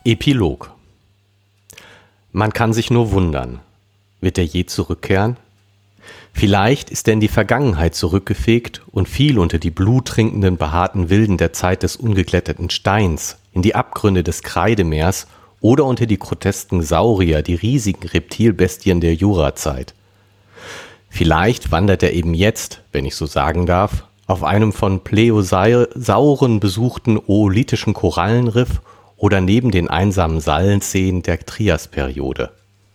Epilog. Man kann sich nur wundern. Wird er je zurückkehren? Vielleicht ist er in die Vergangenheit zurückgefegt und fiel unter die bluttrinkenden, behaarten Wilden der Zeit des ungeglätteten Steins, in die Abgründe des Kreidemeers oder unter die grotesken Saurier, die riesigen Reptilbestien der Jurazeit. Vielleicht wandert er eben jetzt, wenn ich so sagen darf, auf einem von Pleosauren besuchten oolithischen Korallenriff oder neben den einsamen Sallenseen der Triasperiode.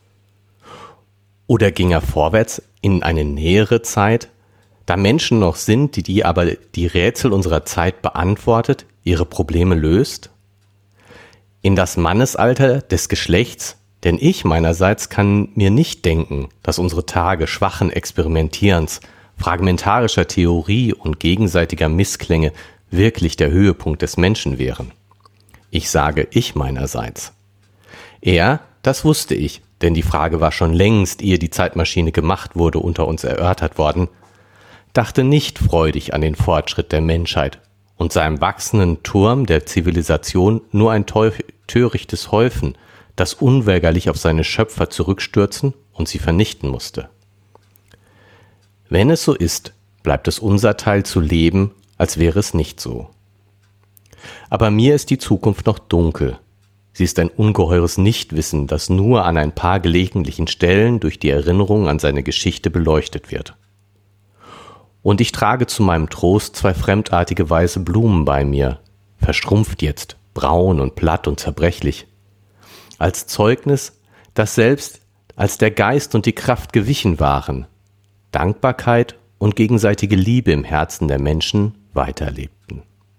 Oder ging er vorwärts in eine nähere Zeit, da Menschen noch sind, die aber die Rätsel unserer Zeit beantwortet, ihre Probleme löst? In das Mannesalter des Geschlechts, denn ich meinerseits kann mir nicht denken, dass unsere Tage schwachen Experimentierens, fragmentarischer Theorie und gegenseitiger Missklänge wirklich der Höhepunkt des Menschen wären. Ich sage ich meinerseits. Er, das wusste ich, denn die Frage war schon längst, ehe die Zeitmaschine gemacht wurde, unter uns erörtert worden, dachte nicht freudig an den Fortschritt der Menschheit und sah im wachsenden Turm der Zivilisation nur ein törichtes Häufen, das unweigerlich auf seine Schöpfer zurückstürzen und sie vernichten musste. Wenn es so ist, bleibt es unser Teil zu leben, als wäre es nicht so. Aber mir ist die Zukunft noch dunkel. Sie ist ein ungeheures Nichtwissen, das nur an ein paar gelegentlichen Stellen durch die Erinnerung an seine Geschichte beleuchtet wird. Und ich trage zu meinem Trost 2 fremdartige weiße Blumen bei mir, verschrumpft jetzt, braun und platt und zerbrechlich. Als Zeugnis, dass selbst als der Geist und die Kraft gewichen waren, Dankbarkeit und gegenseitige Liebe im Herzen der Menschen weiterlebten.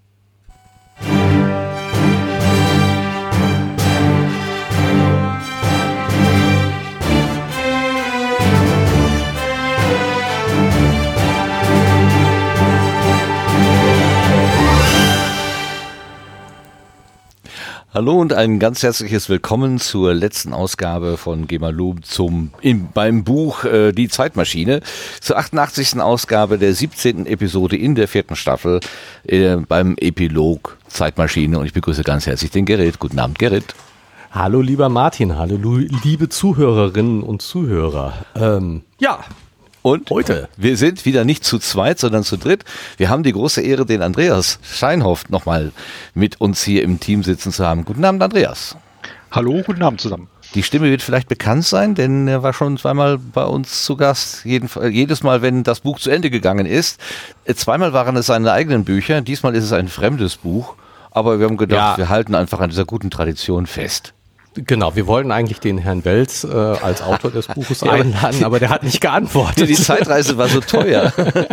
Hallo und ein ganz herzliches Willkommen zur letzten Ausgabe von Gemalum beim Buch Die Zeitmaschine, zur 88. Ausgabe der 17. Episode in der 4. Staffel beim Epilog Zeitmaschine, und ich begrüße ganz herzlich den Gerrit. Guten Abend, Gerrit. Hallo lieber Martin, hallo liebe Zuhörerinnen und Zuhörer. Und heute, wir sind wieder nicht zu zweit, sondern zu dritt. Wir haben die große Ehre, den Andreas Scheinhoff nochmal mit uns hier im Team sitzen zu haben. Guten Abend, Andreas. Hallo, guten Abend zusammen. Die Stimme wird vielleicht bekannt sein, denn er war schon zweimal bei uns zu Gast. Jedes Mal, wenn das Buch zu Ende gegangen ist. Zweimal waren es seine eigenen Bücher, diesmal ist es ein fremdes Buch. Aber wir haben gedacht, wir halten einfach an dieser guten Tradition fest. Genau, wir wollten eigentlich den Herrn Welz als Autor des Buches einladen, aber der hat nicht geantwortet. Die Zeitreise war so teuer.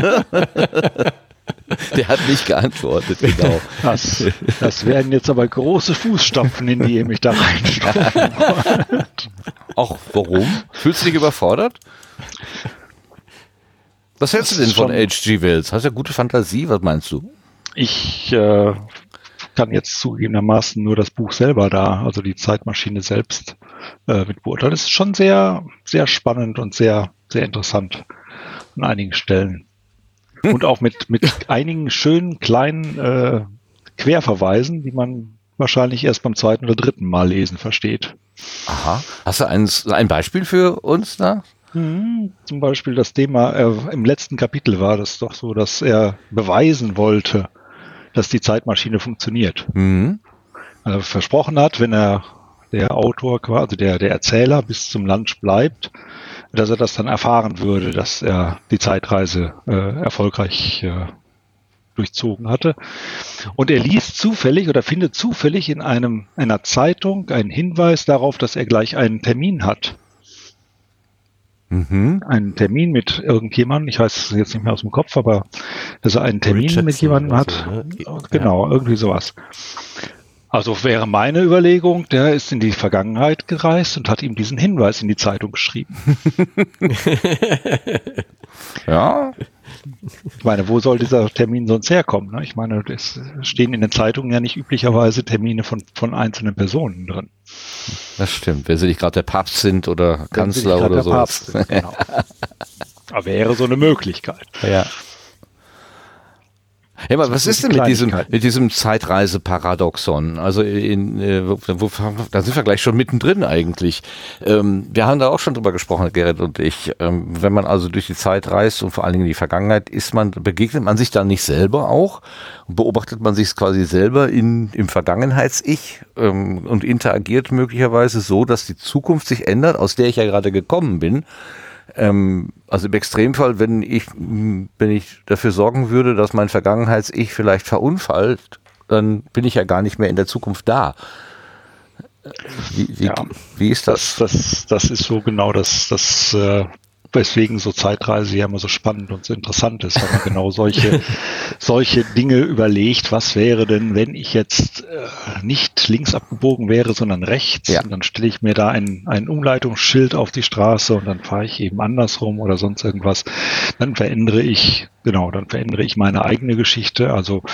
Der hat nicht geantwortet, genau. Das werden jetzt aber große Fußstapfen, in die ihr mich da reinstopfen wollt. Ach, warum? Fühlst du dich überfordert? Was hältst du denn von H.G. Wells? Hast du ja gute Fantasie, was meinst du? Ich kann jetzt zugegebenermaßen nur das Buch selber also die Zeitmaschine selbst mit beurteilen. Es ist schon sehr, sehr spannend und sehr, sehr interessant an einigen Stellen. Und auch mit einigen schönen kleinen Querverweisen, die man wahrscheinlich erst beim 2. oder 3. Mal lesen versteht. Aha. Hast du ein Beispiel für uns da? Zum Beispiel das Thema im letzten Kapitel war das doch so, dass er beweisen wollte, dass die Zeitmaschine funktioniert. Also versprochen hat, wenn der Autor, also der Erzähler bis zum Lunch bleibt, dass er das dann erfahren würde, dass er die Zeitreise erfolgreich durchzogen hatte. Und er liest zufällig oder findet zufällig in einer Zeitung einen Hinweis darauf, dass er gleich einen Termin hat. Einen Termin mit irgendjemandem, ich weiß es jetzt nicht mehr aus dem Kopf, aber dass er einen Termin Richardson mit jemandem hat. So, ne? Genau, irgendwie sowas. Also wäre meine Überlegung, der ist in die Vergangenheit gereist und hat ihm diesen Hinweis in die Zeitung geschrieben. Ja. Ich meine, wo soll dieser Termin sonst herkommen? Ne? Ich meine, es stehen in den Zeitungen ja nicht üblicherweise Termine von einzelnen Personen drin. Das stimmt, wenn sie nicht gerade der Papst sind oder Kanzler oder so. Genau. Aber wäre so eine Möglichkeit. Ja. Hey, aber was ist denn mit diesem Zeitreise-Paradoxon? Also da sind wir gleich schon mittendrin eigentlich. Wir haben da auch schon drüber gesprochen, Gerrit und ich. Wenn man also durch die Zeit reist und vor allen Dingen in die Vergangenheit, begegnet man sich dann nicht selber auch? Und beobachtet man sich quasi selber im Vergangenheits-Ich und interagiert möglicherweise so, dass die Zukunft sich ändert, aus der ich ja gerade gekommen bin? Also im Extremfall, wenn ich dafür sorgen würde, dass mein Vergangenheits-Ich vielleicht verunfallt, dann bin ich ja gar nicht mehr in der Zukunft da. Wie ist das? Das ist so genau das weswegen so Zeitreise ja immer so spannend und so interessant ist, wenn man genau solche Dinge überlegt, was wäre denn, wenn ich jetzt nicht links abgebogen wäre, sondern rechts, und dann stelle ich mir da ein Umleitungsschild auf die Straße und dann fahre ich eben andersrum oder sonst irgendwas, dann verändere ich meine eigene Geschichte, also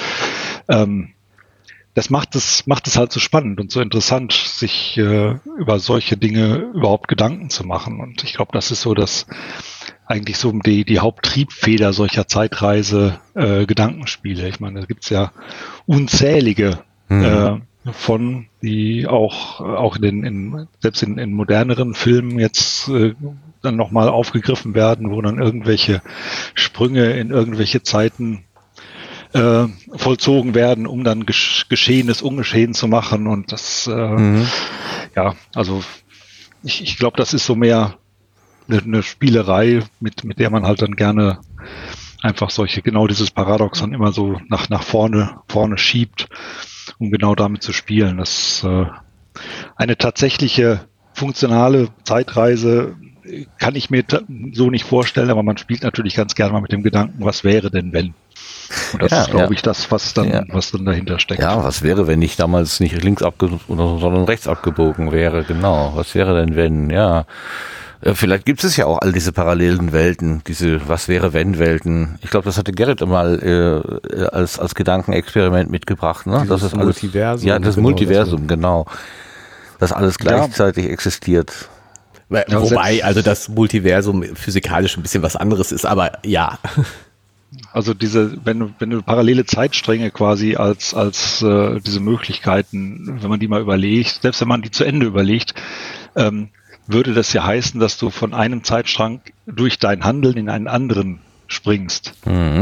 das macht es halt so spannend und so interessant, sich über solche Dinge überhaupt Gedanken zu machen. Und ich glaube, das ist so eigentlich so die Haupttriebfeder solcher Zeitreise-Gedankenspiele. Ich meine, da gibt's ja unzählige von, die auch selbst in moderneren Filmen jetzt dann nochmal aufgegriffen werden, wo dann irgendwelche Sprünge in irgendwelche Zeiten vollzogen werden, um dann Geschehenes ungeschehen zu machen. Und das, also ich glaube, das ist so mehr eine Spielerei, mit der man halt dann gerne einfach dieses Paradoxon immer so nach vorne schiebt, um genau damit zu spielen. Das eine tatsächliche funktionale Zeitreise kann ich mir so nicht vorstellen, aber man spielt natürlich ganz gerne mal mit dem Gedanken, was wäre denn, wenn? Und das ist, glaube ich, das, was dann dahinter steckt. Ja, was wäre, wenn ich damals nicht links sondern rechts abgebogen wäre? Genau. Was wäre denn, wenn? Ja. Vielleicht gibt es ja auch all diese parallelen Welten, diese Was wäre, wenn Welten. Ich glaube, das hatte Gerrit mal als Gedankenexperiment mitgebracht. Ne? Das ist alles Multiversum. Ja, das Multiversum, genau. Das alles gleichzeitig existiert. Wobei, also das Multiversum physikalisch ein bisschen was anderes ist, aber ja. Also wenn du parallele Zeitstränge quasi als diese Möglichkeiten, wenn man die mal überlegt, selbst wenn man die zu Ende überlegt, würde das ja heißen, dass du von einem Zeitstrang durch dein Handeln in einen anderen springst.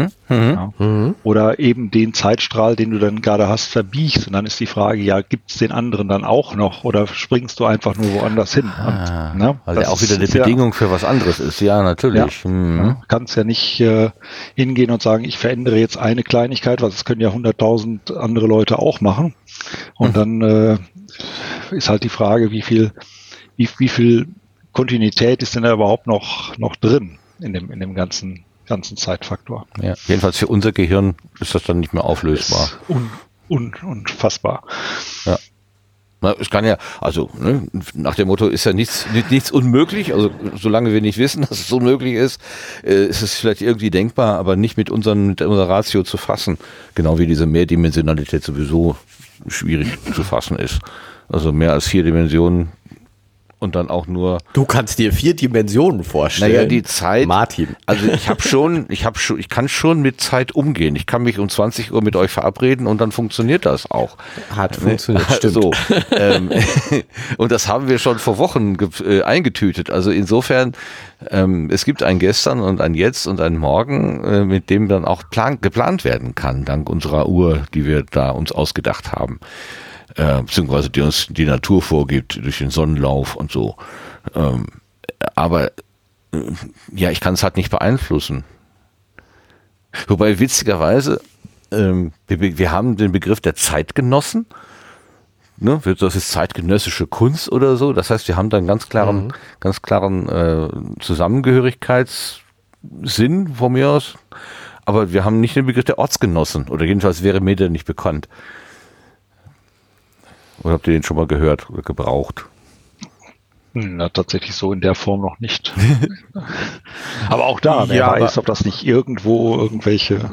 Oder eben den Zeitstrahl, den du dann gerade hast, verbiegst. Und dann ist die Frage, ja, gibt es den anderen dann auch noch oder springst du einfach nur woanders hin? Weil ja auch wieder eine Bedingung für was anderes ist. Ja, natürlich. Kannst ja nicht hingehen und sagen, ich verändere jetzt eine Kleinigkeit, was das können ja 100.000 andere Leute auch machen. Und dann ist halt die Frage, wie viel Kontinuität ist denn da überhaupt noch drin in dem ganzen Zeitfaktor. Ja, jedenfalls für unser Gehirn ist das dann nicht mehr auflösbar. Unfassbar. Ja. Na, es kann ja, also nach dem Motto ist ja nichts unmöglich, also solange wir nicht wissen, dass es unmöglich ist, ist es vielleicht irgendwie denkbar, aber nicht mit unserer Ratio zu fassen. Genau wie diese Mehrdimensionalität sowieso schwierig zu fassen ist. Also mehr als 4 Dimensionen. Und dann auch nur. Du kannst dir 4 Dimensionen vorstellen. Naja, die Zeit. Martin. Also ich kann schon mit Zeit umgehen. Ich kann mich um 20 Uhr mit euch verabreden und dann funktioniert das auch. Hat funktioniert, stimmt. So, und das haben wir schon vor Wochen eingetütet. Also insofern, es gibt ein Gestern und ein Jetzt und ein Morgen, mit dem dann auch geplant werden kann, dank unserer Uhr, die wir da uns ausgedacht haben. Beziehungsweise die uns die Natur vorgibt durch den Sonnenlauf und so. Aber ich kann es halt nicht beeinflussen. Wobei witzigerweise, wir haben den Begriff der Zeitgenossen. Ne? Das ist zeitgenössische Kunst oder so. Das heißt, wir haben da einen ganz klaren Zusammengehörigkeitssinn von mir aus. Aber wir haben nicht den Begriff der Ortsgenossen. Oder jedenfalls wäre mir der nicht bekannt. Oder habt ihr den schon mal gehört oder gebraucht? Na, tatsächlich so in der Form noch nicht. Aber auch da, wer weiß, ob das nicht irgendwo irgendwelche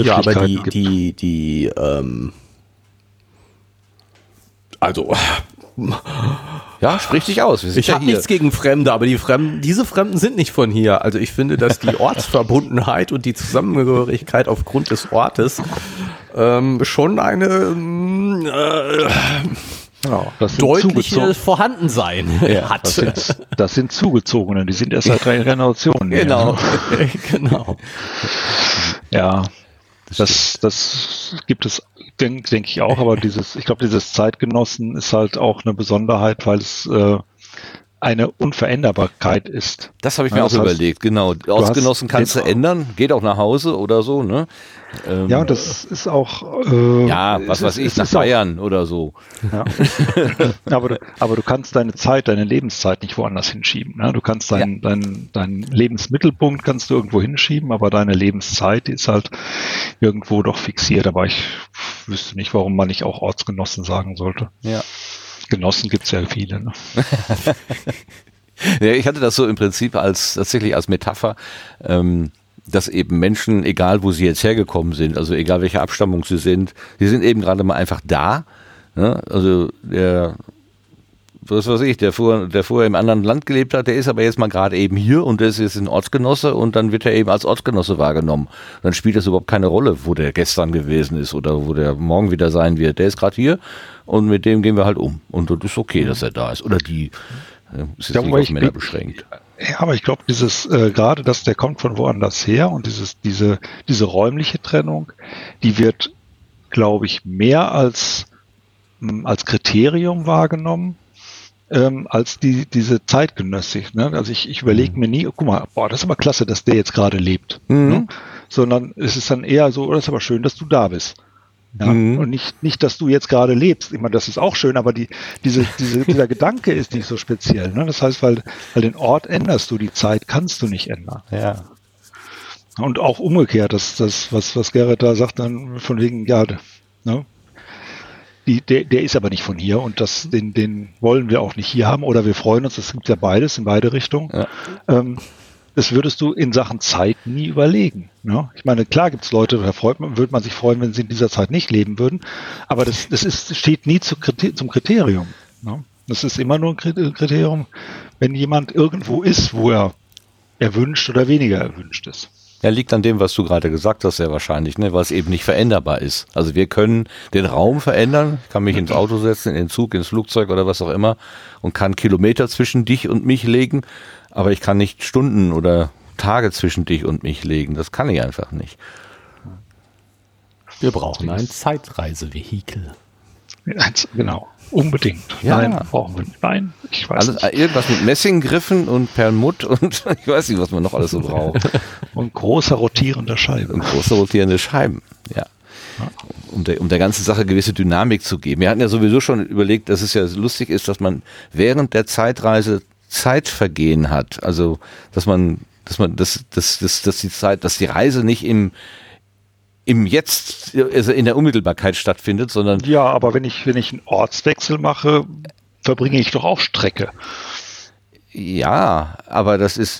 Begrifflichkeiten gibt. Also Ja, sprich dich aus. Wir sind Ich habe nichts gegen Fremde, aber diese Fremden sind nicht von hier. Also ich finde, dass die Ortsverbundenheit und die Zusammengehörigkeit aufgrund des Ortes schon eine deutliche Vorhandensein hat. Das sind Zugezogene, die sind erst seit 3 Generationen. Genau, genau. Ja, das gibt es, denke ich auch, aber ich glaube, dieses Zeitgenossen ist halt auch eine Besonderheit, weil es eine Unveränderbarkeit ist. Das habe ich mir auch überlegt, genau. Ortsgenossen kannst du ändern, geht auch nach Hause oder so, ne? Ja, das ist auch... was weiß ich, nach Bayern oder so. Ja. aber du kannst deine Lebenszeit nicht woanders hinschieben. Ne? Du kannst deinen Lebensmittelpunkt kannst du irgendwo hinschieben, aber deine Lebenszeit, die ist halt irgendwo doch fixiert. Aber ich wüsste nicht, warum man nicht auch Ortsgenossen sagen sollte. Ja. Genossen gibt es ja viele. Ne? Ja, ich hatte das so im Prinzip tatsächlich als Metapher, dass eben Menschen, egal wo sie jetzt hergekommen sind, also egal welche Abstammung sie sind eben gerade mal einfach da. Ne? Also der vorher im anderen Land gelebt hat, der ist aber jetzt mal gerade eben hier und der ist jetzt ein Ortsgenosse und dann wird er eben als Ortsgenosse wahrgenommen. Dann spielt das überhaupt keine Rolle, wo der gestern gewesen ist oder wo der morgen wieder sein wird. Der ist gerade hier und mit dem gehen wir halt um. Und das ist okay, dass er da ist. Oder die ist jetzt nicht auf Männer beschränkt. Ja, aber ich glaube, gerade, dass der kommt von woanders her und diese räumliche Trennung, die wird, glaube ich, mehr als Kriterium wahrgenommen, als diese zeitgenössig. Ne? Also ich überlege mir nie, guck mal, das ist aber klasse, dass der jetzt gerade lebt. Ne? Sondern es ist dann eher so, das ist aber schön, dass du da bist. Ja? Und nicht, dass du jetzt gerade lebst. Ich meine, das ist auch schön, aber dieser Gedanke ist nicht so speziell. Ne? Das heißt, weil den Ort änderst du, die Zeit kannst du nicht ändern. Ja. Und auch umgekehrt, was Gerrit da sagt, dann von wegen, ja, ne? Der ist aber nicht von hier und den wollen wir auch nicht hier haben oder wir freuen uns, das gibt ja beides in beide Richtungen. Ja. Das würdest du in Sachen Zeit nie überlegen. Ne? Ich meine, klar gibt es Leute, da würde man sich freuen, wenn sie in dieser Zeit nicht leben würden, aber das steht nie zum Kriterium. Ne? Das ist immer nur ein Kriterium, wenn jemand irgendwo ist, wo er erwünscht oder weniger erwünscht ist. Ja, liegt an dem, was du gerade gesagt hast, sehr wahrscheinlich, ne? Weil es eben nicht veränderbar ist. Also wir können den Raum verändern, ich kann mich ins Auto setzen, in den Zug, ins Flugzeug oder was auch immer und kann Kilometer zwischen dich und mich legen, aber ich kann nicht Stunden oder Tage zwischen dich und mich legen. Das kann ich einfach nicht. Wir brauchen ein Zeitreisevehikel. Genau, unbedingt. Ja. Nein, brauchen wir nicht. Nein, ich weiß nicht. Irgendwas mit Messinggriffen und Perlmutt und ich weiß nicht, was man noch alles so braucht. Und große rotierende Scheiben. Und große rotierende Scheiben, ja. Um der ganzen Sache gewisse Dynamik zu geben. Wir hatten ja sowieso schon überlegt, dass es ja lustig ist, dass man während der Zeitreise Zeitvergehen hat. Also, dass die Reise nicht im Jetzt, also in der Unmittelbarkeit stattfindet, sondern... Ja, aber wenn ich einen Ortswechsel mache, verbringe ich doch auch Strecke. Ja, aber das ist...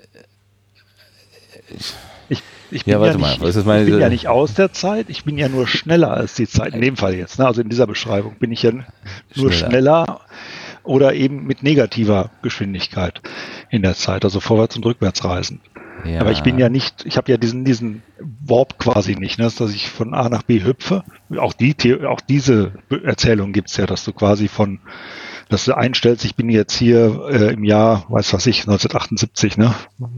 Ich bin ja nicht aus der Zeit, ich bin ja nur schneller als die Zeit, in dem Fall jetzt. Ne? Also in dieser Beschreibung bin ich ja nur schneller oder eben mit negativer Geschwindigkeit in der Zeit, also vorwärts und rückwärts reisen. Ja. Aber ich bin ja nicht, ich habe ja diesen Warp quasi nicht, ne, dass ich von A nach B hüpfe. Auch diese Erzählung gibt's ja, dass du quasi dass du einstellst, ich bin jetzt hier im Jahr, 1978, ne,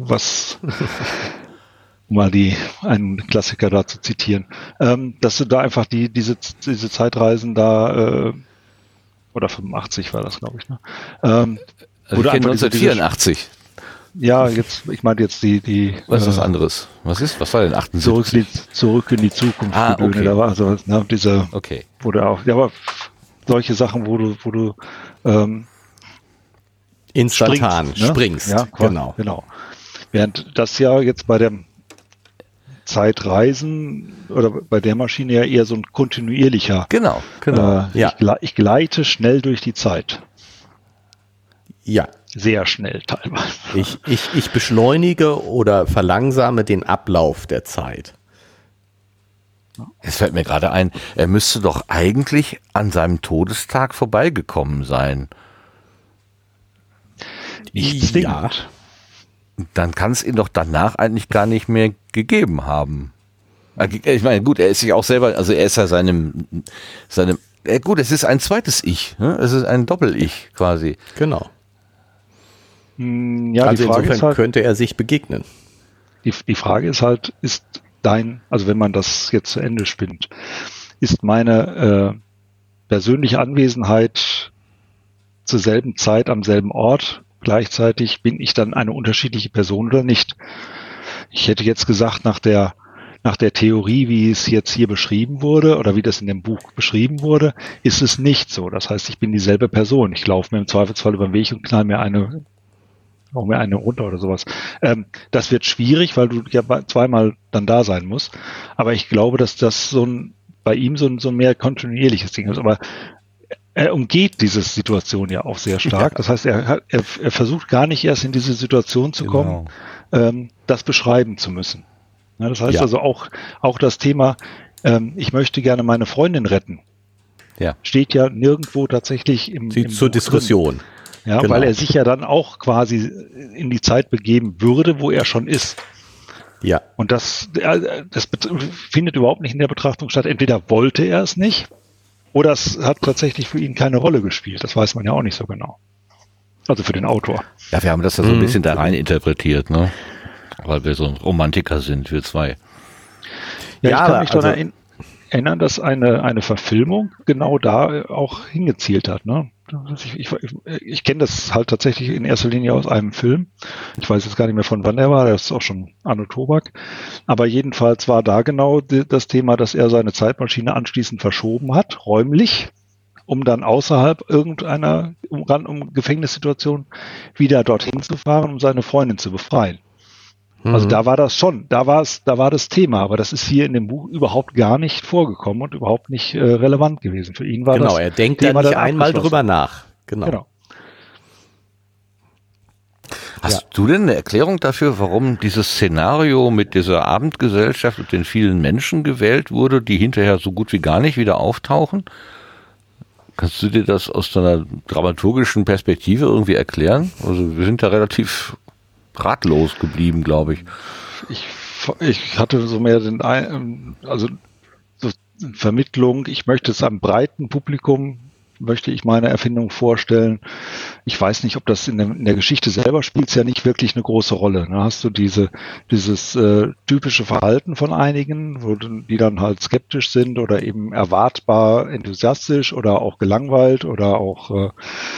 um mal einen Klassiker da zu zitieren, dass du da einfach diese Zeitreisen da, oder 85 war das, glaube ich, ne? Also ich kenne 1984. Ja, ich meinte jetzt die was ist was anderes? Was war denn 78? Zurück in die Zukunft. Okay. Da war so, ne, okay. Wurde auch, ja, aber solche Sachen, wo du instantan springst. Ja, genau. Während das ja jetzt bei dem Zeitreisen oder bei der Maschine ja eher so ein kontinuierlicher. Genau. Ich gleite schnell durch die Zeit. Ja. Sehr schnell teilweise. Ich beschleunige oder verlangsame den Ablauf der Zeit. Es fällt mir gerade ein, er müsste doch eigentlich an seinem Todestag vorbeigekommen sein. Ja. Dann kann es ihn doch danach eigentlich gar nicht mehr gegeben haben. Ich meine, gut, er ist sich auch selber, also er ist ja gut, es ist ein zweites Ich, ne? Es ist ein Doppel-Ich quasi. Genau. Ja, also die Frage insofern ist halt, könnte er sich begegnen. die Frage ist halt, also wenn man das jetzt zu Ende spinnt, ist meine persönliche Anwesenheit zur selben Zeit am selben Ort, gleichzeitig bin ich dann eine unterschiedliche Person oder nicht? Ich hätte jetzt gesagt, nach der Theorie, wie es jetzt hier beschrieben wurde oder wie das in dem Buch beschrieben wurde, ist es nicht so. Das heißt, ich bin dieselbe Person. Ich laufe mir im Zweifelsfall über den Weg und knall mir eine runter oder sowas. Das wird schwierig, weil du ja zweimal dann da sein musst. Aber ich glaube, dass das bei ihm so ein mehr kontinuierliches Ding ist. Aber er umgeht diese Situation ja auch sehr stark. Ja. Das heißt, er versucht gar nicht erst in diese Situation zu kommen, das beschreiben zu müssen. Ja, das heißt also auch das Thema, ich möchte gerne meine Freundin retten, steht ja nirgendwo tatsächlich im zur Buch Findet. Drin. Ja, genau. Weil er sich ja dann auch quasi in die Zeit begeben würde, wo er schon ist. Ja. Und das findet überhaupt nicht in der Betrachtung statt. Entweder wollte er es nicht oder es hat tatsächlich für ihn keine Rolle gespielt. Das weiß man ja auch nicht so genau. Also für den Autor. Ja, wir haben das ja so ein bisschen da rein interpretiert, ne? Weil wir so Romantiker sind, wir zwei. Ja, ich kann mich daran erinnern, dass eine Verfilmung genau da auch hingezielt hat, ne? Ich kenne das halt tatsächlich in erster Linie aus einem Film. Ich weiß jetzt gar nicht mehr, von wann er war. Der ist auch schon Anno Tobak. Aber jedenfalls war da genau das Thema, dass er seine Zeitmaschine anschließend verschoben hat, räumlich, um dann außerhalb irgendeiner Gefängnissituation wieder dorthin zu fahren, um seine Freundin zu befreien. Also da war das schon, da war das Thema, aber das ist hier in dem Buch überhaupt gar nicht vorgekommen und überhaupt nicht relevant gewesen. Für ihn war das. Genau, er denkt da nicht einmal drüber nach. Genau. Hast du denn eine Erklärung dafür, warum dieses Szenario mit dieser Abendgesellschaft und den vielen Menschen gewählt wurde, die hinterher so gut wie gar nicht wieder auftauchen? Kannst du dir das aus deiner dramaturgischen Perspektive irgendwie erklären? Also wir sind da relativ ratlos geblieben, glaube ich. Ich hatte so mehr Vermittlung, ich möchte es einem breiten Publikum, möchte ich meine Erfindung vorstellen. Ich weiß nicht, ob das in der Geschichte selber spielt es ja nicht wirklich eine große Rolle. Da hast du dieses typische Verhalten von einigen, die dann halt skeptisch sind oder eben erwartbar enthusiastisch oder auch gelangweilt oder auch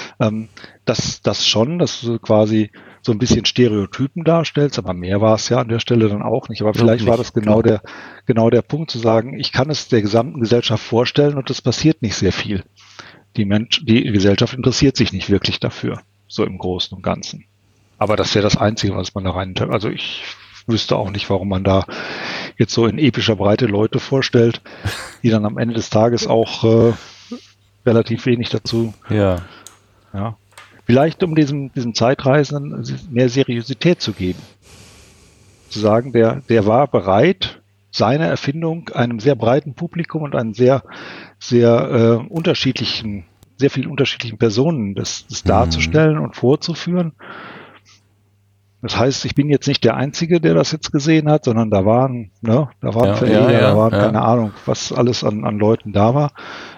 das schon, dass du quasi so ein bisschen Stereotypen darstellst, aber mehr war es ja an der Stelle dann auch nicht. Aber vielleicht war das genau der Punkt zu sagen, ich kann es der gesamten Gesellschaft vorstellen und es passiert nicht sehr viel. Die Gesellschaft interessiert sich nicht wirklich dafür, so im Großen und Ganzen. Aber das wäre das Einzige, was man da rein, also ich wüsste auch nicht, warum man da jetzt so in epischer Breite Leute vorstellt, die dann am Ende des Tages auch relativ wenig dazu. Ja. Vielleicht um diesem Zeitreisenden mehr Seriosität zu geben. Zu sagen, der war bereit, seine Erfindung einem sehr breiten Publikum und einem sehr vielen unterschiedlichen Personen das darzustellen und vorzuführen. Das heißt, ich bin jetzt nicht der Einzige, der das jetzt gesehen hat, sondern da waren Verleger, da waren keine Ahnung, was alles an Leuten da war,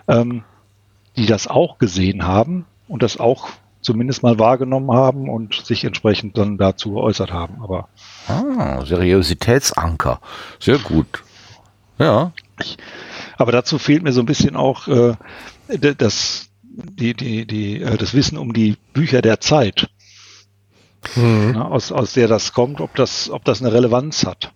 die das auch gesehen haben und das auch zumindest mal wahrgenommen haben und sich entsprechend dann dazu geäußert haben. Aber Seriositätsanker. Sehr gut. Ja. Aber dazu fehlt mir so ein bisschen auch das Wissen um die Bücher der Zeit. Ja, aus der das kommt, ob das eine Relevanz hat.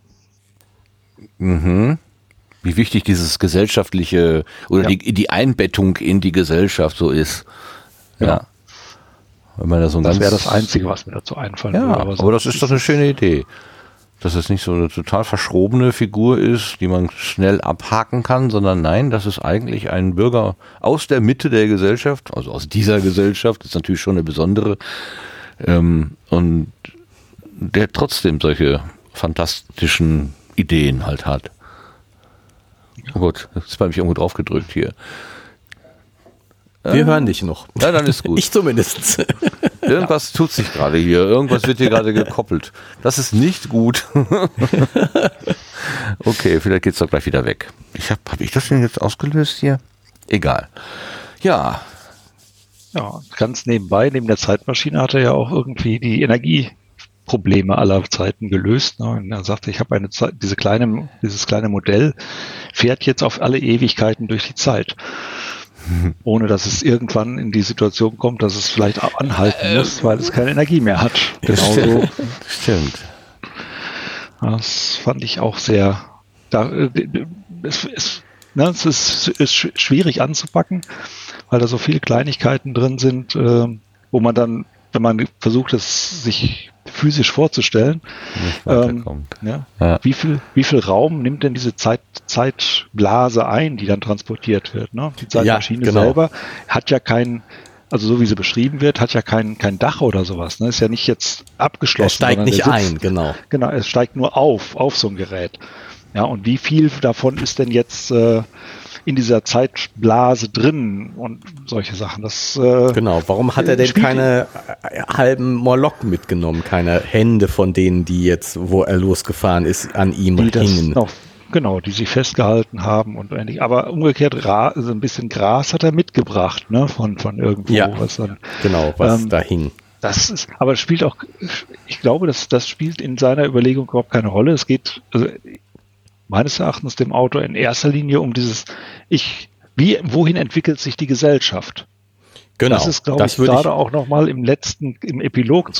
Wie wichtig dieses gesellschaftliche oder die Einbettung in die Gesellschaft so ist. Ja. Wenn man das wäre das Einzige, was mir dazu einfallen würde. Aber das ist doch eine schöne Idee. Dass es nicht so eine total verschrobene Figur ist, die man schnell abhaken kann, sondern nein, das ist eigentlich ein Bürger aus der Mitte der Gesellschaft, also aus dieser Gesellschaft, ist natürlich schon eine besondere, und der trotzdem solche fantastischen Ideen halt hat. Oh Gott, jetzt habe ich irgendwo drauf gedrückt hier. Wir hören dich noch. Ja, dann ist gut. Ich zumindest. Irgendwas tut sich gerade hier. Irgendwas wird hier gerade gekoppelt. Das ist nicht gut. Okay, vielleicht geht's doch gleich wieder weg. Hab ich das denn jetzt ausgelöst hier? Egal. Ja. Ja, ganz nebenbei, neben der Zeitmaschine hat er ja auch irgendwie die Energieprobleme aller Zeiten gelöst. Ne? Und er sagte, ich habe dieses kleine Modell fährt jetzt auf alle Ewigkeiten durch die Zeit. Ohne dass es irgendwann in die Situation kommt, dass es vielleicht auch anhalten muss, weil es keine Energie mehr hat. Genauso. Stimmt. Das fand ich auch sehr. Es ist schwierig anzupacken, weil da so viele Kleinigkeiten drin sind, wo man dann, wenn man versucht, es sich physisch vorzustellen, wie viel Raum nimmt denn diese Zeitblase ein, die dann transportiert wird? Ne? Die Zeitmaschine selber hat ja also so wie sie beschrieben wird, hat ja kein Dach oder sowas. Ne? Ist ja nicht jetzt abgeschlossen. Es steigt nicht ein, genau. Genau, es steigt nur auf so ein Gerät. Ja, und wie viel davon ist denn jetzt in dieser Zeitblase drin und solche Sachen? Genau, warum hat er denn keine halben Morlocken mitgenommen, keine Hände von denen, die jetzt, wo er losgefahren ist, an ihm hingen? Die sich festgehalten haben und ähnlich. Aber umgekehrt, so ein bisschen Gras hat er mitgebracht, ne, von irgendwo. Ja, was da hing. Aber es spielt auch, ich glaube, das spielt in seiner Überlegung überhaupt keine Rolle. Es geht, meines Erachtens dem Autor in erster Linie um wohin entwickelt sich die Gesellschaft? Genau. Das ist, glaube ich, gerade auch nochmal im Epilog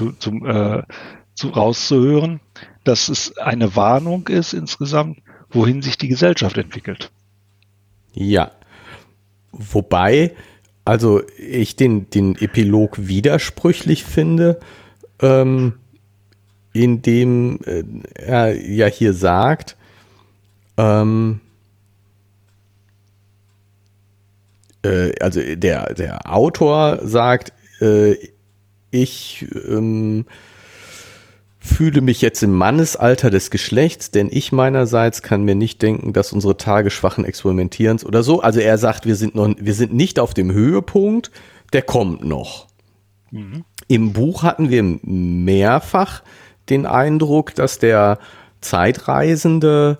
rauszuhören, dass es eine Warnung ist insgesamt, wohin sich die Gesellschaft entwickelt. Ja. Wobei, also ich den Epilog widersprüchlich finde, in dem er ja hier sagt, also der Autor sagt, ich fühle mich jetzt im Mannesalter des Geschlechts, denn ich meinerseits kann mir nicht denken, dass unsere Tage schwachen Experimentierens oder so. Also er sagt, wir sind nicht auf dem Höhepunkt, der kommt noch. Mhm. Im Buch hatten wir mehrfach den Eindruck, dass der Zeitreisende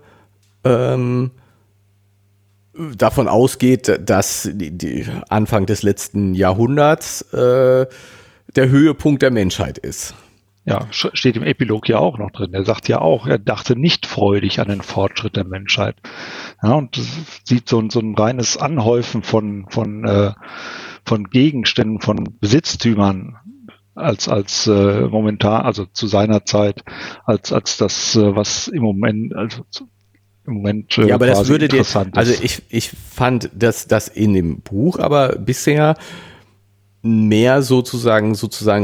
davon ausgeht, dass die Anfang des letzten Jahrhunderts der Höhepunkt der Menschheit ist. Ja, steht im Epilog ja auch noch drin. Er sagt ja auch, er dachte nicht freudig an den Fortschritt der Menschheit. Ja, und sieht so ein reines Anhäufen von Gegenständen, von Besitztümern als momentan, also zu seiner Zeit, als das, was im Moment ja, aber das würde interessant ist. Also ich fand, dass das in dem Buch aber bisher mehr sozusagen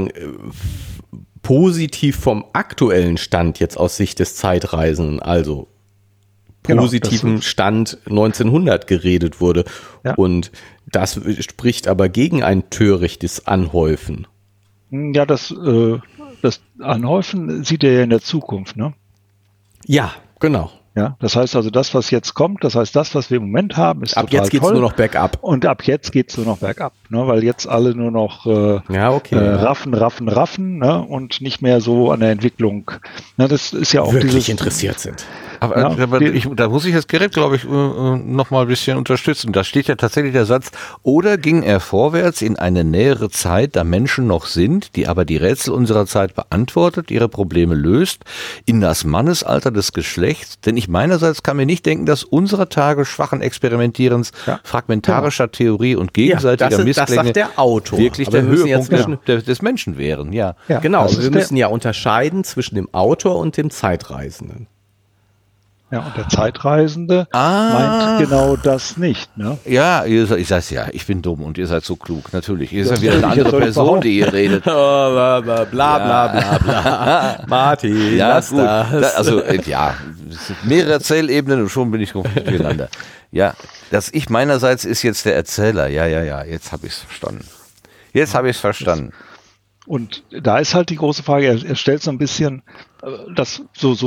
positiv vom aktuellen Stand jetzt aus Sicht des Zeitreisenden, also positiven Stand 1900 geredet wurde. Ja. Und das spricht aber gegen ein törichtes Anhäufen. Ja, das Anhäufen sieht er ja in der Zukunft, ne? Ja, genau. Ja, das heißt also, das, was jetzt kommt, das was wir im Moment haben, ist ab jetzt geht's toll. Nur noch bergab. Und ab jetzt geht's nur noch bergab, ne, weil jetzt alle nur noch raffen, ne, und nicht mehr so an der Entwicklung. Ne, das ist ja auch wirklich interessiert sind. Aber da muss ich das Gerät, glaube ich, noch mal ein bisschen unterstützen. Da steht ja tatsächlich der Satz, oder ging er vorwärts in eine nähere Zeit, da Menschen noch sind, die aber die Rätsel unserer Zeit beantwortet, ihre Probleme löst, in das Mannesalter des Geschlechts, denn ich meinerseits kann mir nicht denken, dass unsere Tage schwachen Experimentierens, fragmentarischer Theorie und gegenseitiger Missklänge der Autor. Wirklich der Höhepunkt des Menschen wären. Ja, genau. Also wir müssen ja unterscheiden zwischen dem Autor und dem Zeitreisenden. Ja, und der Zeitreisende meint genau das nicht, ne? Ja, ich sag's ja, ich bin dumm und ihr seid so klug, natürlich. Ihr seid wieder eine andere Person, die ihr redet. Bla, bla, bla. Martin, lass das. Mehrere Erzählebenen und schon bin ich durcheinander. Ja, das Ich meinerseits ist jetzt der Erzähler. Ja, jetzt habe ich's verstanden. Und da ist halt die große Frage, er stellt so ein bisschen das so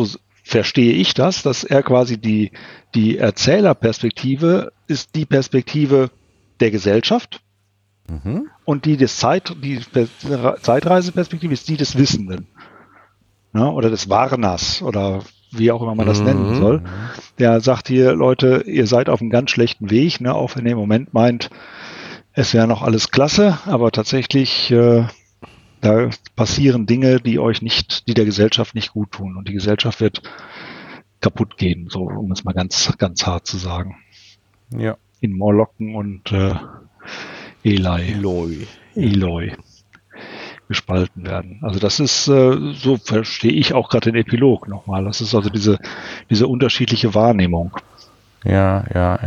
verstehe ich das, dass er quasi die Erzählerperspektive ist die Perspektive der Gesellschaft und die Zeitreiseperspektive ist die des Wissenden, ja, oder des Warners oder wie auch immer man das nennen soll. Der sagt hier, Leute, ihr seid auf einem ganz schlechten Weg, ne, auch wenn ihr im Moment meint, es wäre noch alles klasse, aber tatsächlich da passieren Dinge, die der Gesellschaft nicht gut tun und die Gesellschaft wird kaputt gehen, so um es mal ganz, ganz hart zu sagen. Ja. In Morlocken und Eloi gespalten werden. Also das ist, so verstehe ich auch gerade den Epilog nochmal. Das ist also diese unterschiedliche Wahrnehmung. Ja.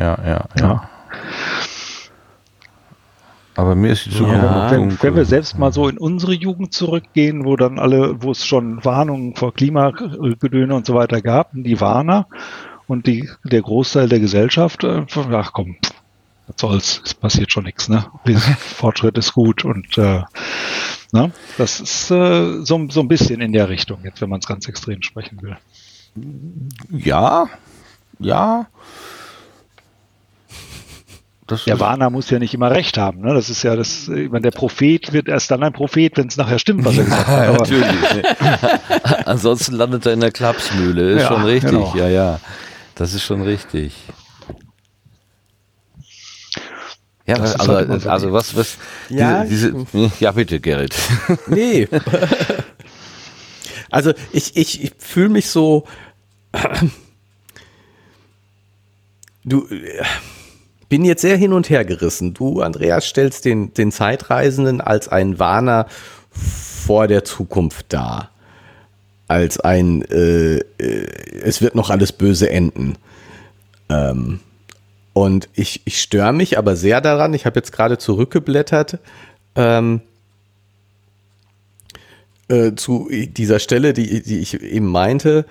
Aber mir ist die Zukunft wenn wir selbst mal so in unsere Jugend zurückgehen, wo es schon Warnungen vor Klimagedöne und so weiter gab, die Warner und der Großteil der Gesellschaft, ach komm, was soll's, es passiert schon nichts, ne? Fortschritt ist gut und das ist so ein bisschen in der Richtung, jetzt wenn man es ganz extrem sprechen will. Ja. Der Warner muss ja nicht immer recht haben. Ne? Das ist ja der Prophet wird erst dann ein Prophet, wenn es nachher stimmt, was er gesagt hat. Aber natürlich. Ansonsten landet er in der Klapsmühle. Ist schon richtig. Genau. Ja. Das ist schon richtig. Ja, also was ja, ja bitte, Gerrit. Nee. Also ich fühle mich so, bin jetzt sehr hin und her gerissen. Du, Andreas, stellst den Zeitreisenden als einen Warner vor der Zukunft dar. Als es wird noch alles böse enden. Und ich störe mich aber sehr daran, ich habe jetzt gerade zurückgeblättert, zu dieser Stelle, die ich eben meinte,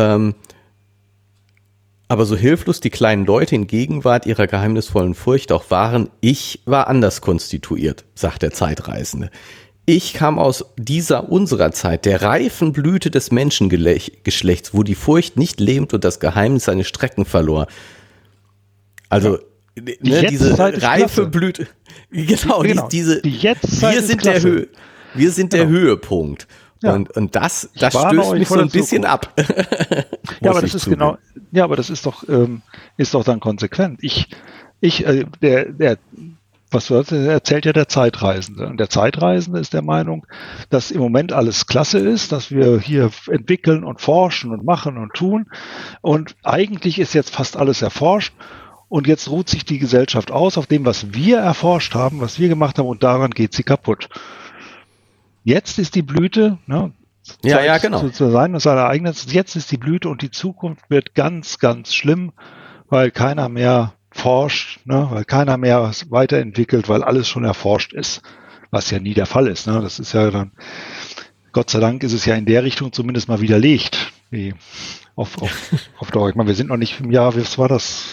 aber so hilflos die kleinen Leute in Gegenwart ihrer geheimnisvollen Furcht auch waren, ich war anders konstituiert, sagt der Zeitreisende. Ich kam aus unserer Zeit, der reifen Blüte des Menschengeschlechts, wo die Furcht nicht lähmt und das Geheimnis seine Strecken verlor. Also diese reife Blüte, genau. Wir sind der Höhepunkt. Ja. Und das stößt mich so ein bisschen ab. Ja, aber das ist genau. Ja, aber das ist doch dann konsequent. Was du hast, erzählt ja der Zeitreisende. Und der Zeitreisende ist der Meinung, dass im Moment alles klasse ist, dass wir hier entwickeln und forschen und machen und tun. Und eigentlich ist jetzt fast alles erforscht. Und jetzt ruht sich die Gesellschaft aus auf dem, was wir erforscht haben, was wir gemacht haben, und daran geht sie kaputt. Jetzt ist die Blüte, ne, genau. zu sein, das Ereignis, jetzt ist die Blüte und die Zukunft wird ganz, ganz schlimm, weil keiner mehr forscht, ne, weil keiner mehr was weiterentwickelt, weil alles schon erforscht ist, was ja nie der Fall ist. Ne. Das ist ja dann, Gott sei Dank ist es ja in der Richtung zumindest mal widerlegt, wie auf Dauer. Ich meine, wir sind noch nicht im Jahr, was war das?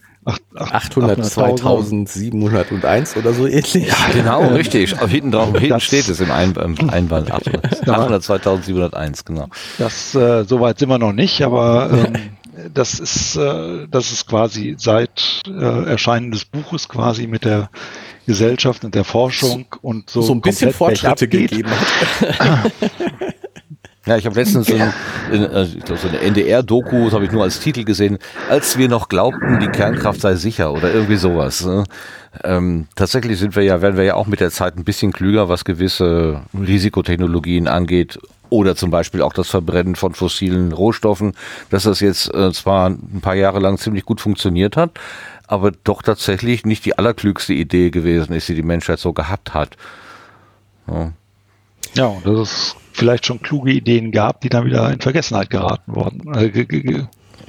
802.701 oder so ähnlich. Ja, genau, richtig. Hinten steht es im Einband. 802.701, genau. Soweit sind wir noch nicht, aber das ist quasi seit Erscheinen des Buches quasi mit der Gesellschaft und der Forschung und so ein bisschen Fortschritte gegeben hat. Ja, ich habe letztens so eine NDR-Doku, das habe ich nur als Titel gesehen, als wir noch glaubten, die Kernkraft sei sicher oder irgendwie sowas. Ne? Tatsächlich werden wir ja auch mit der Zeit ein bisschen klüger, was gewisse Risikotechnologien angeht oder zum Beispiel auch das Verbrennen von fossilen Rohstoffen, dass das jetzt zwar ein paar Jahre lang ziemlich gut funktioniert hat, aber doch tatsächlich nicht die allerklügste Idee gewesen ist, die Menschheit so gehabt hat. Ja, und das ist vielleicht schon kluge Ideen gab, die dann wieder in Vergessenheit geraten sind.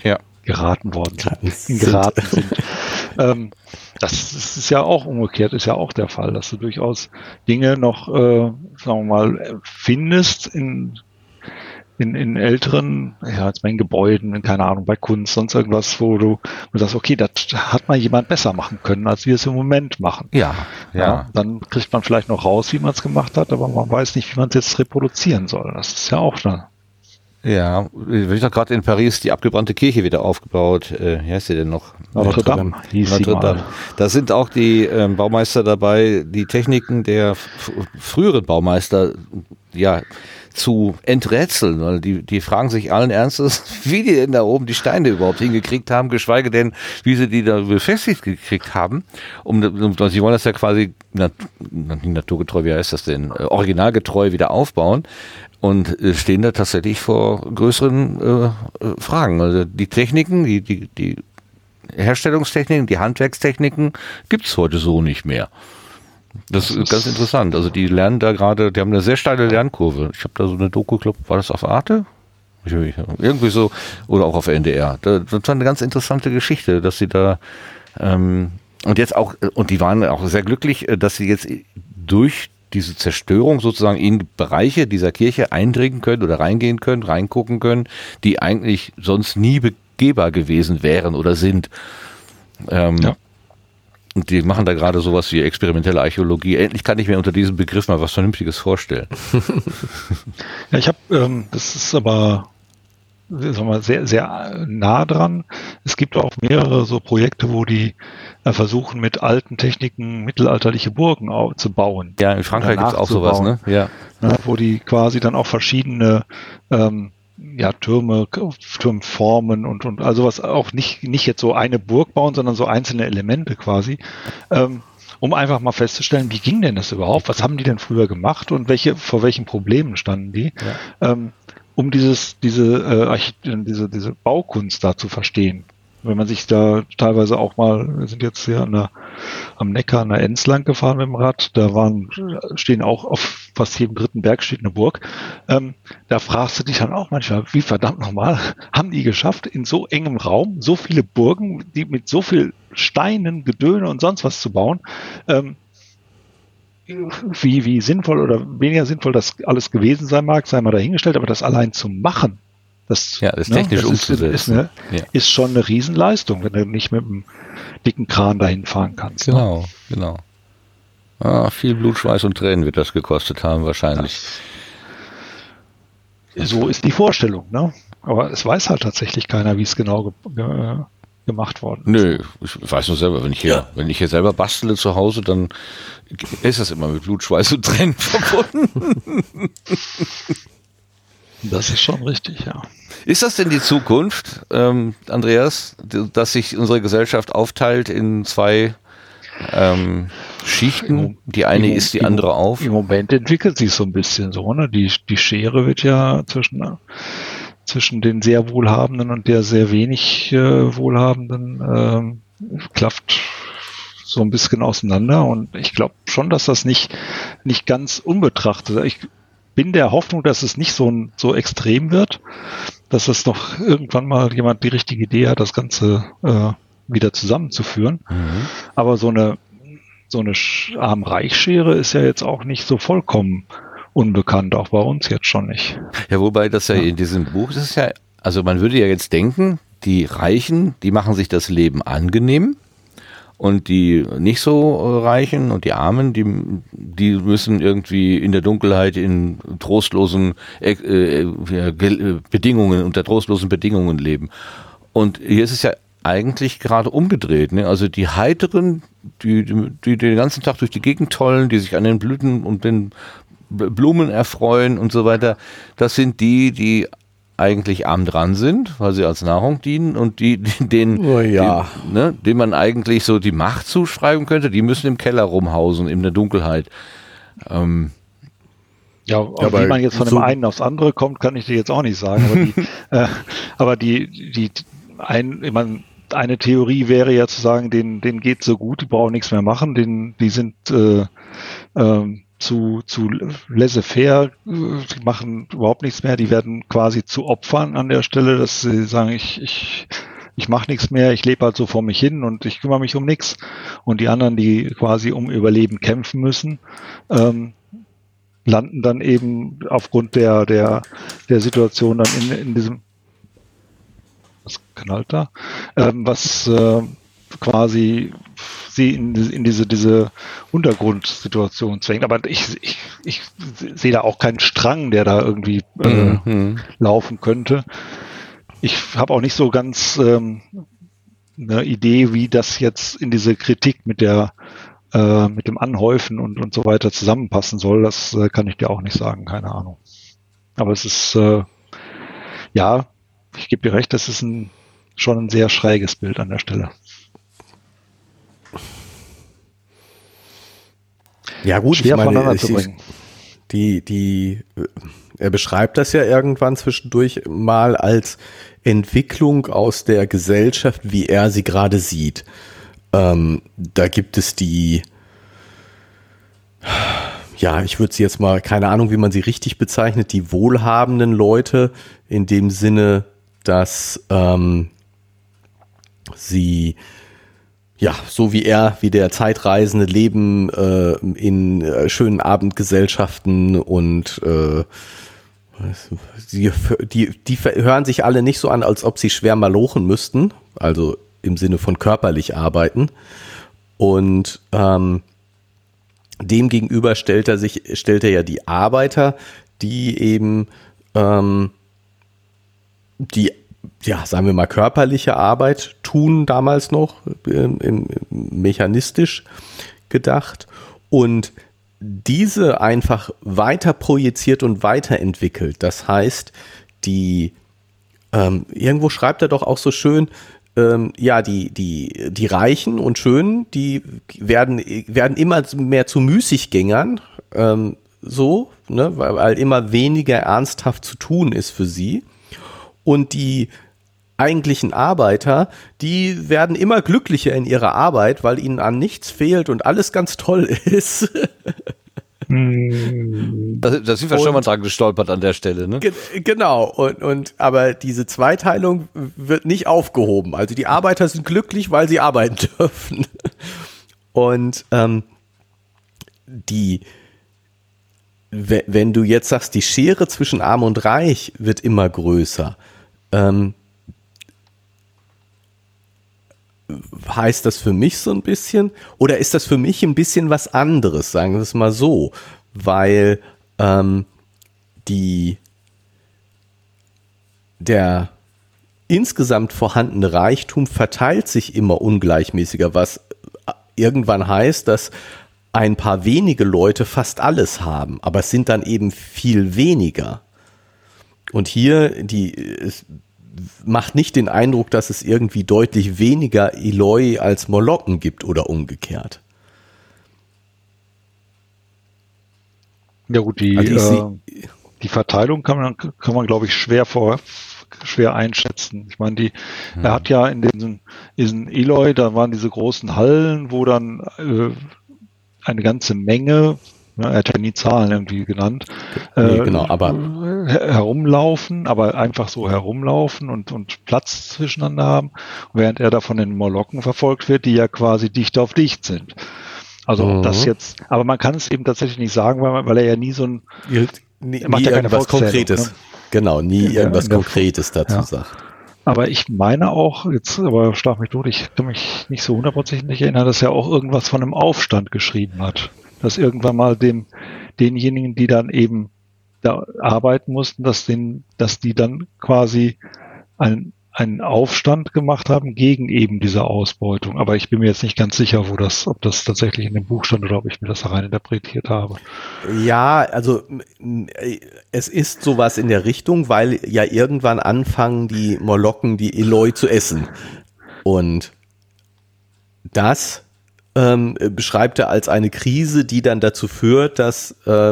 Das ist ja auch umgekehrt, ist ja auch der Fall, dass du durchaus Dinge noch, sagen wir mal, findest in älteren, jetzt bei Gebäuden, keine Ahnung, bei Kunst, sonst irgendwas, wo du sagst, okay, das hat mal jemand besser machen können, als wir es im Moment machen. Ja. Dann kriegt man vielleicht noch raus, wie man es gemacht hat, aber man weiß nicht, wie man es jetzt reproduzieren soll. Das ist ja auch Ja, wird doch gerade in Paris die abgebrannte Kirche wieder aufgebaut. Wie heißt sie denn noch? Notre Dame. Da sind auch die Baumeister dabei, die Techniken der früheren Baumeister zu enträtseln. Weil die fragen sich allen Ernstes, wie die denn da oben die Steine überhaupt hingekriegt haben, geschweige denn, wie sie die da befestigt gekriegt haben. Sie wollen das ja quasi naturgetreu, wie heißt das denn, originalgetreu wieder aufbauen. Und stehen da tatsächlich vor größeren Fragen. Also die Techniken, die Herstellungstechniken, die Handwerkstechniken gibt's heute so nicht mehr. Das ist ganz interessant. Also die lernen da gerade, die haben eine sehr steile Lernkurve. Ich habe da so eine Doku, glaube, war das auf Arte? Irgendwie so, oder auch auf NDR. Das war eine ganz interessante Geschichte, dass sie da und jetzt auch, und die waren auch sehr glücklich, dass sie jetzt durch diese Zerstörung sozusagen in Bereiche dieser Kirche eindringen können oder reingehen können, reingucken können, die eigentlich sonst nie begehbar gewesen wären oder sind. Und die machen da gerade sowas wie experimentelle Archäologie. Endlich kann ich mir unter diesem Begriff mal was Vernünftiges vorstellen. Ja, ich habe, das ist aber sagen wir, sehr, sehr nah dran. Es gibt auch mehrere so Projekte, wo die versuchen, mit alten Techniken mittelalterliche Burgen zu bauen. Ja, in Frankreich gibt es auch sowas, ne? Ja. Wo die quasi dann auch verschiedene Turmformen und also was auch nicht jetzt so eine Burg bauen, sondern so einzelne Elemente quasi, um einfach mal festzustellen, wie ging denn das überhaupt? Was haben die denn früher gemacht und vor welchen Problemen standen die? Ja. Um diese Baukunst da zu verstehen. Wenn man sich da teilweise auch mal, wir sind jetzt hier am Neckar an der Enz lang gefahren mit dem Rad, da stehen auch auf fast jedem dritten Berg steht eine Burg. Da fragst du dich dann auch manchmal, wie verdammt nochmal haben die geschafft, in so engem Raum so viele Burgen, die mit so viel Steinen, Gedöne und sonst was zu bauen, wie sinnvoll oder weniger sinnvoll das alles gewesen sein mag, sei mal dahingestellt, aber das allein zu machen, das technisch umzusetzen, ist schon eine Riesenleistung, wenn du nicht mit einem dicken Kran dahin fahren kannst. Genau. Viel Blut, Schweiß und Tränen wird das gekostet haben wahrscheinlich. So ist die Vorstellung, ne? Aber es weiß halt tatsächlich keiner, wie es genau gemacht worden ist. Nö, ich weiß nur selber, wenn ich hier selber bastele zu Hause, dann ist das immer mit Blut, Schweiß und Tränen verbunden. Das ist schon richtig, ja. Ist das denn die Zukunft, Andreas, dass sich unsere Gesellschaft aufteilt in zwei Schichten? Die eine isst die andere auf? Im Moment entwickelt sich so ein bisschen so, ne? Die Schere wird ja zwischen den sehr Wohlhabenden und der sehr wenig Wohlhabenden klafft so ein bisschen auseinander und ich glaube schon, dass das nicht ganz unbetrachtet. Ich bin der Hoffnung, dass es nicht so extrem wird, dass es noch irgendwann mal jemand die richtige Idee hat, das Ganze wieder zusammenzuführen. Mhm. Aber so eine Arm-Reich-Schere ist ja jetzt auch nicht so vollkommen unbekannt, auch bei uns jetzt schon nicht. Ja, wobei das ja in diesem Buch, das ist ja, also man würde ja jetzt denken, die Reichen, die machen sich das Leben angenehm und die nicht so Reichen und die Armen, die müssen irgendwie in der Dunkelheit in trostlosen Bedingungen, unter trostlosen Bedingungen leben. Und hier ist es ja eigentlich gerade umgedreht, ne? Also die Heiteren, die den ganzen Tag durch die Gegend tollen, die sich an den Blüten und den Blumen erfreuen und so weiter, das sind die eigentlich arm dran sind, weil sie als Nahrung dienen und denen man eigentlich so die Macht zuschreiben könnte, die müssen im Keller rumhausen, in der Dunkelheit. Aber wie man jetzt von dem einen aufs andere kommt, kann ich dir jetzt auch nicht sagen. Aber eine Theorie wäre ja zu sagen, denen geht so gut, die brauchen nichts mehr machen, die sind zu laissez-faire, die machen überhaupt nichts mehr, die werden quasi zu Opfern an der Stelle, dass sie sagen, ich mache nichts mehr, ich lebe halt so vor mich hin und ich kümmere mich um nichts. Und die anderen, die quasi um Überleben kämpfen müssen, landen dann eben aufgrund der Situation dann in diesem, was knallt da, was quasi sie in diese Untergrundsituation zwängt. Aber ich sehe da auch keinen Strang, der da irgendwie laufen könnte. Ich habe auch nicht so ganz eine Idee, wie das jetzt in diese Kritik mit dem Anhäufen und so weiter zusammenpassen soll. Das kann ich dir auch nicht sagen, keine Ahnung. Aber es ist, ja, ich gebe dir recht, das ist schon ein sehr schräges Bild an der Stelle. Ja gut, schwer voneinander zu bringen. Er beschreibt das ja irgendwann zwischendurch mal als Entwicklung aus der Gesellschaft, wie er sie gerade sieht. Da gibt es die, ja, ich würde sie jetzt mal, keine Ahnung, wie man sie richtig bezeichnet, die wohlhabenden Leute, in dem Sinne, dass sie, ja, so wie der Zeitreisende leben in schönen Abendgesellschaften und die hören sich alle nicht so an, als ob sie schwer malochen müssten, also im Sinne von körperlich arbeiten. Und dem gegenüber stellt er ja die Arbeiter, die eben die, ja, sagen wir mal, körperliche Arbeit tun, damals noch, mechanistisch gedacht, und diese einfach weiter projiziert und weiterentwickelt. Das heißt, irgendwo schreibt er doch auch so schön, ja, die Reichen und Schönen, die werden immer mehr zu Müßiggängern, so, ne, weil immer weniger ernsthaft zu tun ist für sie. Und die eigentlichen Arbeiter, die werden immer glücklicher in ihrer Arbeit, weil ihnen an nichts fehlt und alles ganz toll ist. Da sind wir schon mal dran gestolpert an der Stelle, ne? Genau, aber diese Zweiteilung wird nicht aufgehoben. Also die Arbeiter sind glücklich, weil sie arbeiten dürfen. Und wenn du jetzt sagst, die Schere zwischen Arm und Reich wird immer größer, heißt das für mich so ein bisschen, oder ist das für mich ein bisschen was anderes, sagen wir es mal so, weil der insgesamt vorhandene Reichtum verteilt sich immer ungleichmäßiger, was irgendwann heißt, dass ein paar wenige Leute fast alles haben, aber es sind dann eben viel weniger. Und hier, es macht nicht den Eindruck, dass es irgendwie deutlich weniger Eloi als Molokken gibt oder umgekehrt. Ja gut, die Verteilung kann man glaube ich schwer einschätzen. Ich meine, er hat ja in diesen Eloi, da waren diese großen Hallen, wo dann eine ganze Menge, er hat ja nie Zahlen irgendwie genannt, genau, aber herumlaufen, aber einfach so herumlaufen und Platz zwischeneinander haben, während er da von den Molokken verfolgt wird, die ja quasi dicht auf dicht sind. Also ob das jetzt, aber man kann es eben tatsächlich nicht sagen, weil er ja nie so nie macht ja irgendwas Konkretes. Ne? Genau, nie irgendwas Konkretes dazu sagt. Aber ich meine auch, jetzt, aber schlag mich tot, ich kann mich nicht so hundertprozentig erinnern, dass er auch irgendwas von einem Aufstand geschrieben hat. Dass irgendwann mal denjenigen, die dann eben da arbeiten mussten, dass die dann quasi einen Aufstand gemacht haben gegen eben diese Ausbeutung. Aber ich bin mir jetzt nicht ganz sicher, ob das tatsächlich in dem Buch stand oder ob ich mir das da rein interpretiert habe. Ja, also es ist sowas in der Richtung, weil ja irgendwann anfangen die Molokken die Eloi zu essen. Und das beschreibt er als eine Krise, die dann dazu führt, dass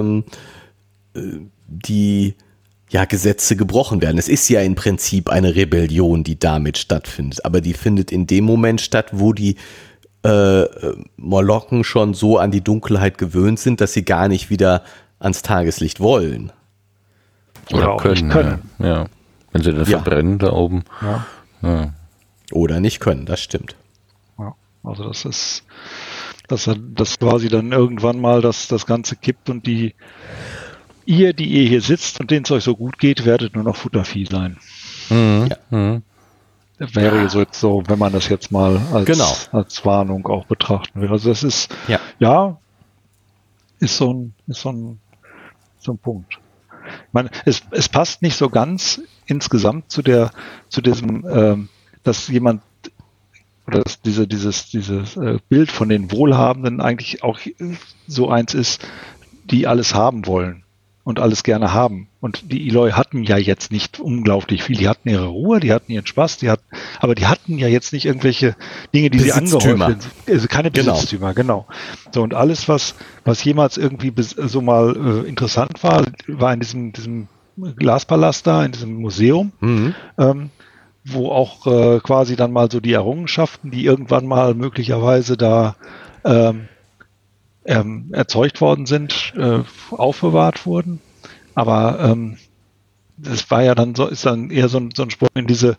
die Gesetze gebrochen werden. Es ist ja im Prinzip eine Rebellion, die damit stattfindet, aber die findet in dem Moment statt, wo die Molokken schon so an die Dunkelheit gewöhnt sind, dass sie gar nicht wieder ans Tageslicht wollen. Oder auch können. Ja. Wenn sie dann verbrennen da oben. Ja. Oder nicht können, das stimmt. Ja. Also dass quasi dann irgendwann mal das Ganze kippt und ihr hier sitzt und denen es euch so gut geht, werdet nur noch Futtervieh sein. Mhm. Ja. Mhm. wäre so, wenn man das jetzt mal als Warnung auch betrachten will. Also das ist, ist so ein Punkt. Es passt nicht so ganz insgesamt zu diesem, dass jemand oder dass dieses Bild von den Wohlhabenden eigentlich auch so eins ist, die alles haben wollen und alles gerne haben. Und die Eloi hatten ja jetzt nicht unglaublich viel. Die hatten ihre Ruhe, die hatten ihren Spaß, aber die hatten ja jetzt nicht irgendwelche Dinge, die sie angehäuft haben. Also keine Besitztümer, genau. So, und alles, was jemals irgendwie so mal interessant war in diesem Glaspalast da, in diesem Museum, wo auch quasi dann mal so die Errungenschaften, die irgendwann mal möglicherweise da erzeugt worden sind, aufbewahrt wurden. Aber das war ja dann ist dann eher so ein Sprung in diese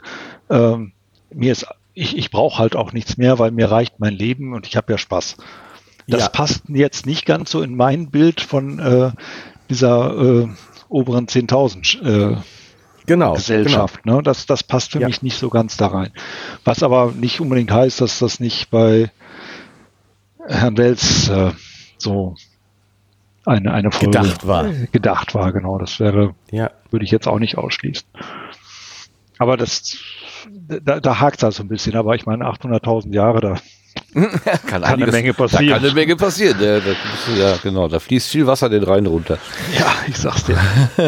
ich brauche halt auch nichts mehr, weil mir reicht mein Leben und ich habe ja Spaß. Das passt jetzt nicht ganz so in mein Bild von dieser oberen 10.000 Gesellschaft. Genau. Ne? Das passt für mich nicht so ganz da rein. Was aber nicht unbedingt heißt, dass das nicht bei Herrn Wels so eine Folge gedacht war. Genau, das würde ich jetzt auch nicht ausschließen. Aber da hakt es halt so ein bisschen. Aber ich meine, 800.000 Jahre, da kann eine Menge passieren. Da kann eine Menge passieren. Da fließt viel Wasser den Rhein runter. Ja, ich sag's dir.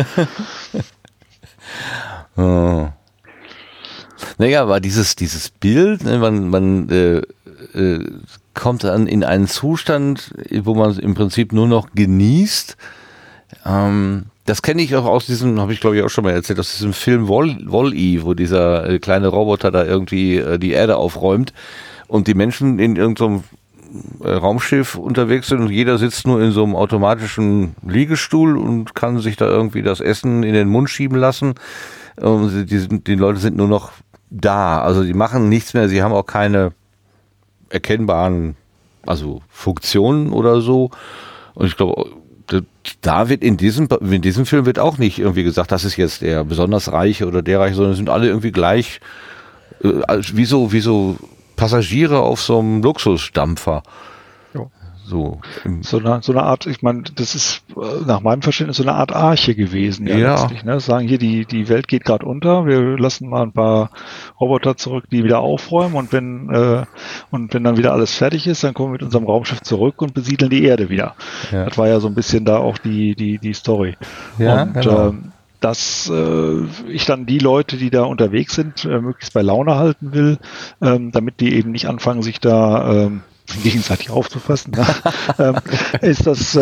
Naja, aber dieses Bild, man kommt dann in einen Zustand, wo man im Prinzip nur noch genießt. Das kenne ich auch aus diesem, habe ich glaube ich auch schon mal erzählt, aus diesem Film Wall-E, wo dieser kleine Roboter da irgendwie die Erde aufräumt und die Menschen in irgendeinem Raumschiff unterwegs sind und jeder sitzt nur in so einem automatischen Liegestuhl und kann sich da irgendwie das Essen in den Mund schieben lassen. Die Leute sind nur noch da, also die machen nichts mehr, sie haben auch keine erkennbaren, also Funktionen oder so. Und ich glaube, da wird in diesem Film wird auch nicht irgendwie gesagt, das ist jetzt der besonders Reiche oder der Reiche, sondern sind alle irgendwie gleich, wie so Passagiere auf so einem Luxusdampfer. So eine Art, ich meine, das ist nach meinem Verständnis so eine Art Arche gewesen. Letztlich, ne? Sagen hier, die Welt geht gerade unter, wir lassen mal ein paar Roboter zurück, die wieder aufräumen und wenn dann wieder alles fertig ist, dann kommen wir mit unserem Raumschiff zurück und besiedeln die Erde wieder. Ja. Das war ja so ein bisschen da auch die Story. Ja, und genau. Dass ich dann die Leute, die da unterwegs sind, möglichst bei Laune halten will, damit die eben nicht anfangen, sich da gegenseitig aufzufassen, ist das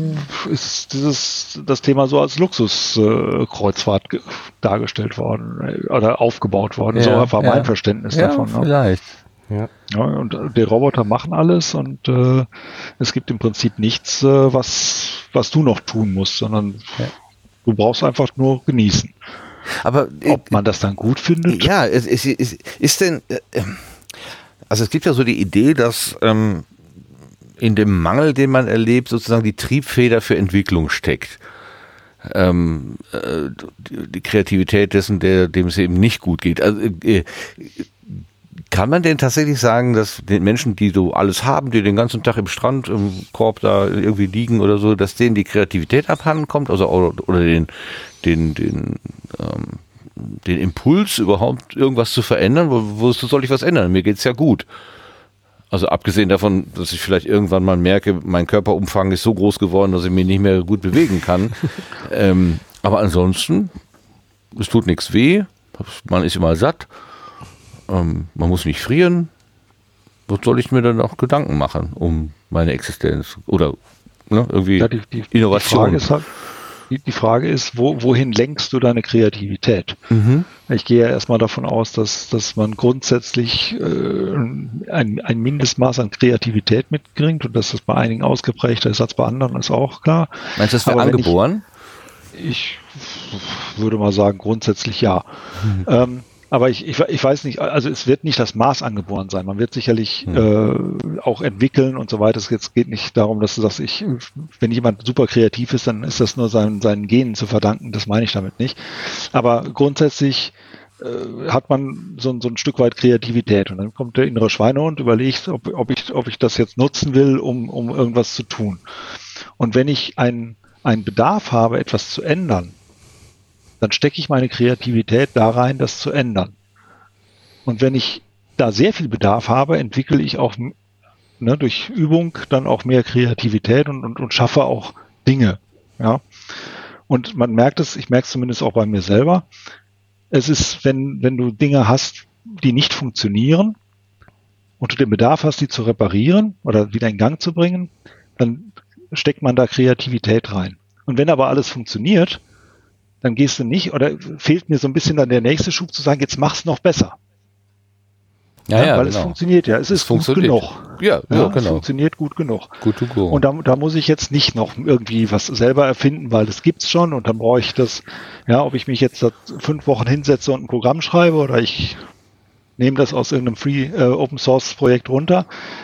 Thema so als Luxuskreuzfahrt dargestellt worden oder aufgebaut worden. So war mein Verständnis davon. Vielleicht. Ja, und die Roboter machen alles und es gibt im Prinzip nichts, was du noch tun musst, sondern du brauchst einfach nur genießen. Aber ob man das dann gut findet? Ja, ist denn also es gibt ja so die Idee, dass in dem Mangel, den man erlebt, sozusagen die Triebfeder für Entwicklung steckt. Die Kreativität dessen, dem es eben nicht gut geht. Also, kann man denn tatsächlich sagen, dass den Menschen, die so alles haben, die den ganzen Tag im Strand, im Korb da irgendwie liegen oder so, dass denen die Kreativität abhanden kommt, also oder den Impuls überhaupt irgendwas zu verändern, wo soll ich was ändern? Mir geht's ja gut. Also abgesehen davon, dass ich vielleicht irgendwann mal merke, mein Körperumfang ist so groß geworden, dass ich mich nicht mehr gut bewegen kann. Aber ansonsten, es tut nichts weh, man ist immer satt, man muss nicht frieren. Was soll ich mir dann auch Gedanken machen um meine Existenz? Oder irgendwie Innovation. Die Frage ist, wohin lenkst du deine Kreativität? Mhm. Ich gehe ja erstmal davon aus, dass man grundsätzlich ein Mindestmaß an Kreativität mitbringt und dass das bei einigen ausgeprägter ist als bei anderen, ist auch klar. Meinst du, das wäre angeboren? Ich würde mal sagen, grundsätzlich ja. Mhm. Aber ich weiß nicht, also es wird nicht das Maß angeboren sein. Man wird sicherlich auch entwickeln und so weiter. Es geht nicht darum, dass du sagst, wenn jemand super kreativ ist, dann ist das nur seinen Genen zu verdanken. Das meine ich damit nicht. Aber grundsätzlich hat man so ein Stück weit Kreativität und dann kommt der innere Schweinehund, überlegt, ob ich das jetzt nutzen will, um irgendwas zu tun. Und wenn ich einen Bedarf habe, etwas zu ändern, dann stecke ich meine Kreativität da rein, das zu ändern. Und wenn ich da sehr viel Bedarf habe, entwickle ich auch durch Übung dann auch mehr Kreativität und schaffe auch Dinge. Ja. Und man merkt es, ich merke es zumindest auch bei mir selber, es ist, wenn du Dinge hast, die nicht funktionieren und du den Bedarf hast, die zu reparieren oder wieder in Gang zu bringen, dann steckt man da Kreativität rein. Und wenn aber alles funktioniert, dann gehst du nicht, oder fehlt mir so ein bisschen dann der nächste Schub zu sagen, jetzt mach's noch besser. Ja, weil es funktioniert ja. Es ist gut genug. Ja, genau. Es funktioniert gut genug. Good to go. Und da muss ich jetzt nicht noch irgendwie was selber erfinden, weil das gibt's schon und dann brauche ich das, ob ich mich jetzt 5 Wochen hinsetze und ein Programm schreibe oder ich nehme das aus irgendeinem Free Open Source Projekt runter.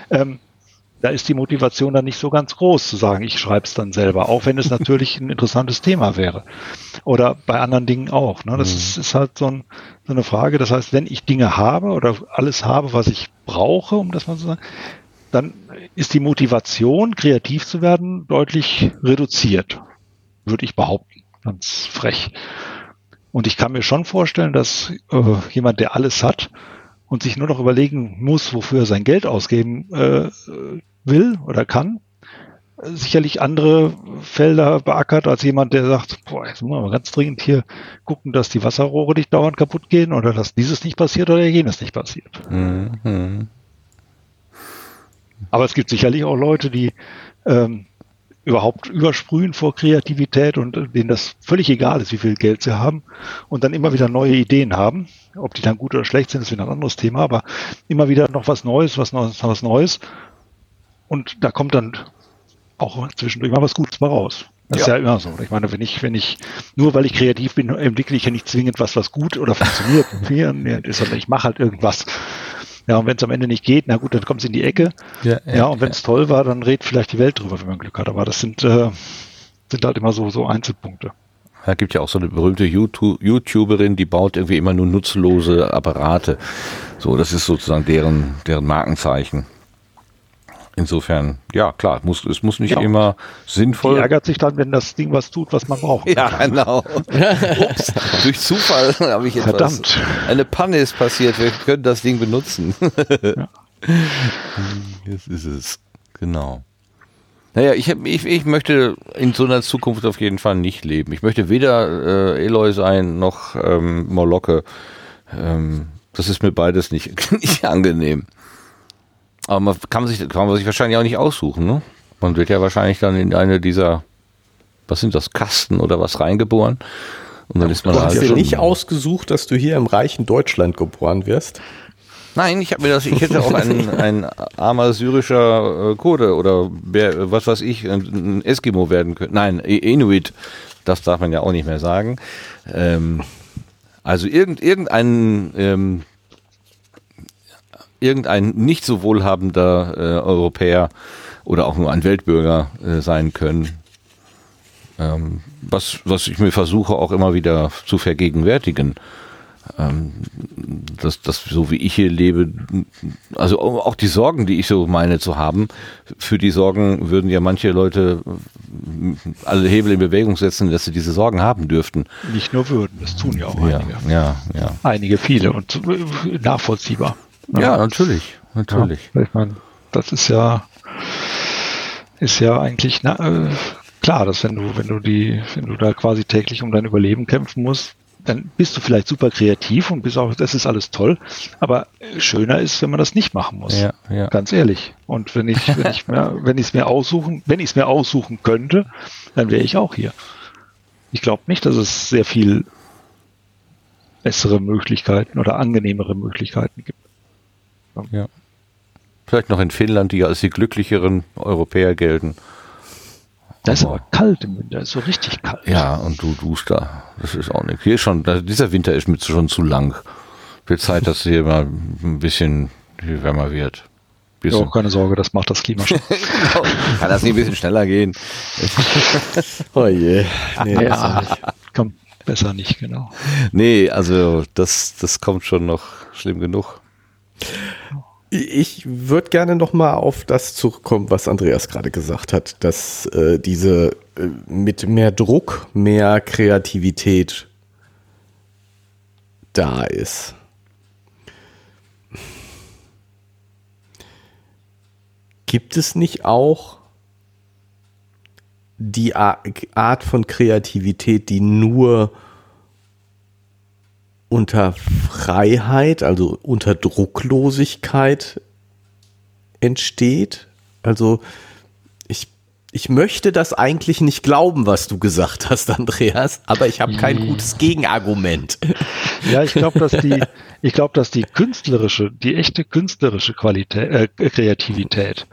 Da ist die Motivation dann nicht so ganz groß zu sagen, ich schreibe es dann selber, auch wenn es natürlich ein interessantes Thema wäre. Oder bei anderen Dingen auch. Ne? Das ist halt so eine Frage. Das heißt, wenn ich Dinge habe oder alles habe, was ich brauche, um das mal zu sagen, dann ist die Motivation, kreativ zu werden, deutlich reduziert, würde ich behaupten. Ganz frech. Und ich kann mir schon vorstellen, dass jemand, der alles hat, und sich nur noch überlegen muss, wofür er sein Geld ausgeben will oder kann, sicherlich andere Felder beackert als jemand, der sagt, jetzt müssen wir mal ganz dringend hier gucken, dass die Wasserrohre nicht dauernd kaputt gehen oder dass dieses nicht passiert oder jenes nicht passiert. Mhm. Aber es gibt sicherlich auch Leute, die überhaupt übersprühen vor Kreativität und denen das völlig egal ist, wie viel Geld sie haben und dann immer wieder neue Ideen haben. Ob die dann gut oder schlecht sind, ist wieder ein anderes Thema, aber immer wieder noch was Neues. Und da kommt dann auch zwischendurch mal was Gutes mal raus. Das ist ja immer so. Ich meine, wenn ich nur weil ich kreativ bin, entwickle ich ja nicht zwingend was gut oder funktioniert. Ich mache halt irgendwas. Ja, und wenn es am Ende nicht geht, na gut, dann kommt es in die Ecke. Ja, und wenn es toll war, dann redet vielleicht die Welt drüber, wenn man Glück hat. Aber das sind halt immer so Einzelpunkte. Da gibt ja auch so eine berühmte YouTuberin, die baut irgendwie immer nur nutzlose Apparate. So, das ist sozusagen deren Markenzeichen. Insofern, ja klar, es muss nicht immer sinnvoll. Die ärgert sich dann, wenn das Ding was tut, was man braucht. Ja, genau. Ups, durch Zufall habe ich etwas. Verdammt. Eine Panne ist passiert, wir können das Ding benutzen. Ja. Jetzt ist es. Genau. Naja, ich möchte in so einer Zukunft auf jeden Fall nicht leben. Ich möchte weder Eloy sein, noch Molocke. Das ist mir beides nicht angenehm. Aber man kann sich wahrscheinlich auch nicht aussuchen, ne? Man wird ja wahrscheinlich dann in eine dieser, was sind das, Kasten oder was reingeboren. Und dann ist man du hast halt dir nicht ausgesucht, dass du hier im reichen Deutschland geboren wirst? Nein, ich hätte auch ein armer syrischer Kurde oder was weiß ich, ein Eskimo werden können. Nein, Inuit, das darf man ja auch nicht mehr sagen. Also irgendein nicht so wohlhabender Europäer oder auch nur ein Weltbürger sein können. Was ich mir versuche auch immer wieder zu vergegenwärtigen. Dass so wie ich hier lebe, also auch die Sorgen, die ich so meine zu haben, für die Sorgen würden ja manche Leute alle Hebel in Bewegung setzen, dass sie diese Sorgen haben dürften. Nicht nur würden, das tun ja auch einige. Ja. Einige, viele und nachvollziehbar. Ja, natürlich. Ja, ich meine, das ist ja eigentlich klar, dass wenn du da quasi täglich um dein Überleben kämpfen musst, dann bist du vielleicht super kreativ und bist auch, das ist alles toll, aber schöner ist, wenn man das nicht machen muss. Ja. Ganz ehrlich. Und wenn ich es mir aussuchen könnte, dann wäre ich auch hier. Ich glaube nicht, dass es sehr viel bessere Möglichkeiten oder angenehmere Möglichkeiten gibt. Ja. Vielleicht noch in Finnland, die als die glücklicheren Europäer gelten. Da ist aber kalt im Winter, ist so richtig kalt. Ja, und du duschst da. Das ist auch nichts. Hier schon, dieser Winter ist mir schon zu lang. Wird Zeit, dass hier mal ein bisschen wärmer wird. Ja, keine Sorge, das macht das Klima schon. Genau. Kann das nicht ein bisschen schneller gehen? Oh je. Nee, ja, komm. besser nicht, genau. Nee, also das kommt schon noch schlimm genug. Ich würde gerne noch mal auf das zurückkommen, was Andreas gerade gesagt hat, dass diese mit mehr Druck, mehr Kreativität da ist. Gibt es nicht auch die Art von Kreativität, die nur unter Freiheit, also unter Drucklosigkeit entsteht? Also ich möchte das eigentlich nicht glauben, was du gesagt hast, Andreas, aber ich habe kein gutes Gegenargument. Ja, ich glaube, dass die echte künstlerische Kreativität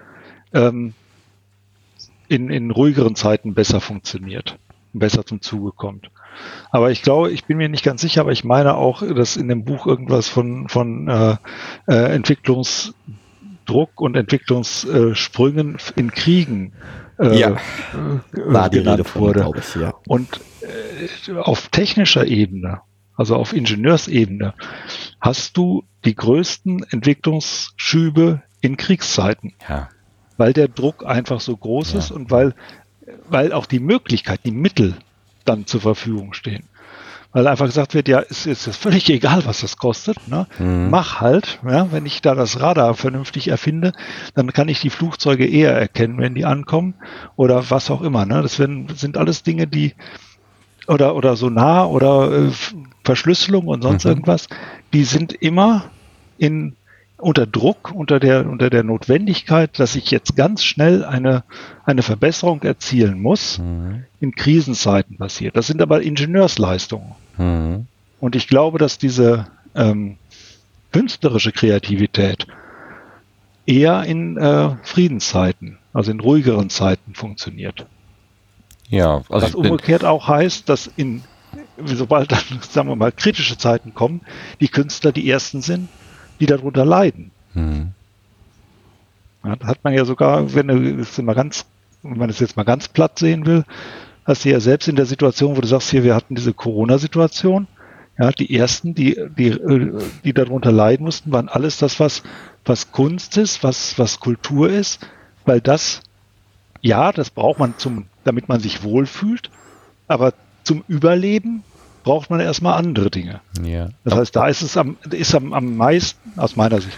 in ruhigeren Zeiten besser funktioniert, besser zum Zuge kommt. Aber ich glaube, ich bin mir nicht ganz sicher, aber ich meine auch, dass in dem Buch irgendwas von Entwicklungsdruck und Entwicklungssprüngen in Kriegen war die Rede von, glaube ich, ja. Und auf technischer Ebene, also auf Ingenieursebene, hast du die größten Entwicklungsschübe in Kriegszeiten. Ja. Weil der Druck einfach so groß ist und weil auch die Möglichkeit, die Mittel dann zur Verfügung stehen. Weil einfach gesagt wird, ja, ist völlig egal, was das kostet. Ne? Mach halt, ja, wenn ich da das Radar vernünftig erfinde, dann kann ich die Flugzeuge eher erkennen, wenn die ankommen oder was auch immer. Ne? Das sind alles Dinge, die oder Sonar oder Verschlüsselung und sonst irgendwas, die sind immer unter Druck, unter der Notwendigkeit, dass ich jetzt ganz schnell eine Verbesserung erzielen muss, in Krisenzeiten passiert. Das sind aber Ingenieursleistungen. Und ich glaube, dass diese künstlerische Kreativität eher in Friedenszeiten, also in ruhigeren Zeiten funktioniert. Ja, also was umgekehrt auch heißt, dass sobald dann, sagen wir mal, kritische Zeiten kommen, die Künstler die ersten sind, die darunter leiden. Ja, das hat man ja sogar, wenn man es jetzt mal ganz platt sehen will, hast du ja selbst in der Situation, wo du sagst, hier, wir hatten diese Corona-Situation, ja, die ersten, die darunter leiden mussten, waren alles das, was Kunst ist, was Kultur ist, weil das braucht man damit man sich wohlfühlt, aber zum Überleben braucht man erstmal andere Dinge. Ja. Das heißt, da ist am meisten, aus meiner Sicht,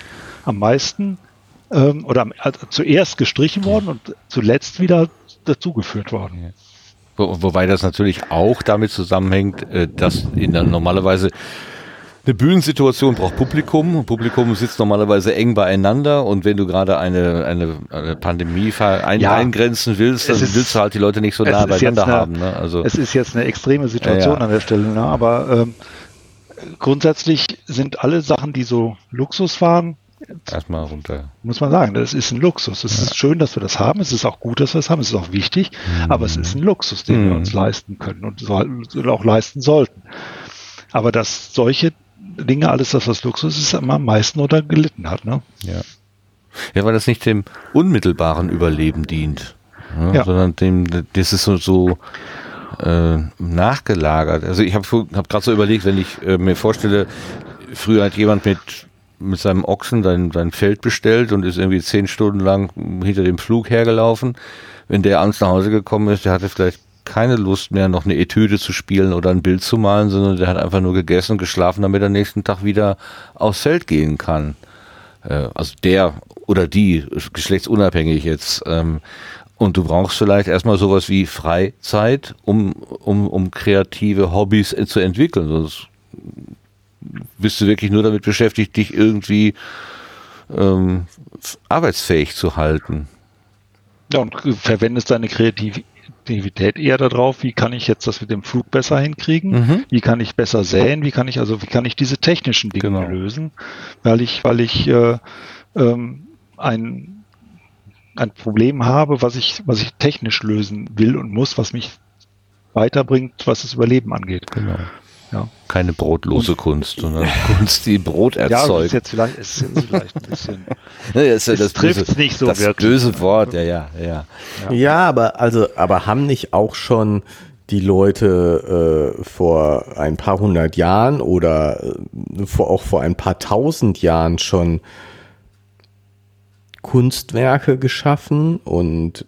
zuerst gestrichen worden und zuletzt wieder dazugeführt worden. Ja. Wobei das natürlich auch damit zusammenhängt, dass normalerweise eine Bühnensituation braucht Publikum. Publikum sitzt normalerweise eng beieinander und wenn du gerade eine Pandemie eingrenzen willst, dann willst du halt die Leute nicht so nah beieinander haben. Ne? Also, es ist jetzt eine extreme Situation an der Stelle, ne? Aber grundsätzlich sind alle Sachen, die so Luxus waren, erstmal runter. Muss man sagen, das ist ein Luxus. Es ist schön, dass wir das haben. Es ist auch gut, dass wir es haben. Es ist auch wichtig. Aber es ist ein Luxus, den wir uns leisten können und auch leisten sollten. Aber dass solche Dinge, alles das, was Luxus ist, am meisten unter gelitten hat. Ne? Ja, weil das nicht dem unmittelbaren Überleben dient, ne? Sondern das ist so nachgelagert. Also ich habe gerade so überlegt, wenn ich mir vorstelle, früher hat jemand mit seinem Ochsen sein Feld bestellt und ist irgendwie 10 Stunden lang hinter dem Pflug hergelaufen. Wenn der abends nach Hause gekommen ist, der hatte vielleicht keine Lust mehr, noch eine Etüde zu spielen oder ein Bild zu malen, sondern der hat einfach nur gegessen und geschlafen, damit er nächsten Tag wieder aufs Feld gehen kann. Also der oder die, geschlechtsunabhängig jetzt. Und du brauchst vielleicht erstmal sowas wie Freizeit, um kreative Hobbys zu entwickeln. Sonst bist du wirklich nur damit beschäftigt, dich irgendwie arbeitsfähig zu halten. Ja, und verwendest deine Kreativität eher darauf, wie kann ich jetzt das mit dem Flug besser hinkriegen, wie kann ich besser säen, wie kann ich diese technischen Dinge lösen, weil ich ein Problem habe, was ich technisch lösen will und muss, was mich weiterbringt, was das Überleben angeht. Genau. Ja. Keine brotlose Kunst, sondern Kunst, die Brot erzeugt. Ja, ist jetzt vielleicht ein bisschen. Das trifft nicht so das wirklich. Böse Wort, ja. Ja, aber haben nicht auch schon die Leute vor ein paar hundert Jahren oder auch vor ein paar tausend Jahren schon Kunstwerke geschaffen und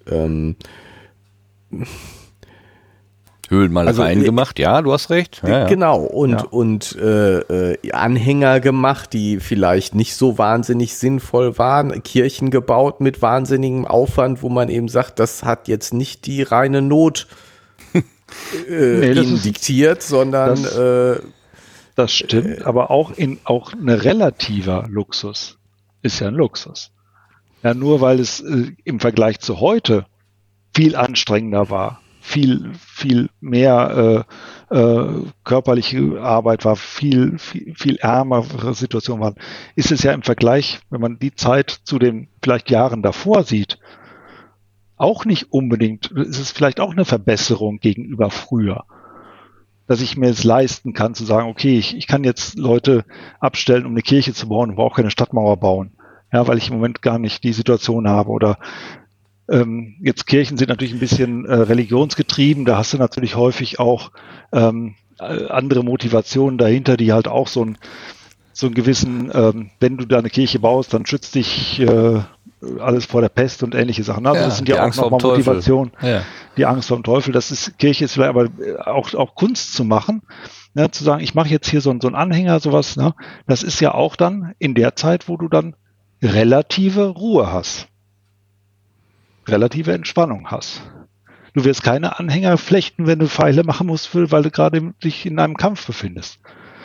Höhlenmalereien gemacht, ja, du hast recht. Ja, genau, und Anhänger gemacht, die vielleicht nicht so wahnsinnig sinnvoll waren, Kirchen gebaut mit wahnsinnigem Aufwand, wo man eben sagt, das hat jetzt nicht die reine Not ihnen diktiert, sondern das stimmt, aber auch ein relativer Luxus ist ja ein Luxus. Ja, nur weil es im Vergleich zu heute viel anstrengender war, viel mehr körperliche Arbeit war, viel ärmere Situationen waren, ist es ja im Vergleich, wenn man die Zeit zu den vielleicht Jahren davor sieht, auch nicht unbedingt, es ist vielleicht auch eine Verbesserung gegenüber früher, dass ich mir es leisten kann zu sagen, okay, ich kann jetzt Leute abstellen, um eine Kirche zu bauen, aber auch keine Stadtmauer bauen, ja, weil ich im Moment gar nicht die Situation habe oder jetzt Kirchen sind natürlich ein bisschen religionsgetrieben, da hast du natürlich häufig auch andere Motivationen dahinter, die halt auch so einen gewissen, wenn du da eine Kirche baust, dann schützt dich alles vor der Pest und ähnliche Sachen. Also das sind ja auch nochmal Motivationen. Ja. Die Angst vor dem Teufel, Kirche ist vielleicht aber auch Kunst zu machen, ne, zu sagen, ich mache jetzt hier so einen Anhänger, sowas, ne, das ist ja auch dann in der Zeit, wo du dann relative Ruhe hast. Relative Entspannung hast. Du wirst keine Anhänger flechten, wenn du Pfeile machen musst, weil du gerade dich in einem Kampf befindest.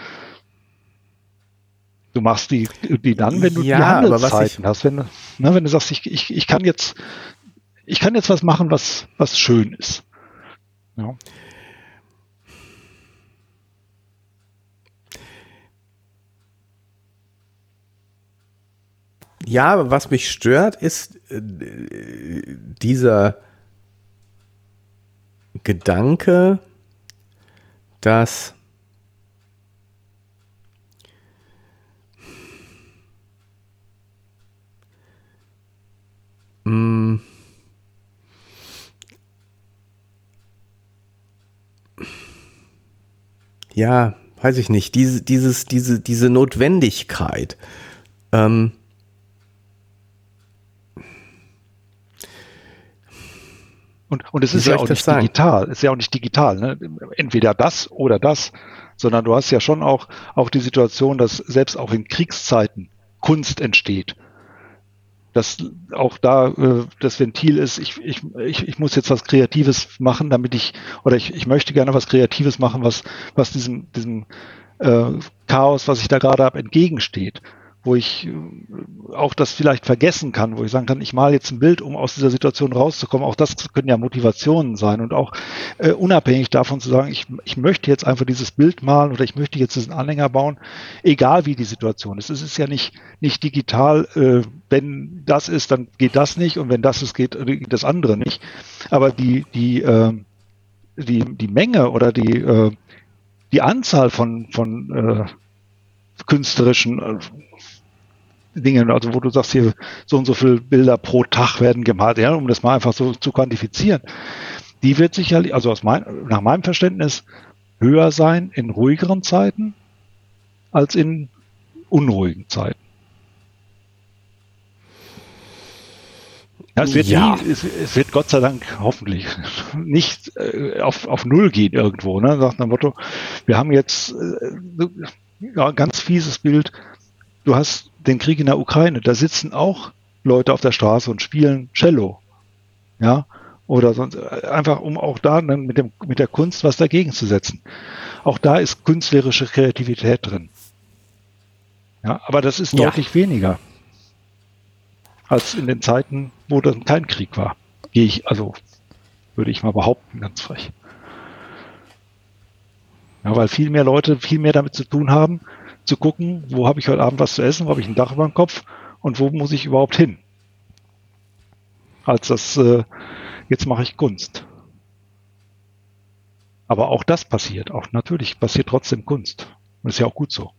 Du machst die dann, wenn du die Handelszeiten hast. Wenn du sagst, ich kann jetzt was machen, was schön ist. Ja. Ja, was mich stört, ist dieser Gedanke, dass ja, weiß ich nicht, diese Notwendigkeit, Und es ist ja auch nicht digital. Es ist ja auch nicht digital. Ne? Entweder das oder das, sondern du hast ja schon auch die Situation, dass selbst auch in Kriegszeiten Kunst entsteht. Dass auch da das Ventil ist, ich muss jetzt was Kreatives machen, ich möchte gerne was Kreatives machen, was diesem Chaos, was ich da gerade habe, entgegensteht. Wo ich auch das vielleicht vergessen kann, wo ich sagen kann, ich male jetzt ein Bild, um aus dieser Situation rauszukommen. Auch das können ja Motivationen sein und auch unabhängig davon zu sagen, ich möchte jetzt einfach dieses Bild malen oder ich möchte jetzt diesen Anhänger bauen, egal wie die Situation ist. Es ist ja nicht digital, wenn das ist, dann geht das nicht und wenn das ist, geht das andere nicht. Aber die Menge oder die Anzahl von künstlerischen Dingen, also wo du sagst, hier so und so viele Bilder pro Tag werden gemalt, ja, um das mal einfach so zu quantifizieren. Die wird sicherlich, also nach meinem Verständnis, höher sein in ruhigeren Zeiten als in unruhigen Zeiten. Ja, es wird Gott sei Dank hoffentlich nicht auf Null gehen irgendwo, ne? Sagt nach dem Motto, wir haben jetzt ganz fieses Bild, du hast den Krieg in der Ukraine, da sitzen auch Leute auf der Straße und spielen Cello. Ja, oder sonst einfach, um auch da dann mit der Kunst was dagegen zu setzen. Auch da ist künstlerische Kreativität drin. Ja, aber das ist deutlich weniger als in den Zeiten, wo dann kein Krieg war. Würde ich mal behaupten, ganz frech. Ja, weil viel mehr Leute viel mehr damit zu tun haben, zu gucken, wo habe ich heute Abend was zu essen, wo habe ich ein Dach über dem Kopf und wo muss ich überhaupt hin? Als das, jetzt mache ich Kunst. Aber auch das passiert. Auch natürlich passiert trotzdem Kunst. Und ist ja auch gut so.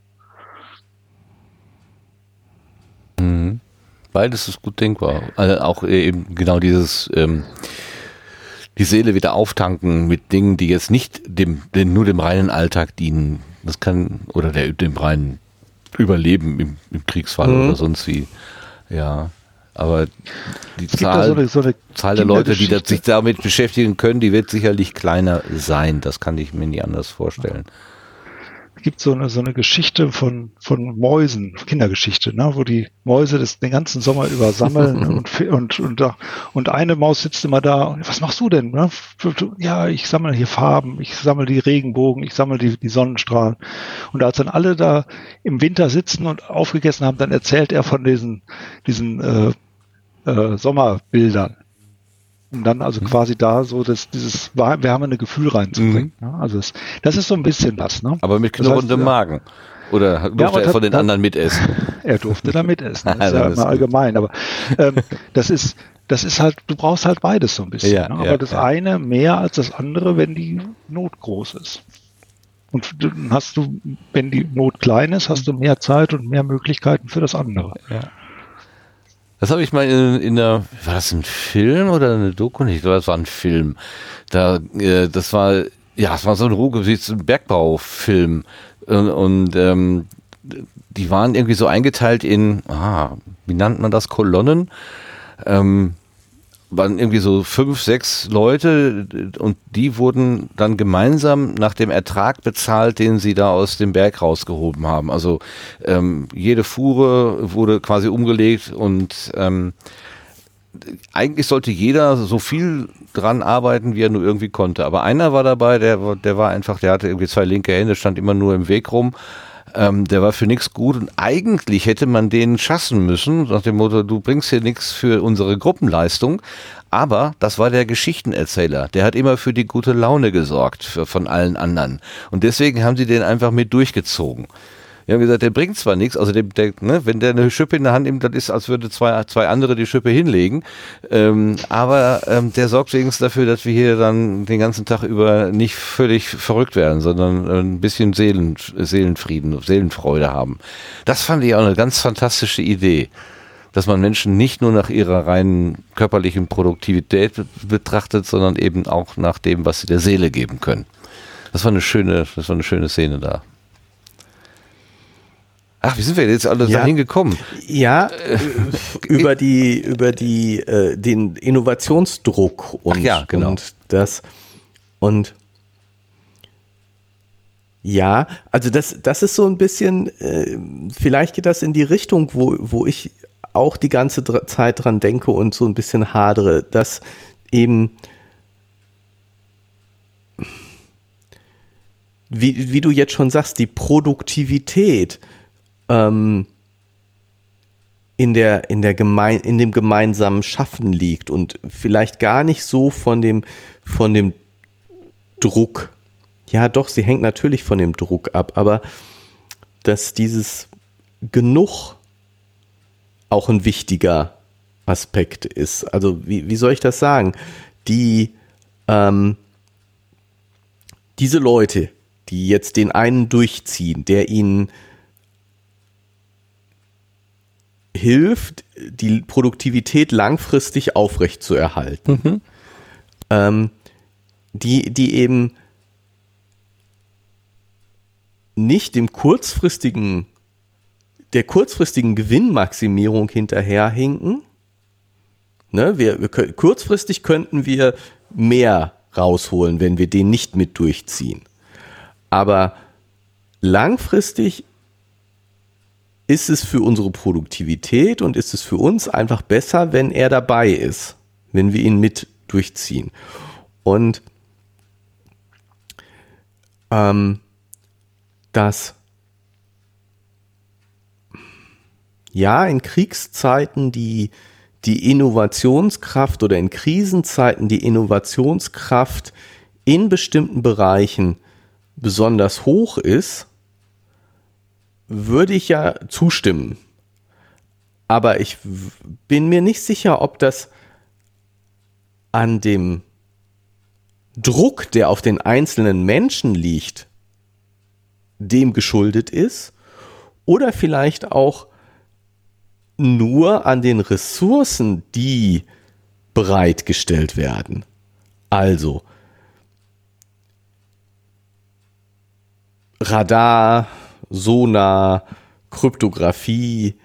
Beides ist gut denkbar. Also auch eben genau dieses die Seele wieder auftanken mit Dingen, die jetzt nicht nur dem reinen Alltag dienen. Das kann, oder dem reinen Überleben im Kriegsfall oder sonst wie. Ja, aber die Zahl der Leute, die sich damit beschäftigen können, die wird sicherlich kleiner sein. Das kann ich mir nie anders vorstellen. Es gibt so eine Geschichte von Mäusen, Kindergeschichte, ne, wo die Mäuse den ganzen Sommer über sammeln und eine Maus sitzt immer da und was machst du denn? Ne? Ja, ich sammle hier Farben, ich sammle die Regenbogen, ich sammle die Sonnenstrahlen. Und als dann alle da im Winter sitzen und aufgegessen haben, dann erzählt er von diesen Sommerbildern. Um dann also quasi da so dieses wärmende Gefühl reinzubringen. Ne? Also das ist so ein bisschen was. Ne? Aber mit knurrendem Magen. Oder durfte er von den anderen mitessen? Er durfte da mitessen. Das ist ja immer allgemein. Aber das ist halt, du brauchst halt beides so ein bisschen. Ja, ne? Aber das eine mehr als das andere, wenn die Not groß ist. Und dann hast du, wenn die Not klein ist, hast du mehr Zeit und mehr Möglichkeiten für das andere. Ja. Das habe ich mal war das ein Film oder eine Doku? Ich glaube, das war ein Film. Das war so ein Bergbaufilm. Und die waren irgendwie so eingeteilt in, wie nannt man das, Kolonnen? Waren irgendwie so 5, 6 Leute und die wurden dann gemeinsam nach dem Ertrag bezahlt, den sie da aus dem Berg rausgehoben haben. Also jede Fuhre wurde quasi umgelegt und eigentlich sollte jeder so viel dran arbeiten, wie er nur irgendwie konnte. Aber einer war dabei, der hatte irgendwie 2 linke Hände, stand immer nur im Weg rum. Der war für nichts gut und eigentlich hätte man den schassen müssen, nach dem Motto, du bringst hier nichts für unsere Gruppenleistung, aber das war der Geschichtenerzähler, der hat immer für die gute Laune gesorgt von allen anderen und deswegen haben sie den einfach mit durchgezogen. Wir haben gesagt, der bringt zwar nichts, also wenn der eine Schippe in der Hand nimmt, das ist, als würde zwei andere die Schippe hinlegen, aber der sorgt wenigstens dafür, dass wir hier dann den ganzen Tag über nicht völlig verrückt werden, sondern ein bisschen Seelenfrieden, Seelenfreude haben. Das fand ich auch eine ganz fantastische Idee, dass man Menschen nicht nur nach ihrer reinen körperlichen Produktivität betrachtet, sondern eben auch nach dem, was sie der Seele geben können. Das war eine schöne Szene da. Ach, wie sind wir jetzt alle dahin gekommen? Ja, über den Innovationsdruck und das und ja, also das ist so ein bisschen, vielleicht geht das in die Richtung, wo ich auch die ganze Zeit dran denke und so ein bisschen hadere, dass eben wie du jetzt schon sagst, die Produktivität in dem gemeinsamen Schaffen liegt und vielleicht gar nicht so von dem Druck. Ja, doch, sie hängt natürlich von dem Druck ab, aber dass dieses Genug auch ein wichtiger Aspekt ist. Also wie soll ich das sagen? Diese Leute, die jetzt den einen durchziehen, der ihnen hilft, die Produktivität langfristig aufrechtzuerhalten. Die eben nicht der kurzfristigen Gewinnmaximierung hinterherhinken. Ne, kurzfristig könnten wir mehr rausholen, wenn wir den nicht mit durchziehen. Aber langfristig ist es für unsere Produktivität und ist es für uns einfach besser, wenn er dabei ist, wenn wir ihn mit durchziehen. Und dass ja in Kriegszeiten die Innovationskraft oder in Krisenzeiten die Innovationskraft in bestimmten Bereichen besonders hoch ist, würde ich ja zustimmen. Aber ich bin mir nicht sicher, ob das an dem Druck, der auf den einzelnen Menschen liegt, dem geschuldet ist oder vielleicht auch nur an den Ressourcen, die bereitgestellt werden. Also, Radar, Sonar, Kryptographie,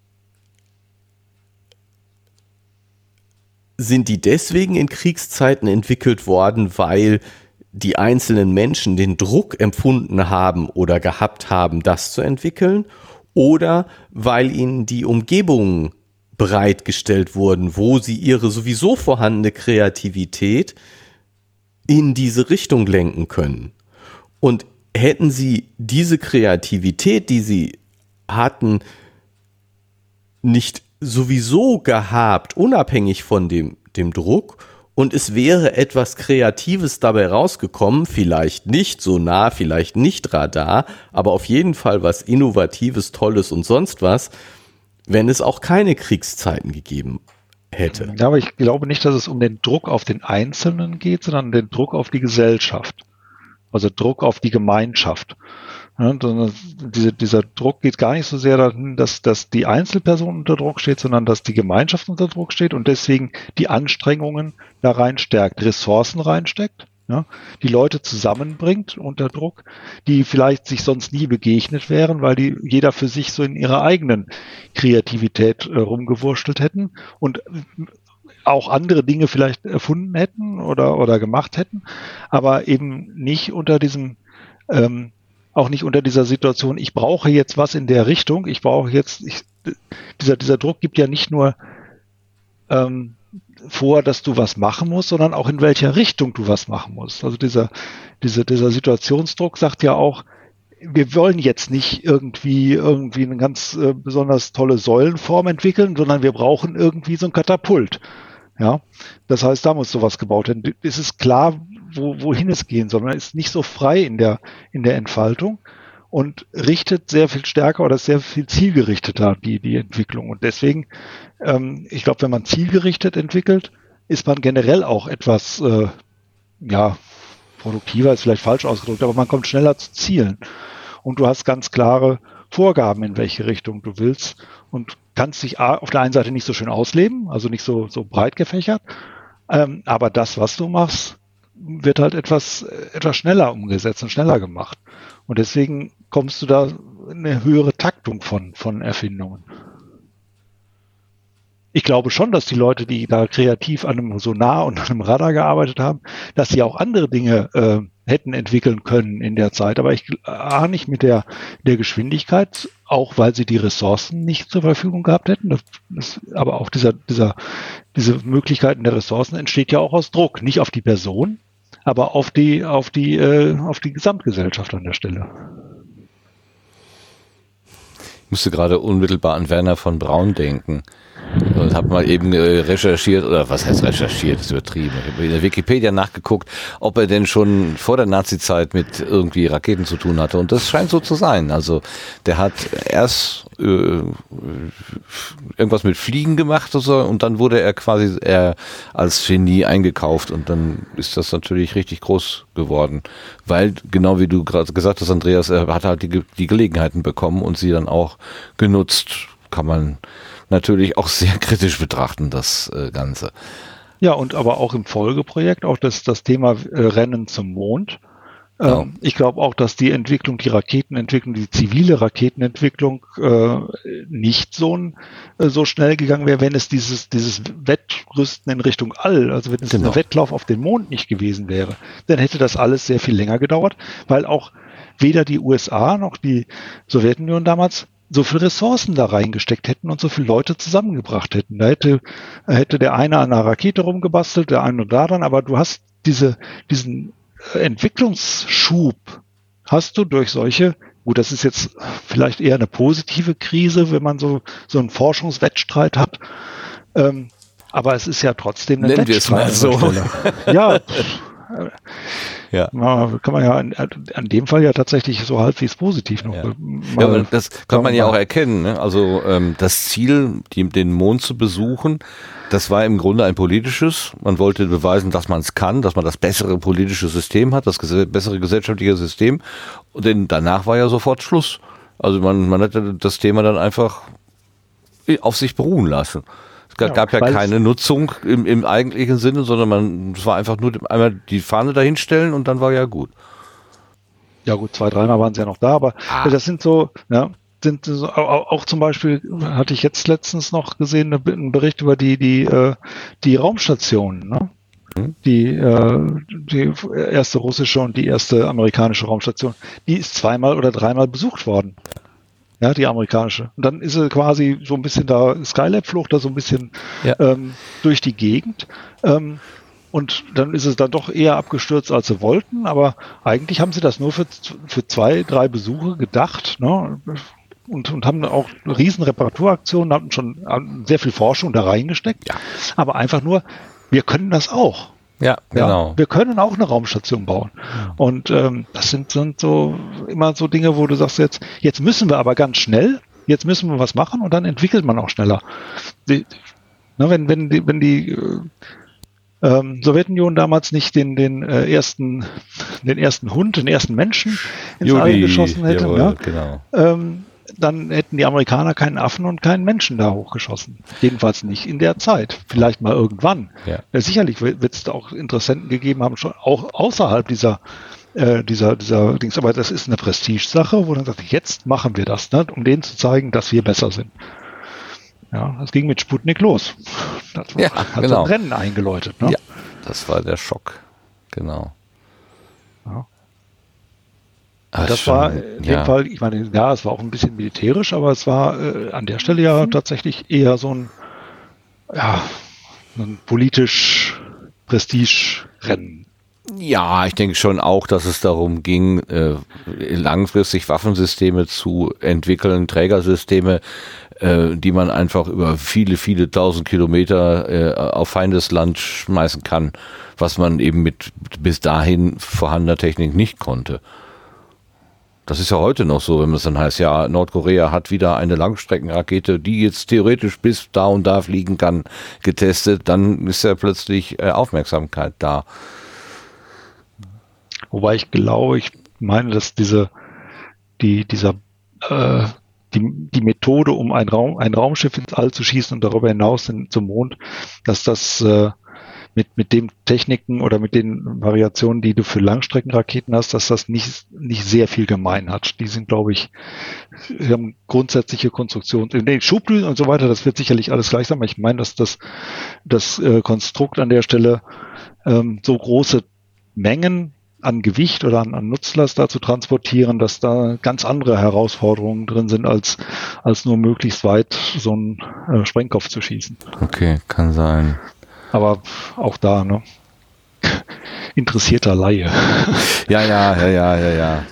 sind die deswegen in Kriegszeiten entwickelt worden, weil die einzelnen Menschen den Druck empfunden haben oder gehabt haben, das zu entwickeln, oder weil ihnen die Umgebungen bereitgestellt wurden, wo sie ihre sowieso vorhandene Kreativität in diese Richtung lenken können. Und hätten sie diese Kreativität, die sie hatten, nicht sowieso gehabt, unabhängig von dem Druck, und es wäre etwas Kreatives dabei rausgekommen, vielleicht nicht Sonar, vielleicht nicht Radar, aber auf jeden Fall was Innovatives, Tolles und sonst was, wenn es auch keine Kriegszeiten gegeben hätte. Ja, aber ich glaube nicht, dass es um den Druck auf den Einzelnen geht, sondern den Druck auf die Gesellschaft. Also Druck auf die Gemeinschaft. Ja, dieser Druck geht gar nicht so sehr dahin, dass die Einzelperson unter Druck steht, sondern dass die Gemeinschaft unter Druck steht und deswegen die Anstrengungen da reinstärkt, Ressourcen reinsteckt, ja, die Leute zusammenbringt unter Druck, die vielleicht sich sonst nie begegnet wären, weil die jeder für sich so in ihrer eigenen Kreativität rumgewurschtelt hätten und auch andere Dinge vielleicht erfunden hätten oder gemacht hätten, aber eben nicht unter diesem auch nicht unter dieser Situation, ich brauche jetzt was in der Richtung, dieser Druck gibt ja nicht nur vor, dass du was machen musst, sondern auch in welcher Richtung du was machen musst. Also dieser Situationsdruck sagt ja auch, wir wollen jetzt nicht irgendwie eine ganz besonders tolle Säulenform entwickeln, sondern wir brauchen irgendwie so ein Katapult. Ja, das heißt, da muss sowas gebaut werden. Es ist klar, wohin es gehen soll. Man ist nicht so frei in der Entfaltung und richtet sehr viel stärker oder sehr viel zielgerichteter die Entwicklung. Und deswegen, ich glaube, wenn man zielgerichtet entwickelt, ist man generell auch etwas, produktiver, ist vielleicht falsch ausgedrückt, aber man kommt schneller zu Zielen. Und du hast ganz klare Vorgaben, in welche Richtung du willst und kannst dich auf der einen Seite nicht so schön ausleben, also nicht so breit gefächert, aber das, was du machst, wird halt etwas schneller umgesetzt und schneller gemacht. Und deswegen kommst du da in eine höhere Taktung von Erfindungen. Ich glaube schon, dass die Leute, die da kreativ an einem Sonar und an einem Radar gearbeitet haben, dass sie auch andere Dinge hätten entwickeln können in der Zeit. Aber nicht mit der Geschwindigkeit, auch weil sie die Ressourcen nicht zur Verfügung gehabt hätten. Aber auch diese Möglichkeiten der Ressourcen entsteht ja auch aus Druck. Nicht auf die Person, aber auf die Gesamtgesellschaft an der Stelle. Ich musste gerade unmittelbar an Werner von Braun denken. Und habe mal eben recherchiert, oder was heißt recherchiert, ist übertrieben. Ich habe in der Wikipedia nachgeguckt, ob er denn schon vor der Nazi-Zeit mit irgendwie Raketen zu tun hatte. Und das scheint so zu sein. Also der hat erst irgendwas mit Fliegen gemacht oder so, und dann wurde er quasi als Genie eingekauft und dann ist das natürlich richtig groß geworden. Weil, genau wie du gerade gesagt hast, Andreas, er hat halt die Gelegenheiten bekommen und sie dann auch genutzt. Kann man natürlich auch sehr kritisch betrachten, das Ganze. Ja, und aber auch im Folgeprojekt, auch das Thema Rennen zum Mond. Ich glaube auch, dass die Raketenentwicklung, die zivile Raketenentwicklung nicht so schnell gegangen wäre, wenn es dieses Wettrüsten in Richtung All, also wenn es ein Wettlauf auf den Mond nicht gewesen wäre, dann hätte das alles sehr viel länger gedauert, weil auch weder die USA noch die Sowjetunion damals so viel Ressourcen da reingesteckt hätten und so viele Leute zusammengebracht hätten. Da hätte der eine an einer Rakete rumgebastelt, der eine da dann, aber du hast diesen Entwicklungsschub hast du durch solche, gut, das ist jetzt vielleicht eher eine positive Krise, wenn man so einen Forschungswettstreit hat, aber es ist ja trotzdem ein Wettstreit. So. Ja. Ja. Kann man ja an dem Fall ja tatsächlich so halbwegs positiv noch. Ja, aber das kann man ja auch erkennen. Ne? Also das Ziel, den Mond zu besuchen, das war im Grunde ein politisches. Man wollte beweisen, dass man es kann, dass man das bessere politische System hat, das bessere gesellschaftliche System. Denn danach war ja sofort Schluss. Also man hätte das Thema dann einfach auf sich beruhen lassen. gab ja keine Nutzung im eigentlichen Sinne, sondern es war einfach nur einmal die Fahne dahinstellen und dann war ja gut. Ja gut, 2-, 3-mal waren sie ja noch da, aber das sind so, auch zum Beispiel hatte ich jetzt letztens noch gesehen, einen Bericht über die Raumstationen, ne? Die erste russische und die erste amerikanische Raumstation, die ist 2-mal oder 3-mal besucht worden. Ja, die amerikanische. Und dann ist sie quasi so ein bisschen da, Skylab flog da so ein bisschen durch die Gegend. Und dann ist es dann doch eher abgestürzt, als sie wollten. Aber eigentlich haben sie das nur für 2, 3 Besuche gedacht, ne? Und haben auch riesen Reparaturaktionen, haben sehr viel Forschung da reingesteckt. Ja. Aber einfach nur, wir können das auch. Ja, genau. Wir können auch eine Raumstation bauen. Und das sind so immer so Dinge, wo du sagst, jetzt müssen wir aber ganz schnell, jetzt müssen wir was machen und dann entwickelt man auch schneller. Wenn die Sowjetunion damals nicht den ersten Hund, den ersten Menschen ins All geschossen hätte, jawohl, genau. Dann hätten die Amerikaner keinen Affen und keinen Menschen da hochgeschossen. Jedenfalls nicht in der Zeit. Vielleicht mal irgendwann. Ja. Sicherlich wird es da auch Interessenten gegeben haben, schon auch außerhalb dieser Dings. Aber das ist eine Prestigesache, wo dann sagt, jetzt machen wir das, ne, um denen zu zeigen, dass wir besser sind. Ja, das ging mit Sputnik los. Das hat so ein Rennen eingeläutet. Ne? Ja, das war der Schock. Genau. Ja. Das war in dem Fall, ich meine, ja, es war auch ein bisschen militärisch, aber es war an der Stelle ja tatsächlich eher so ein politisch Prestige-Rennen. Ja, ich denke schon auch, dass es darum ging, langfristig Waffensysteme zu entwickeln, Trägersysteme, die man einfach über viele, viele tausend Kilometer auf Feindesland schmeißen kann, was man eben mit bis dahin vorhandener Technik nicht konnte. Das ist ja heute noch so, wenn es dann heißt, ja, Nordkorea hat wieder eine Langstreckenrakete, die jetzt theoretisch bis da und da fliegen kann, getestet, dann ist ja plötzlich Aufmerksamkeit da. Wobei ich meine, dass die Methode, um ein Raumschiff ins All zu schießen und darüber hinaus zum Mond, dass das mit den Techniken oder mit den Variationen, die du für Langstreckenraketen hast, dass das nicht sehr viel gemein hat. Die sind, glaube ich, haben grundsätzliche Konstruktionen, Schubdüsen und so weiter, das wird sicherlich alles gleich sein, aber ich meine, dass das Konstrukt an der Stelle so große Mengen an Gewicht oder an Nutzlast da zu transportieren, dass da ganz andere Herausforderungen drin sind, als nur möglichst weit so einen Sprengkopf zu schießen. Okay, kann sein. Aber auch da, ne? Interessierter Laie. Ja.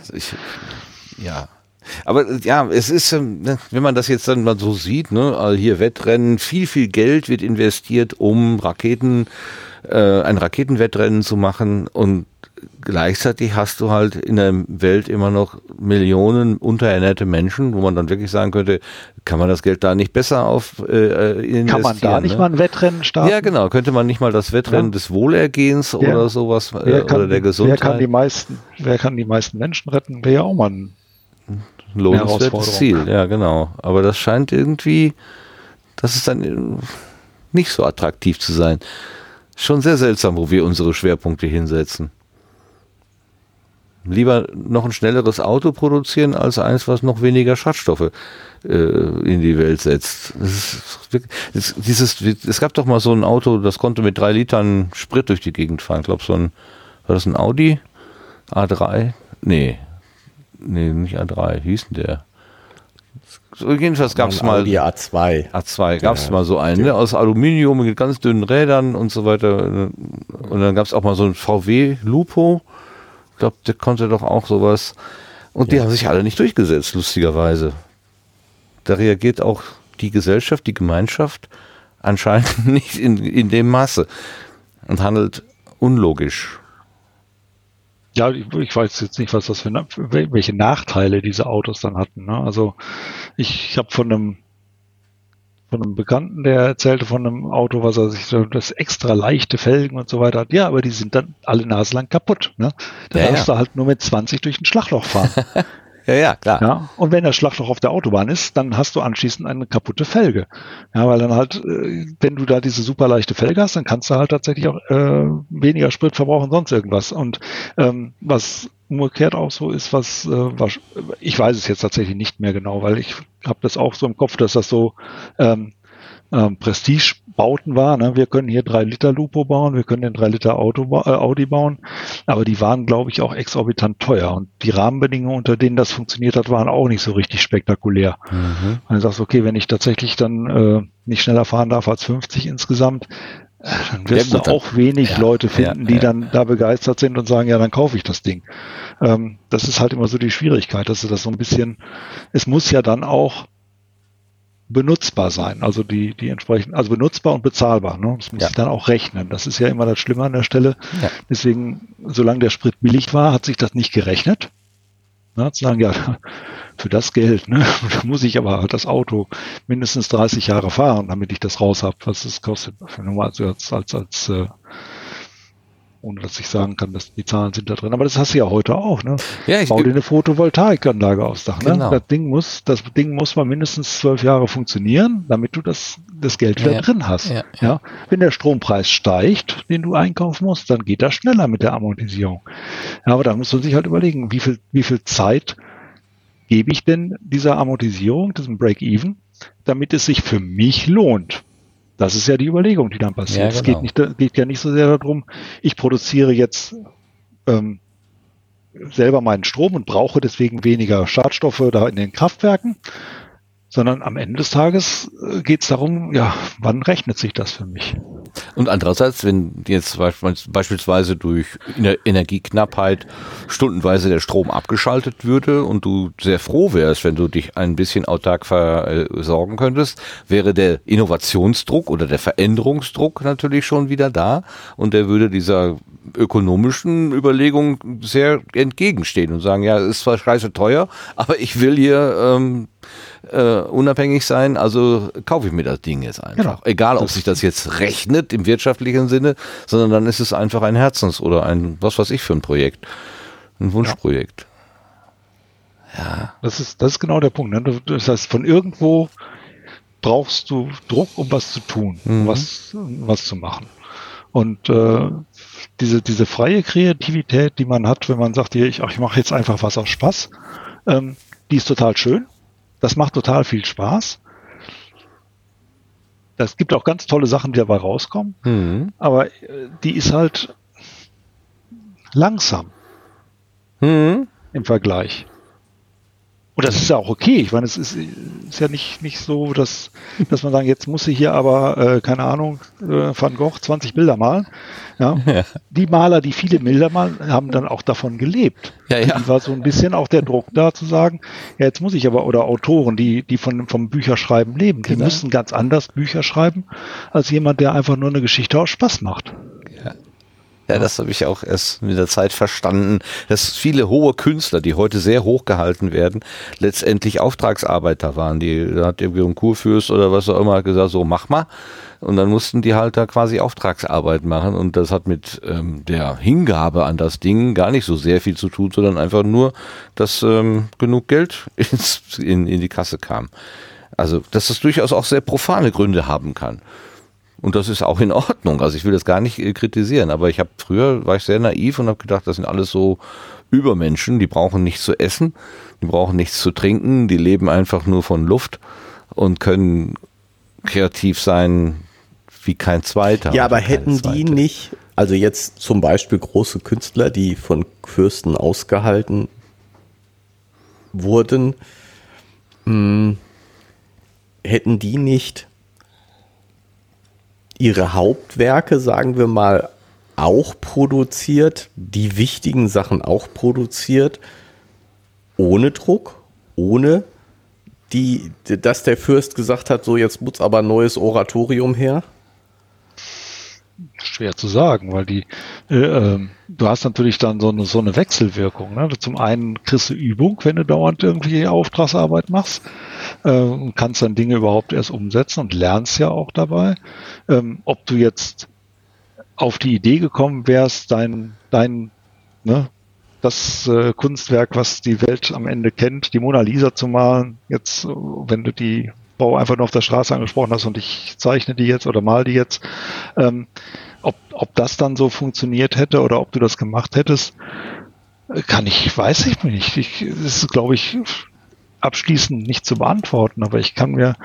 Aber ja, es ist, wenn man das jetzt dann mal so sieht, ne, also hier Wettrennen, viel Geld wird investiert, um ein Raketenwettrennen zu machen, und gleichzeitig hast du halt in der Welt immer noch Millionen unterernährte Menschen, wo man dann wirklich sagen könnte, kann man das Geld da nicht besser investieren? Kann man da nicht mal ein Wettrennen starten? Ja, genau. Könnte man nicht mal das Wettrennen des Wohlergehens oder sowas oder der Gesundheit? Wer kann die meisten Menschen retten? Wäre ja auch mal ein lohnenswertes Ziel. Ja, genau. Aber das scheint irgendwie, das ist dann nicht so attraktiv zu sein. Schon sehr seltsam, wo wir unsere Schwerpunkte hinsetzen. Lieber noch ein schnelleres Auto produzieren, als eins, was noch weniger Schadstoffe in die Welt setzt. Es gab doch mal so ein Auto, das konnte mit 3 Litern Sprit durch die Gegend fahren. Ich glaube, war das ein Audi? A3? Nee, nicht A3. Wie hieß denn der? So, jedenfalls gab es mal Audi A2. A2 gab es mal so einen, ne, aus Aluminium mit ganz dünnen Rädern und so weiter. Und dann gab es auch mal so ein VW Lupo. Ich glaube, der konnte doch auch sowas. Und die haben sich alle nicht durchgesetzt, lustigerweise. Da reagiert auch die Gesellschaft, die Gemeinschaft anscheinend nicht in dem Maße und handelt unlogisch. Ja, ich weiß jetzt nicht, was das welche Nachteile diese Autos dann hatten. Ne? Also ich habe von einem Bekannten, der erzählte von einem Auto, was er sich das extra leichte Felgen und so weiter hat. Ja, aber die sind dann alle naselang kaputt. Ne? Da darfst du halt nur mit 20 durch ein Schlagloch fahren. Ja, klar. Ja, und wenn das Schlagloch auf der Autobahn ist, dann hast du anschließend eine kaputte Felge. Ja, weil dann halt, wenn du da diese super leichte Felge hast, dann kannst du halt tatsächlich auch weniger Sprit verbrauchen, sonst irgendwas. Und was umgekehrt auch so ist, ich weiß es jetzt tatsächlich nicht mehr genau, weil ich habe das auch so im Kopf, dass das so Prestige-Bauten war. Ne? Wir können hier 3 Liter Lupo bauen, wir können den 3 Liter Audi bauen, aber die waren, glaube ich, auch exorbitant teuer. Und die Rahmenbedingungen, unter denen das funktioniert hat, waren auch nicht so richtig spektakulär. Und dann sagst du, okay, wenn ich tatsächlich dann nicht schneller fahren darf als 50 insgesamt, dann wirst du auch wenig Leute finden, die dann da begeistert sind und sagen, ja, dann kaufe ich das Ding. Das ist halt immer so die Schwierigkeit, dass du das so ein bisschen, es muss ja dann auch benutzbar sein, also die entsprechend, also benutzbar und bezahlbar, ne? Das muss ich dann auch rechnen. Das ist ja immer das Schlimme an der Stelle. Ja. Deswegen, solange der Sprit billig war, hat sich das nicht gerechnet. Ne? Zu sagen, ja, für das Geld, ne, muss ich aber halt das Auto mindestens 30 Jahre fahren, damit ich das raus habe, was es kostet. Also als ohne dass ich sagen kann, dass die Zahlen sind da drin. Aber das hast du ja heute auch. Ne? Ja, bau dir eine Photovoltaikanlage aufs Dach. Ne? Genau. Das Ding muss mal mindestens 12 Jahre funktionieren, damit du das Geld wieder drin hast. Ja. Wenn der Strompreis steigt, den du einkaufen musst, dann geht das schneller mit der Amortisierung. Ja, aber da muss man sich halt überlegen, wie viel Zeit gebe ich denn dieser Amortisierung, diesem Break-Even, damit es sich für mich lohnt. Das ist ja die Überlegung, die dann passiert. Ja, genau. Es geht ja nicht so sehr darum, ich produziere jetzt selber meinen Strom und brauche deswegen weniger Schadstoffe da in den Kraftwerken, sondern am Ende des Tages geht es darum, ja, wann rechnet sich das für mich? Und andererseits, wenn jetzt beispielsweise durch Energieknappheit stundenweise der Strom abgeschaltet würde und du sehr froh wärst, wenn du dich ein bisschen autark versorgen könntest, wäre der Innovationsdruck oder der Veränderungsdruck natürlich schon wieder da und der würde dieser ökonomischen Überlegung sehr entgegenstehen und sagen, ja, es ist zwar scheiße teuer, aber ich will hier unabhängig sein, also kaufe ich mir das Ding jetzt einfach. Genau. Egal, ob sich das jetzt rechnet im wirtschaftlichen Sinne, sondern dann ist es einfach ein Herzens- oder ein, was weiß ich für ein Projekt. Ein Wunschprojekt. Ja. Das ist genau der Punkt. Ne? Das heißt, von irgendwo brauchst du Druck, um was zu tun, was zu machen. Und diese freie Kreativität, die man hat, wenn man sagt, ich mache jetzt einfach was aus Spaß, die ist total schön. Das macht total viel Spaß. Es gibt auch ganz tolle Sachen, die dabei rauskommen, aber die ist halt langsam im Vergleich. Und das ist ja auch okay. Ich meine, es ist ja nicht so, dass man sagen, jetzt muss sie hier aber, keine Ahnung, Van Gogh 20 Bilder malen. Ja. Die Maler, die viele Bilder malen, haben dann auch davon gelebt. Ja. Die war so ein bisschen auch der Druck da zu sagen, ja, jetzt muss ich aber, oder Autoren, die vom Bücherschreiben leben, die müssen ganz anders Bücher schreiben, als jemand, der einfach nur eine Geschichte aus Spaß macht. Ja, das habe ich auch erst mit der Zeit verstanden, dass viele hohe Künstler, die heute sehr hoch gehalten werden, letztendlich Auftragsarbeiter waren. Da hat irgendwie ein Kurfürst oder was auch immer gesagt, so mach mal. Und dann mussten die halt da quasi Auftragsarbeit machen. Und das hat mit der Hingabe an das Ding gar nicht so sehr viel zu tun, sondern einfach nur, dass genug Geld in die Kasse kam. Also, dass das durchaus auch sehr profane Gründe haben kann. Und das ist auch in Ordnung. Also ich will das gar nicht kritisieren, aber früher war ich sehr naiv und habe gedacht, das sind alles so Übermenschen, die brauchen nichts zu essen, die brauchen nichts zu trinken, die leben einfach nur von Luft und können kreativ sein wie kein Zweiter. Ja, aber hätten die nicht, also jetzt zum Beispiel große Künstler, die von Fürsten ausgehalten wurden, hätten die nicht ihre Hauptwerke, sagen wir mal, auch produziert, die wichtigen Sachen auch produziert, ohne Druck, ohne dass der Fürst gesagt hat, so jetzt muss aber ein neues Oratorium her? Schwer zu sagen, weil du hast natürlich dann so eine Wechselwirkung. Ne? Zum einen kriegst du Übung, wenn du dauernd irgendwie Auftragsarbeit machst und kannst dann Dinge überhaupt erst umsetzen und lernst ja auch dabei. Ob du jetzt auf die Idee gekommen wärst, dein das Kunstwerk, was die Welt am Ende kennt, die Mona Lisa zu malen. Jetzt, wenn du die Frau einfach nur auf der Straße angesprochen hast und ich zeichne die jetzt oder mal die jetzt, ob das dann so funktioniert hätte oder ob du das gemacht hättest, weiß ich nicht. Das ist, glaube ich, abschließend nicht zu beantworten, aber ich kann mir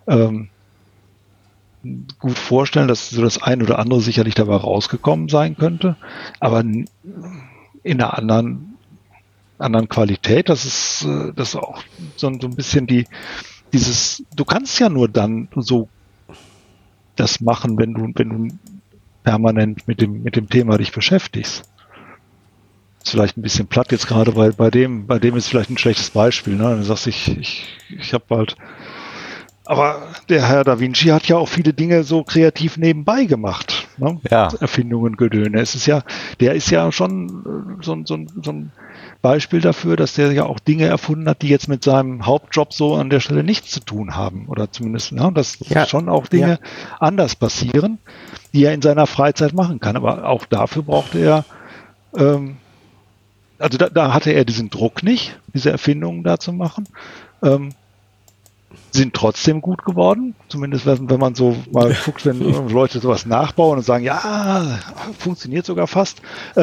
gut vorstellen, dass so das ein oder andere sicherlich dabei rausgekommen sein könnte, aber in einer anderen Qualität. Das ist auch so ein bisschen du kannst ja nur dann so das machen, wenn du permanent mit dem Thema dich beschäftigst. Ist vielleicht ein bisschen platt jetzt gerade, weil bei dem ist vielleicht ein schlechtes Beispiel, ne? Du sagst, ich habe halt, aber der Herr Da Vinci hat ja auch viele Dinge so kreativ nebenbei gemacht, ne? Ja. Erfindungen, Gedöne. Der ist ja schon so ein Beispiel dafür, dass der ja auch Dinge erfunden hat, die jetzt mit seinem Hauptjob so an der Stelle nichts zu tun haben. Oder zumindest, ne, dass schon auch Dinge anders passieren, die er in seiner Freizeit machen kann. Aber auch dafür brauchte er, also da hatte er diesen Druck nicht, diese Erfindungen da zu machen. Sind trotzdem gut geworden, zumindest wenn man so mal guckt, wenn Leute sowas nachbauen und sagen, ja, funktioniert sogar fast.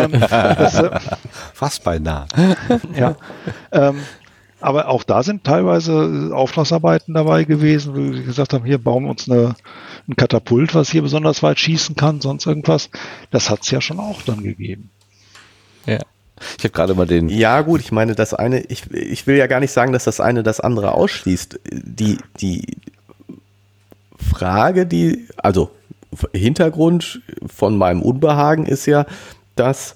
Fast beinahe. Ja, aber auch da sind teilweise Auftragsarbeiten dabei gewesen, wo wir gesagt haben, hier bauen wir uns ein Katapult, was hier besonders weit schießen kann, sonst irgendwas. Das hat es ja schon auch dann gegeben. Ja. Ich habe gerade mal den... Ja gut, ich meine, das eine, ich will ja gar nicht sagen, dass das eine das andere ausschließt. Die Frage, also Hintergrund von meinem Unbehagen ist ja, dass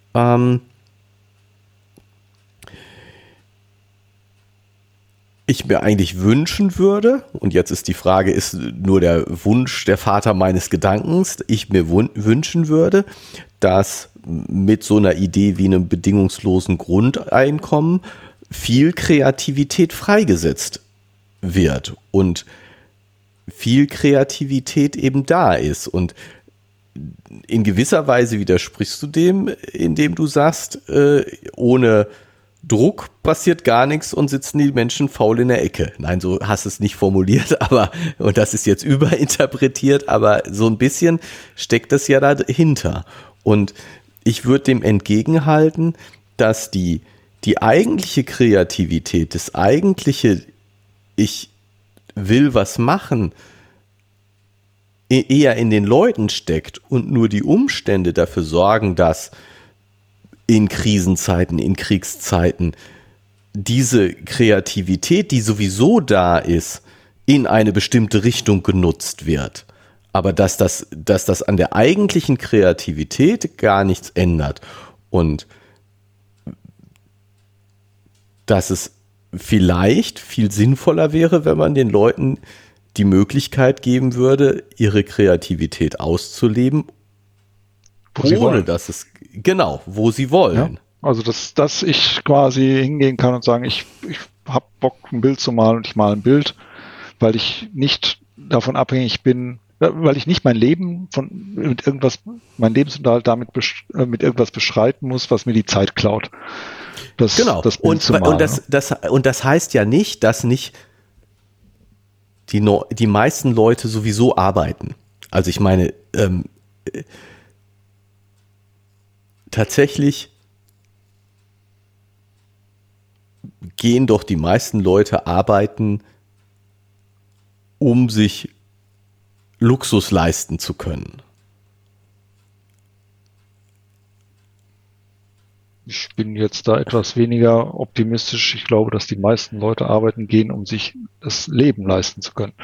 ich mir eigentlich wünschen würde, und jetzt ist die Frage, ist nur der Wunsch der Vater meines Gedankens, ich mir wünschen würde, dass mit so einer Idee wie einem bedingungslosen Grundeinkommen viel Kreativität freigesetzt wird und viel Kreativität eben da ist. Und in gewisser Weise widersprichst du dem, indem du sagst, ohne Druck passiert gar nichts und sitzen die Menschen faul in der Ecke. Nein, so hast du es nicht formuliert, aber, und das ist jetzt überinterpretiert, aber so ein bisschen steckt das ja dahinter. Und ich würde dem entgegenhalten, dass die eigentliche Kreativität, das eigentliche ich will was machen, eher in den Leuten steckt und nur die Umstände dafür sorgen, dass in Krisenzeiten, in Kriegszeiten diese Kreativität, die sowieso da ist, in eine bestimmte Richtung genutzt wird. Aber dass das an der eigentlichen Kreativität gar nichts ändert und dass es vielleicht viel sinnvoller wäre, wenn man den Leuten die Möglichkeit geben würde, ihre Kreativität auszuleben, ohne dass es, genau, wo sie wollen. Ja, also dass ich quasi hingehen kann und sagen, ich habe Bock, ein Bild zu malen und ich male ein Bild, weil ich nicht davon abhängig bin, weil ich nicht mein Leben mein Lebensunterhalt damit mit irgendwas bestreiten muss, was mir die Zeit klaut. Genau. Das Bild zu malen, und das heißt ja nicht, dass nicht die meisten Leute sowieso arbeiten. Also ich meine, tatsächlich gehen doch die meisten Leute arbeiten, um sich Luxus leisten zu können. Ich bin jetzt da etwas weniger optimistisch. Ich glaube, dass die meisten Leute arbeiten gehen, um sich das Leben leisten zu können.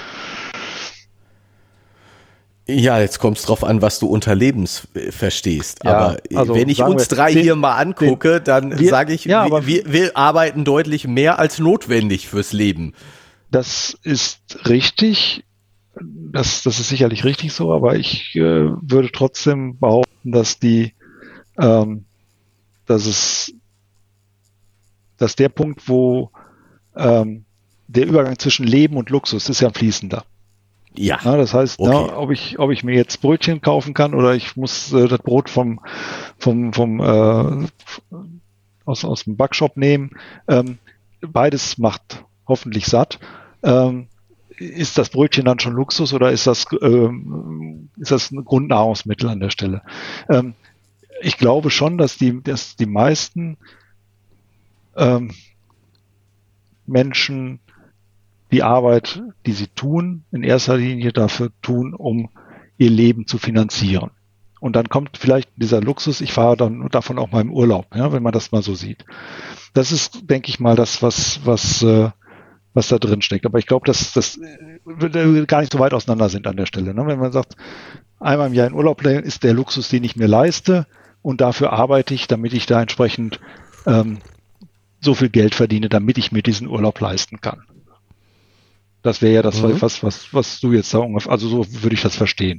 Ja, jetzt kommt es drauf an, was du unter Lebens verstehst. Ja, aber also wenn ich uns drei hier mal angucke, dann sage ich, wir arbeiten deutlich mehr als notwendig fürs Leben. Das ist richtig. Das ist sicherlich richtig so, aber ich würde trotzdem behaupten, dass dass der Punkt, wo der Übergang zwischen Leben und Luxus ist ja ein fließender. Ja. Das heißt, okay. Ob ich mir jetzt Brötchen kaufen kann oder ich muss das Brot vom aus dem Backshop nehmen. Beides macht hoffentlich satt. Ist das Brötchen dann schon Luxus oder ist das ein Grundnahrungsmittel an der Stelle? Ich glaube schon, dass die meisten Menschen die Arbeit, die sie tun, in erster Linie dafür tun, um ihr Leben zu finanzieren. Und dann kommt vielleicht dieser Luxus, ich fahre dann davon auch mal im Urlaub, ja, wenn man das mal so sieht. Das ist, denke ich mal, das, was da drin steckt. Aber ich glaube, dass das gar nicht so weit auseinander sind an der Stelle. Ne? Wenn man sagt, einmal im Jahr in Urlaub ist der Luxus, den ich mir leiste und dafür arbeite ich, damit ich da entsprechend so viel Geld verdiene, damit ich mir diesen Urlaub leisten kann. Das wäre ja das, was du jetzt da ungefähr, also so würde ich das verstehen.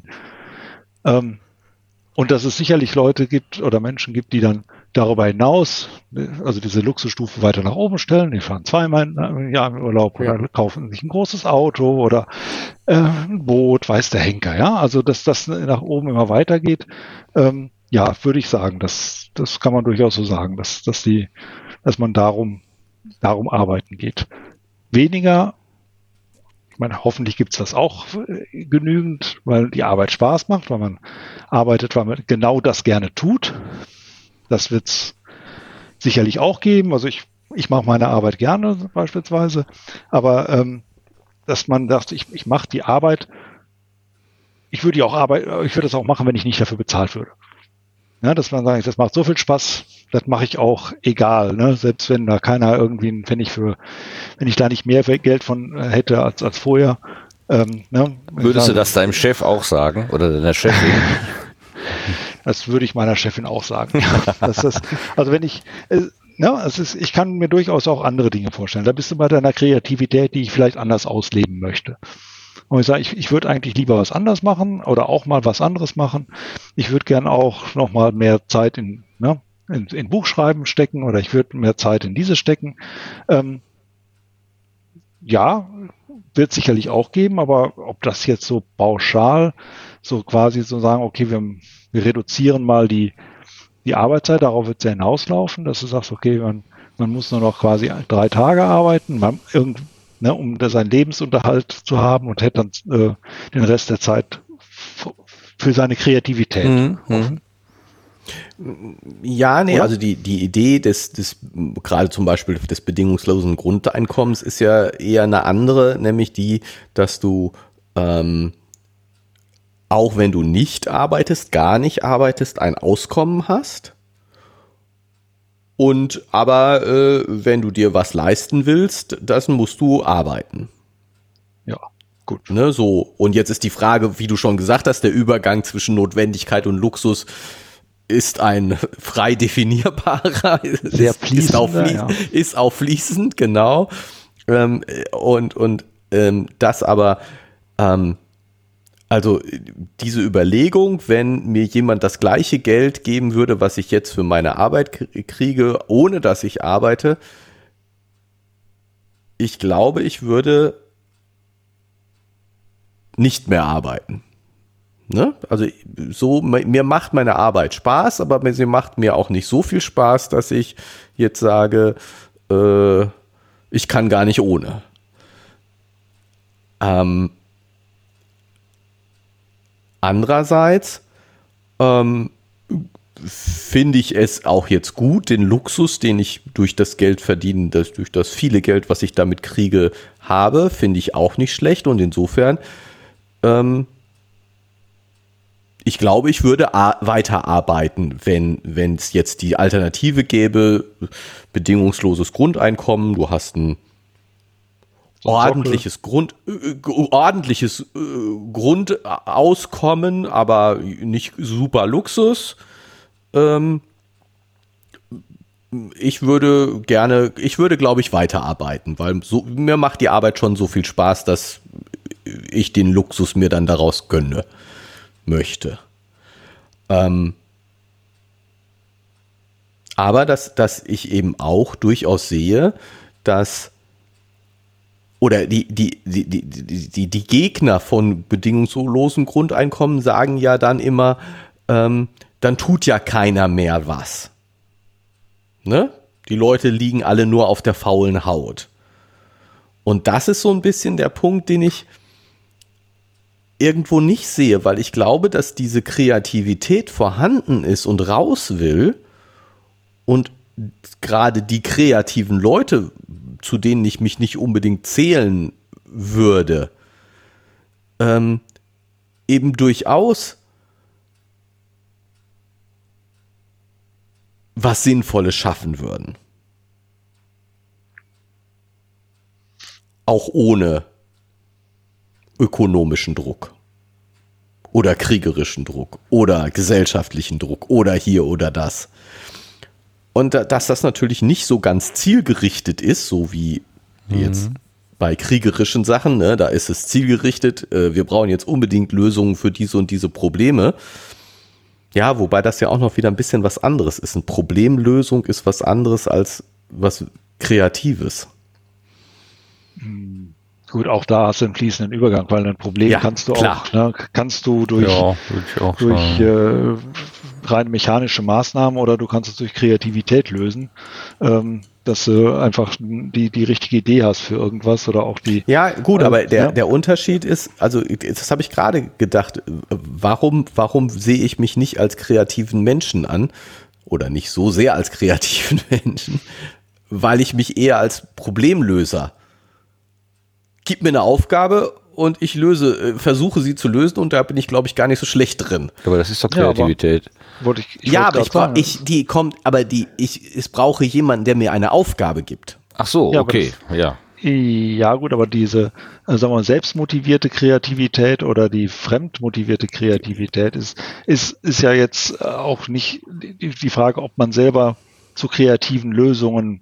Und dass es sicherlich Leute gibt oder Menschen gibt, die dann darüber hinaus, also diese Luxusstufe weiter nach oben stellen, die fahren zweimal im Jahr im Urlaub oder kaufen sich ein großes Auto oder ein Boot, weiß der Henker, ja. Also dass das nach oben immer weitergeht, würde ich sagen, das kann man durchaus so sagen, dass man darum arbeiten geht. Weniger, ich meine, hoffentlich gibt es das auch genügend, weil die Arbeit Spaß macht, weil man arbeitet, weil man genau das gerne tut. Das wird es sicherlich auch geben. Also ich mache meine Arbeit gerne beispielsweise, aber dass man sagt, ich mache die Arbeit, ich würde das auch machen, wenn ich nicht dafür bezahlt würde. Ja, dass man sagt, das macht so viel Spaß, das mache ich auch egal, ne? Selbst wenn da keiner irgendwie einen Pfennig wenn ich da nicht mehr Geld von hätte als vorher. Ne? Würdest du das deinem Chef auch sagen oder deiner Chefin? Das würde ich meiner Chefin auch sagen. Also wenn ich, ich kann mir durchaus auch andere Dinge vorstellen. Da bist du bei deiner Kreativität, die ich vielleicht anders ausleben möchte. Und ich sage, ich würde eigentlich lieber was anderes machen oder auch mal was anderes machen. Ich würde gern auch noch mal mehr Zeit in Buchschreiben stecken oder ich würde mehr Zeit in dieses stecken. Wird sicherlich auch geben, aber ob das jetzt so pauschal, so quasi so sagen, okay, wir reduzieren mal die Arbeitszeit, darauf wird es ja hinauslaufen, dass du sagst, okay, man muss nur noch quasi 3 Tage arbeiten, um seinen Lebensunterhalt zu haben und hätte dann den Rest der Zeit für seine Kreativität. Ja, nee, oder? Also die Idee des gerade zum Beispiel des bedingungslosen Grundeinkommens ist ja eher eine andere, nämlich die, dass du auch wenn du nicht arbeitest, gar nicht arbeitest, ein Auskommen hast. Und aber wenn du dir was leisten willst, das musst du arbeiten. Ja, gut. Ne, so. Und jetzt ist die Frage, wie du schon gesagt hast, der Übergang zwischen Notwendigkeit und Luxus ist ein frei definierbarer, sehr fließender, ist auch fließend, genau. Und das aber, also diese Überlegung, wenn mir jemand das gleiche Geld geben würde, was ich jetzt für meine Arbeit kriege, ohne dass ich arbeite, ich glaube, ich würde nicht mehr arbeiten. Ne? Also so, mir macht meine Arbeit Spaß, aber sie macht mir auch nicht so viel Spaß, dass ich jetzt sage, ich kann gar nicht ohne. Andererseits finde ich es auch jetzt gut, den Luxus, den ich durch das Geld verdienen, durch das viele Geld, was ich damit kriege, habe, finde ich auch nicht schlecht und insofern ich glaube, ich würde weiterarbeiten, wenn es jetzt die Alternative gäbe, bedingungsloses Grundeinkommen, du hast ein ordentliches Grundauskommen, aber nicht super Luxus. Ich würde, glaube ich, weiterarbeiten, weil mir macht die Arbeit schon so viel Spaß, dass ich den Luxus mir dann daraus gönne möchte. Aber dass ich eben auch durchaus sehe, dass oder die Gegner von bedingungslosem Grundeinkommen sagen ja dann immer, dann tut ja keiner mehr was. Ne? Die Leute liegen alle nur auf der faulen Haut. Und das ist so ein bisschen der Punkt, den ich irgendwo nicht sehe, weil ich glaube, dass diese Kreativität vorhanden ist und raus will und gerade die kreativen Leute, zu denen ich mich nicht unbedingt zählen würde, eben durchaus was Sinnvolles schaffen würden. Auch ohne ökonomischen Druck oder kriegerischen Druck oder gesellschaftlichen Druck oder hier oder das. Und dass das natürlich nicht so ganz zielgerichtet ist, so wie jetzt bei kriegerischen Sachen, ne, da ist es zielgerichtet, wir brauchen jetzt unbedingt Lösungen für diese und diese Probleme. Ja, wobei das ja auch noch wieder ein bisschen was anderes ist. Eine Problemlösung ist was anderes als was Kreatives. Gut, auch da hast du einen fließenden Übergang, weil ein Problem kannst du klar. auch, ne, kannst du durch rein mechanische Maßnahmen oder du kannst es durch Kreativität lösen, dass du einfach die richtige Idee hast für irgendwas oder auch die. Ja, gut, aber der Unterschied ist, also das habe ich gerade gedacht, warum sehe ich mich nicht als kreativen Menschen an oder nicht so sehr als kreativen Menschen, weil ich mich eher als Problemlöser. Gib mir eine Aufgabe und ich versuche sie zu lösen und da bin ich, glaube ich, gar nicht so schlecht drin. Aber das ist doch Kreativität. Ich brauche jemanden, der mir eine Aufgabe gibt. Ach so, ja, okay, ja. Ja gut, aber diese, sagen wir mal, selbstmotivierte Kreativität oder die fremdmotivierte Kreativität ist ja jetzt auch nicht die Frage, ob man selber zu kreativen Lösungen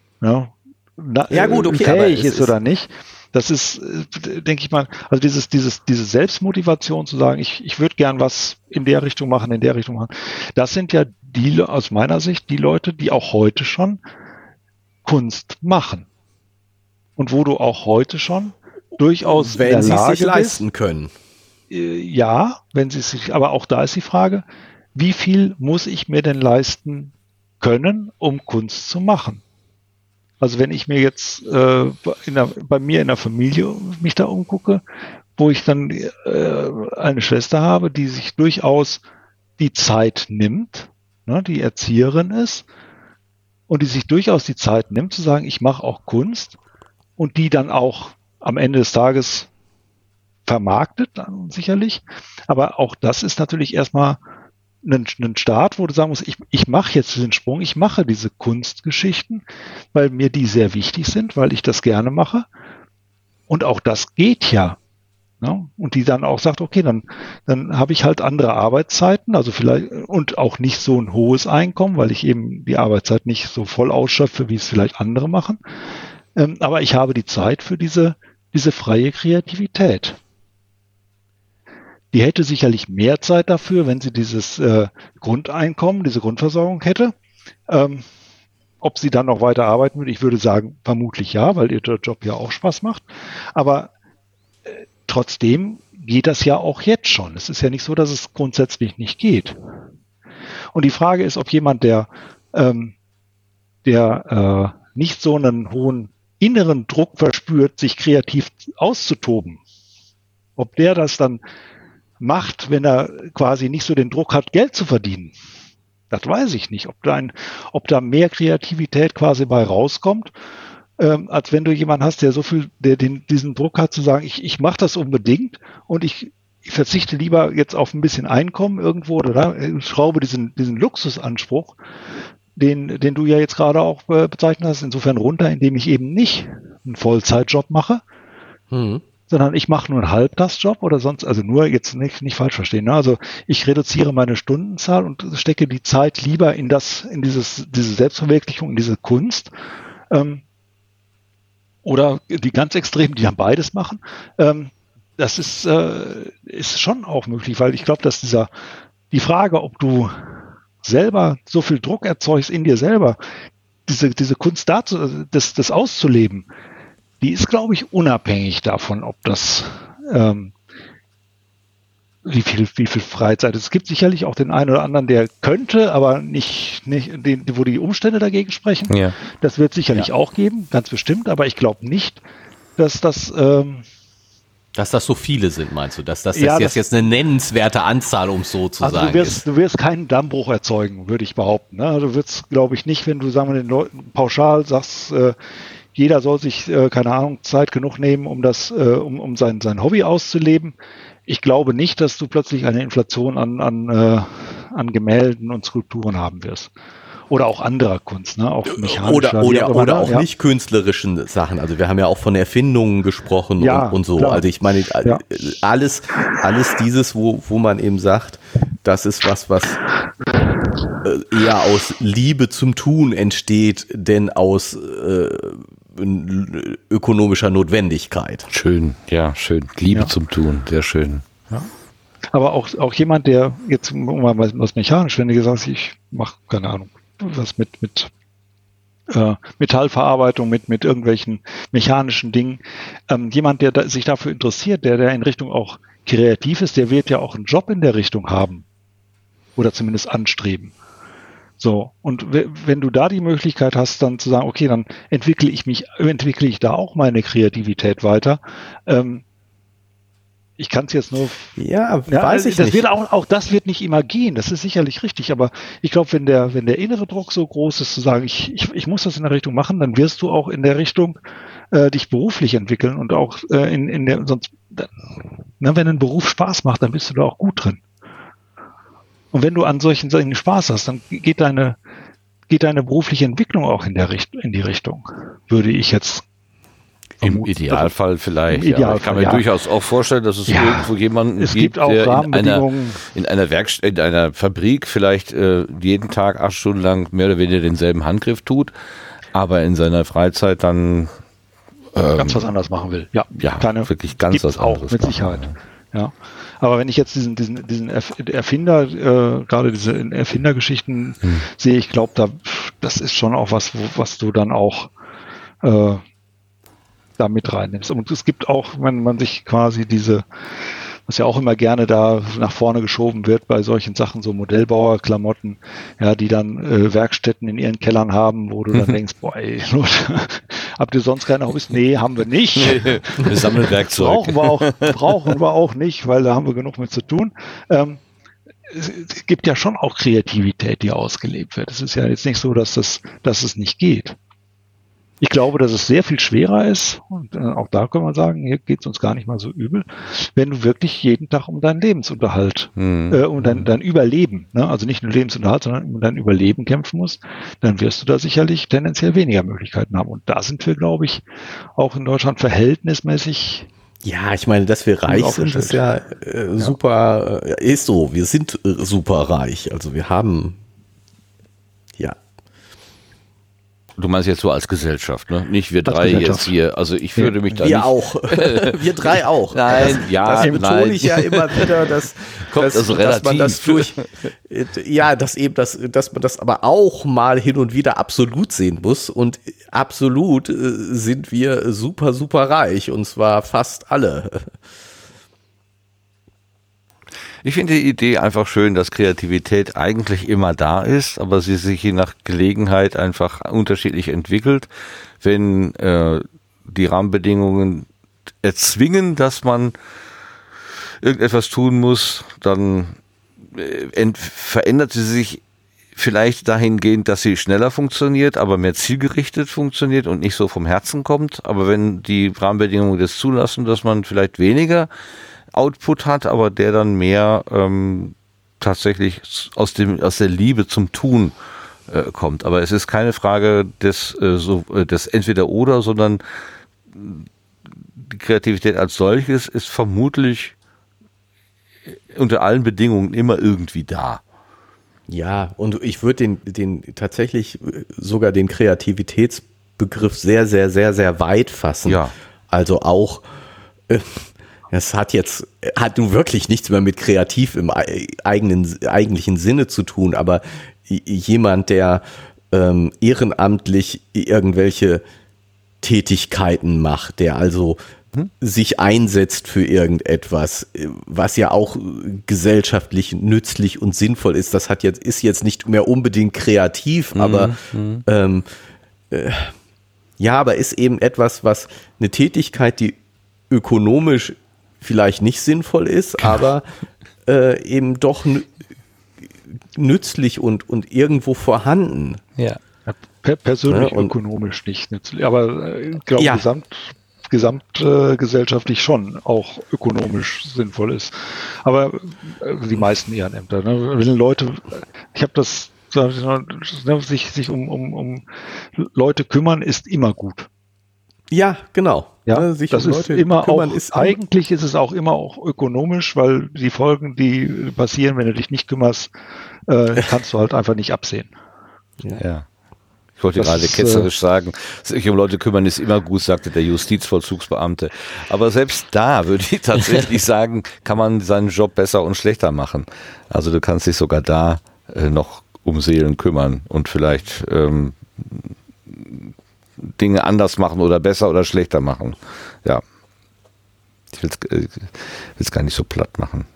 fähig ist oder nicht. Das ist, denke ich mal, also diese Selbstmotivation zu sagen, ich würde gern was in der Richtung machen, das sind ja aus meiner Sicht die Leute, die auch heute schon Kunst machen. Und wo du auch heute schon durchaus wenn in der Lage sie es sich leisten können. Ja, wenn sie es sich, aber auch da ist die Frage, wie viel muss ich mir denn leisten können, um Kunst zu machen? Also wenn ich mir jetzt bei mir in der Familie mich da umgucke, wo ich dann eine Schwester habe, die sich durchaus die Zeit nimmt, ne, die Erzieherin ist und die sich durchaus die Zeit nimmt zu sagen, ich mache auch Kunst und die dann auch am Ende des Tages vermarktet, dann sicherlich. Aber auch das ist natürlich erstmal einen Start, wo du sagen musst, ich mache jetzt diesen Sprung, ich mache diese Kunstgeschichten, weil mir die sehr wichtig sind, weil ich das gerne mache. Und auch das geht ja. Ne? Und die dann auch sagt, okay, dann habe ich halt andere Arbeitszeiten, also vielleicht und auch nicht so ein hohes Einkommen, weil ich eben die Arbeitszeit nicht so voll ausschöpfe, wie es vielleicht andere machen. Aber ich habe die Zeit für diese freie Kreativität. Die hätte sicherlich mehr Zeit dafür, wenn sie dieses Grundeinkommen, diese Grundversorgung hätte. Ob sie dann noch weiter arbeiten würde, ich würde sagen, vermutlich ja, weil ihr Job ja auch Spaß macht. Aber trotzdem geht das ja auch jetzt schon. Es ist ja nicht so, dass es grundsätzlich nicht geht. Und die Frage ist, ob jemand, der nicht so einen hohen inneren Druck verspürt, sich kreativ auszutoben, ob der das dann macht, wenn er quasi nicht so den Druck hat, Geld zu verdienen. Das weiß ich nicht, ob da mehr Kreativität quasi bei rauskommt, als wenn du jemanden hast, der diesen Druck hat zu sagen, ich mache das unbedingt und ich verzichte lieber jetzt auf ein bisschen Einkommen irgendwo oder schraube diesen Luxusanspruch, den du ja jetzt gerade auch bezeichnet hast, insofern runter, indem ich eben nicht einen Vollzeitjob mache, sondern ich mache nur einen Halbtagsjob oder sonst, also nur jetzt nicht falsch verstehen. Ne? Also ich reduziere meine Stundenzahl und stecke die Zeit lieber in diese Selbstverwirklichung, in diese Kunst. Oder die ganz Extremen, die dann beides machen. Das ist schon auch möglich, weil ich glaube, dass die Frage, ob du selber so viel Druck erzeugst in dir selber, diese Kunst dazu, das auszuleben, die ist, glaube ich, unabhängig davon, ob das wie viel Freizeit. Es gibt sicherlich auch den einen oder anderen, der könnte, aber nicht wo die Umstände dagegen sprechen. Ja. Das wird sicherlich auch geben, ganz bestimmt, aber ich glaube nicht, dass das so viele sind, meinst du? Dass das jetzt eine nennenswerte Anzahl, um es so zu sagen ist? Du wirst keinen Dammbruch erzeugen, würde ich behaupten. Ne? Du wirst, glaube ich, nicht, wenn du, sagen wir, den Leuten pauschal sagst, jeder soll sich, keine Ahnung, Zeit genug nehmen, um um sein Hobby auszuleben. Ich glaube nicht, dass du plötzlich eine Inflation an Gemälden und Skulpturen haben wirst. Oder auch anderer Kunst, ne? Auch mechanischer. Oder auch nicht künstlerischen Sachen. Also wir haben ja auch von Erfindungen gesprochen und so. Klar. Also ich meine, alles dieses, wo man eben sagt, das ist was eher aus Liebe zum Tun entsteht, denn aus ökonomischer Notwendigkeit. Schön, ja, schön. Liebe zum Tun, sehr schön. Ja. Aber auch jemand, der jetzt mal was mechanisch, wenn du gesagt hast, ich mache, keine Ahnung, was mit Metallverarbeitung, mit irgendwelchen mechanischen Dingen. Jemand, der sich dafür interessiert, der in Richtung auch kreativ ist, der wird ja auch einen Job in der Richtung haben. Oder zumindest anstreben. So, und wenn du da die Möglichkeit hast, dann zu sagen, okay, dann entwickle ich da auch meine Kreativität weiter. Ich kann es jetzt nur. Weiß ich nicht. Auch das wird nicht immer gehen. Das ist sicherlich richtig. Aber ich glaube, wenn der innere Druck so groß ist, zu sagen, ich muss das in der Richtung machen, dann wirst du auch in der Richtung dich beruflich entwickeln und auch sonst, wenn ein Beruf Spaß macht, dann bist du da auch gut drin. Und wenn du an solchen Dingen Spaß hast, dann geht deine berufliche Entwicklung auch in die Richtung, würde ich jetzt im Idealfall vielleicht. Ich kann mir durchaus auch vorstellen, dass es irgendwo jemanden gibt, der in einer Fabrik vielleicht jeden Tag 8 Stunden lang mehr oder weniger denselben Handgriff tut, aber in seiner Freizeit dann ganz was anderes machen will. Wirklich ganz was anderes. Auch mit Sicherheit. Ja. Aber wenn ich jetzt diesen Erfinder, gerade diese Erfindergeschichten sehe, ich glaube, das ist schon auch was du dann auch da mit reinnimmst. Und es gibt auch, wenn man sich quasi was ja auch immer gerne da nach vorne geschoben wird bei solchen Sachen, so Modellbauerklamotten, die dann Werkstätten in ihren Kellern haben, wo du dann denkst, boah, ey, habt ihr sonst keine Hobbys? Nee, haben wir nicht. Wir sammeln Werkzeug. Brauchen wir auch nicht, weil da haben wir genug mit zu tun. Es gibt ja schon auch Kreativität, die ausgelebt wird. Es ist ja jetzt nicht so, dass es nicht geht. Ich glaube, dass es sehr viel schwerer ist, und auch da kann man sagen, hier geht es uns gar nicht mal so übel, wenn du wirklich jeden Tag um deinen Lebensunterhalt, um dein Überleben, ne? Also nicht nur Lebensunterhalt, sondern um dein Überleben kämpfen musst, dann wirst du da sicherlich tendenziell weniger Möglichkeiten haben. Und da sind wir, glaube ich, auch in Deutschland verhältnismäßig. Ja, ich meine, dass wir reich sind, ist ja super, ist so. Wir sind super reich. Also wir haben, Du meinst jetzt so als Gesellschaft, ne? Nicht wir drei jetzt hier. Also ich würde mich da wir auch. Wir drei auch. Nein, das betone ich ja immer wieder, dass man das durch, dass man das aber auch mal hin und wieder absolut sehen muss. Und absolut sind wir super, super reich. Und zwar fast alle. Ich finde die Idee einfach schön, dass Kreativität eigentlich immer da ist, aber sie sich je nach Gelegenheit einfach unterschiedlich entwickelt. Wenn die Rahmenbedingungen erzwingen, dass man irgendetwas tun muss, dann verändert sie sich vielleicht dahingehend, dass sie schneller funktioniert, aber mehr zielgerichtet funktioniert und nicht so vom Herzen kommt. Aber wenn die Rahmenbedingungen das zulassen, dass man vielleicht weniger Output hat, aber der dann mehr tatsächlich aus der Liebe zum Tun kommt. Aber es ist keine Frage des Entweder-Oder, sondern die Kreativität als solches ist vermutlich unter allen Bedingungen immer irgendwie da. Ja, und ich würde den tatsächlich sogar den Kreativitätsbegriff sehr, sehr, sehr, sehr weit fassen. Ja. Also auch es hat nun wirklich nichts mehr mit kreativ im eigentlichen Sinne zu tun, aber jemand, der ehrenamtlich irgendwelche Tätigkeiten macht, der also sich einsetzt für irgendetwas, was ja auch gesellschaftlich nützlich und sinnvoll ist. Das ist jetzt nicht mehr unbedingt kreativ, aber aber ist eben etwas, was eine Tätigkeit, die ökonomisch vielleicht nicht sinnvoll ist, aber eben doch nützlich und irgendwo vorhanden. Ja. Persönlich ökonomisch nicht nützlich, aber ich glaube, gesamtgesellschaftlich schon auch ökonomisch sinnvoll ist. Aber die meisten Ehrenämter, ne? Wenn Leute, ich habe das, sich um Leute kümmern, ist immer gut. Ja, genau. Ja, sich das um ist Leute immer kümmern, auch, eigentlich ist es auch immer auch ökonomisch, weil die Folgen, die passieren, wenn du dich nicht kümmerst, kannst du halt einfach nicht absehen. Ja. Ich wollte gerade ketzerisch sagen, sich um Leute kümmern ist immer gut, sagte der Justizvollzugsbeamte. Aber selbst da würde ich tatsächlich sagen, kann man seinen Job besser und schlechter machen. Also du kannst dich sogar da noch um Seelen kümmern und vielleicht Dinge anders machen oder besser oder schlechter machen. Ja. Ich will es gar nicht so platt machen.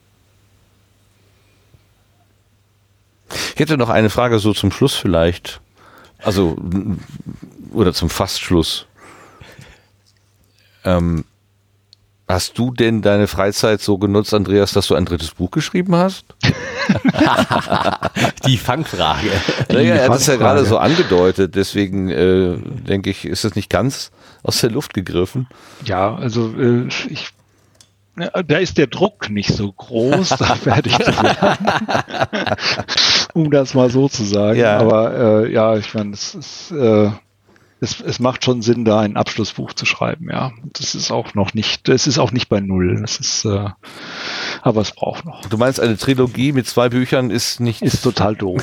Ich hätte noch eine Frage so zum Schluss vielleicht. Also, oder zum Fastschluss. Hast du denn deine Freizeit so genutzt, Andreas, dass du ein drittes Buch geschrieben hast? Die Fangfrage. Naja, er hat es ja gerade so angedeutet, deswegen denke ich, ist das nicht ganz aus der Luft gegriffen. Ja, also da ist der Druck nicht so groß, da fertig zu werden. Um das mal so zu sagen. Ja. Aber ich meine, es macht schon Sinn, da ein Abschlussbuch zu schreiben, ja. Das ist auch nicht bei Null. Das ist, aber es braucht noch. Du meinst, eine Trilogie mit 2 Büchern ist total doof.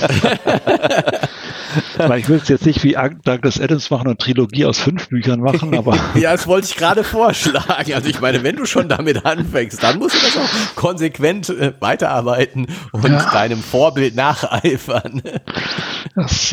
Ich will es jetzt nicht wie Douglas Adams machen und Trilogie aus 5 Büchern machen, aber. Ja, das wollte ich gerade vorschlagen. Also ich meine, wenn du schon damit anfängst, dann musst du das auch konsequent weiterarbeiten und deinem Vorbild nacheifern. Das,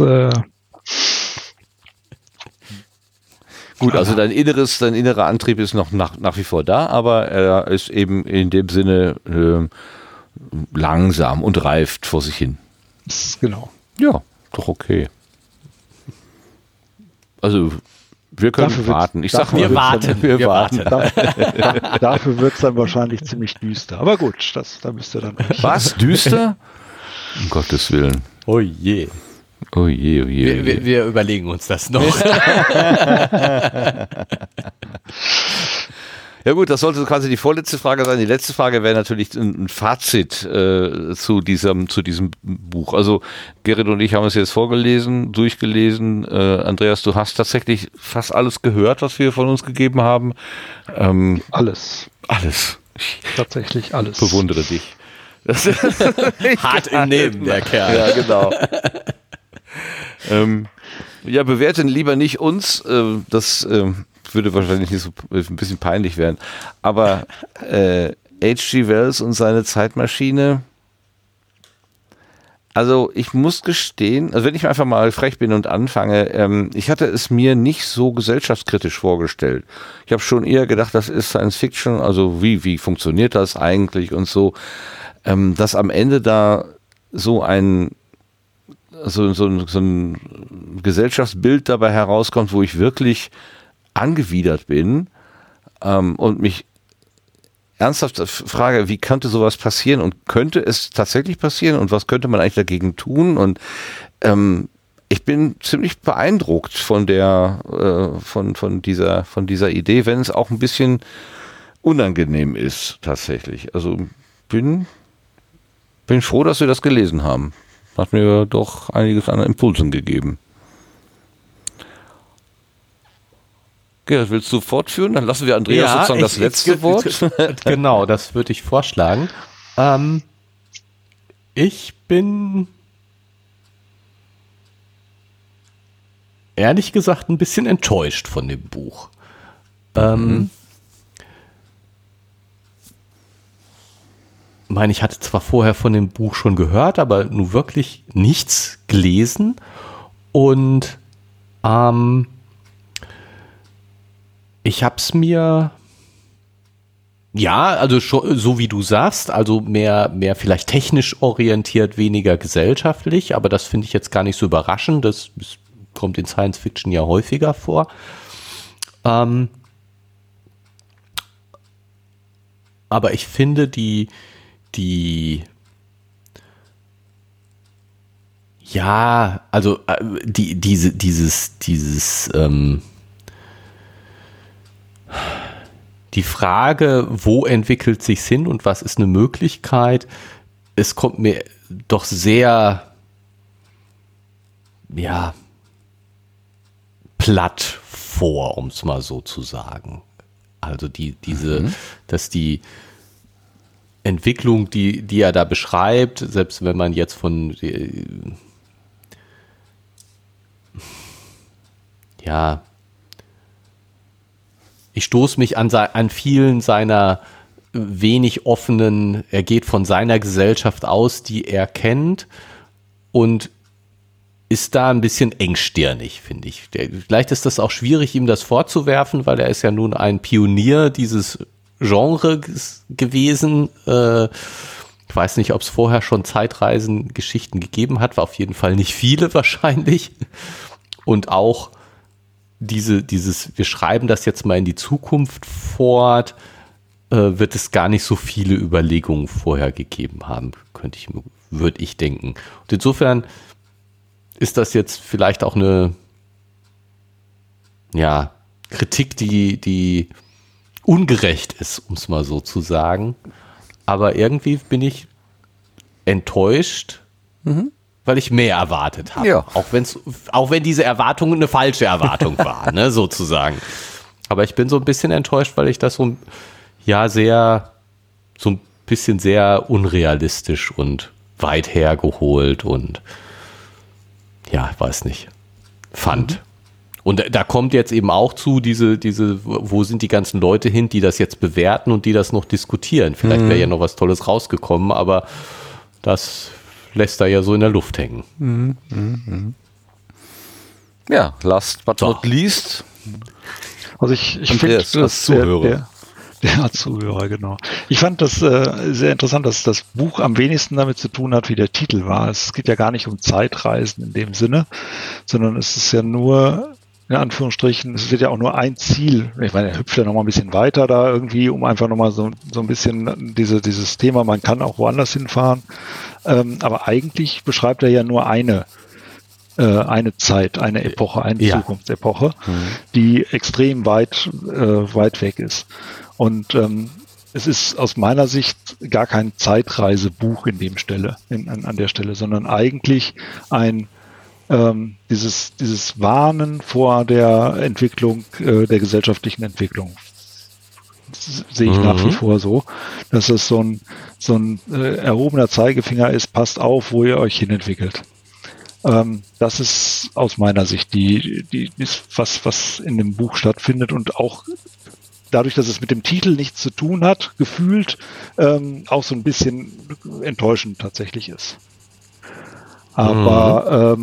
Gut, also dein innerer Antrieb ist noch nach wie vor da, aber er ist eben in dem Sinne langsam und reift vor sich hin. Genau. Ja, doch okay. Also wir können warten. Ich sage, wir warten. Dafür wird es dann wahrscheinlich ziemlich düster. Aber gut, da müsst ihr dann. Was? Düster? Um Gottes Willen. Oh je. Oh je, oh je, oh je. Wir überlegen uns das noch. Ja gut, das sollte quasi die vorletzte Frage sein. Die letzte Frage wäre natürlich ein Fazit zu diesem Buch. Also Gerrit und ich haben es jetzt durchgelesen. Andreas, du hast tatsächlich fast alles gehört, was wir von uns gegeben haben. Alles. Tatsächlich alles. Bewundere dich. Hart im Nehmen, der Kerl. Ja, genau. Bewerten lieber nicht uns. Das würde wahrscheinlich nicht so ein bisschen peinlich werden. Aber H.G. Wells und seine Zeitmaschine. Also ich muss gestehen, also wenn ich einfach mal frech bin und anfange, ich hatte es mir nicht so gesellschaftskritisch vorgestellt. Ich habe schon eher gedacht, das ist Science Fiction, also wie funktioniert das eigentlich und so. Dass am Ende da so ein Gesellschaftsbild dabei herauskommt, wo ich wirklich angewidert bin und mich ernsthaft frage, wie könnte sowas passieren und könnte es tatsächlich passieren und was könnte man eigentlich dagegen tun? Und ich bin ziemlich beeindruckt von dieser Idee, wenn es auch ein bisschen unangenehm ist tatsächlich. Also bin froh, dass wir das gelesen haben. Hat mir doch einiges an Impulsen gegeben. Gerrit, willst du fortführen? Dann lassen wir Andreas sozusagen das letzte Wort. Genau, das würde ich vorschlagen. Ich bin ehrlich gesagt ein bisschen enttäuscht von dem Buch. Ich hatte zwar vorher von dem Buch schon gehört, aber nur wirklich nichts gelesen und Ich hab's mir, ja, also schon, so wie du sagst, also mehr vielleicht technisch orientiert, weniger gesellschaftlich, aber das finde ich jetzt gar nicht so überraschend, das kommt in Science Fiction ja häufiger vor. Aber ich finde ja, also die Frage, wo entwickelt sich Sinn und was ist eine Möglichkeit, es kommt mir doch sehr, ja, platt vor, um es mal so zu sagen. Also dass die Entwicklung, die er da beschreibt, selbst wenn man jetzt ich stoße mich an vielen seiner wenig offenen, er geht von seiner Gesellschaft aus, die er kennt und ist da ein bisschen engstirnig, finde ich. Vielleicht ist das auch schwierig, ihm das vorzuwerfen, weil er ist ja nun ein Pionier dieses Genres gewesen. Ich weiß nicht, ob es vorher schon Zeitreisengeschichten gegeben hat, war auf jeden Fall nicht viele wahrscheinlich. Und auch wir schreiben das jetzt mal in die Zukunft fort, wird es gar nicht so viele Überlegungen vorher gegeben haben, würde ich denken. Und insofern ist das jetzt vielleicht auch eine Kritik, die ungerecht ist, um es mal so zu sagen. Aber irgendwie bin ich enttäuscht, weil ich mehr erwartet habe. Ja. Auch wenn diese Erwartung eine falsche Erwartung war, ne, sozusagen. Aber ich bin so ein bisschen enttäuscht, weil ich das so ein bisschen sehr unrealistisch und weit hergeholt und weiß nicht, fand. Und da kommt jetzt eben auch zu wo sind die ganzen Leute hin, die das jetzt bewerten und die das noch diskutieren. Vielleicht wäre ja noch was Tolles rausgekommen, aber das lässt er ja so in der Luft hängen. Ja, last but not least. Also ich finde das Zuhörer. Der Zuhörer, genau. Ich fand das sehr interessant, dass das Buch am wenigsten damit zu tun hat, wie der Titel war. Es geht ja gar nicht um Zeitreisen in dem Sinne, sondern es ist ja nur, in Anführungsstrichen, es wird ja auch nur ein Ziel. Ich meine, er hüpft ja nochmal ein bisschen weiter da irgendwie, um einfach nochmal so ein bisschen dieses Thema, man kann auch woanders hinfahren. Aber eigentlich beschreibt er ja nur eine Zeit, eine Epoche, eine Zukunftsepoche, die extrem weit weg ist. Und es ist aus meiner Sicht gar kein Zeitreisebuch an der Stelle, sondern eigentlich dieses Warnen vor der Entwicklung, der gesellschaftlichen Entwicklung. Das sehe ich nach wie vor so, dass es so ein erhobener Zeigefinger ist, passt auf, wo ihr euch hinentwickelt. Das ist aus meiner Sicht ist was in dem Buch stattfindet und auch dadurch, dass es mit dem Titel nichts zu tun hat, gefühlt auch so ein bisschen enttäuschend tatsächlich ist. Aber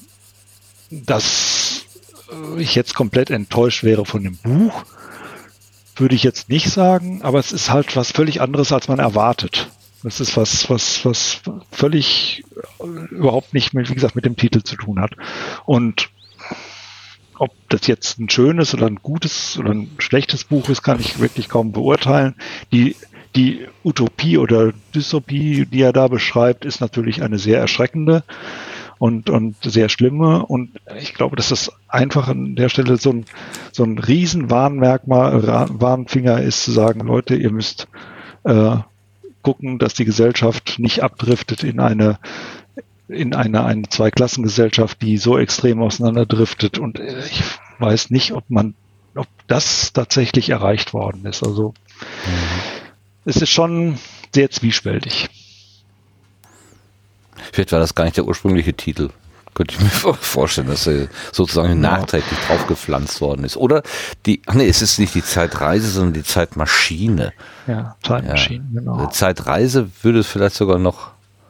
dass ich jetzt komplett enttäuscht wäre von dem Buch, würde ich jetzt nicht sagen, aber es ist halt was völlig anderes, als man erwartet. Das ist was völlig überhaupt nicht mit, wie gesagt, mit dem Titel zu tun hat. Und ob das jetzt ein schönes oder ein gutes oder ein schlechtes Buch ist, kann ich wirklich kaum beurteilen. Die Utopie oder Dystopie, die er da beschreibt, ist natürlich eine sehr erschreckende und sehr schlimme. Und ich glaube, dass das einfach an der Stelle so ein riesen Warnfinger ist, zu sagen, Leute, ihr müsst gucken, dass die Gesellschaft nicht abdriftet in eine Zweiklassengesellschaft, die so extrem auseinanderdriftet. Und ich weiß nicht, ob das tatsächlich erreicht worden ist. Also es ist schon sehr zwiespältig. Vielleicht war das gar nicht der ursprüngliche Titel. Könnte ich mir vorstellen, dass er sozusagen nachträglich draufgepflanzt worden ist. Oder es ist nicht die Zeitreise, sondern die Zeitmaschine. Ja, Zeitmaschine, genau. Die Zeitreise würde es vielleicht sogar noch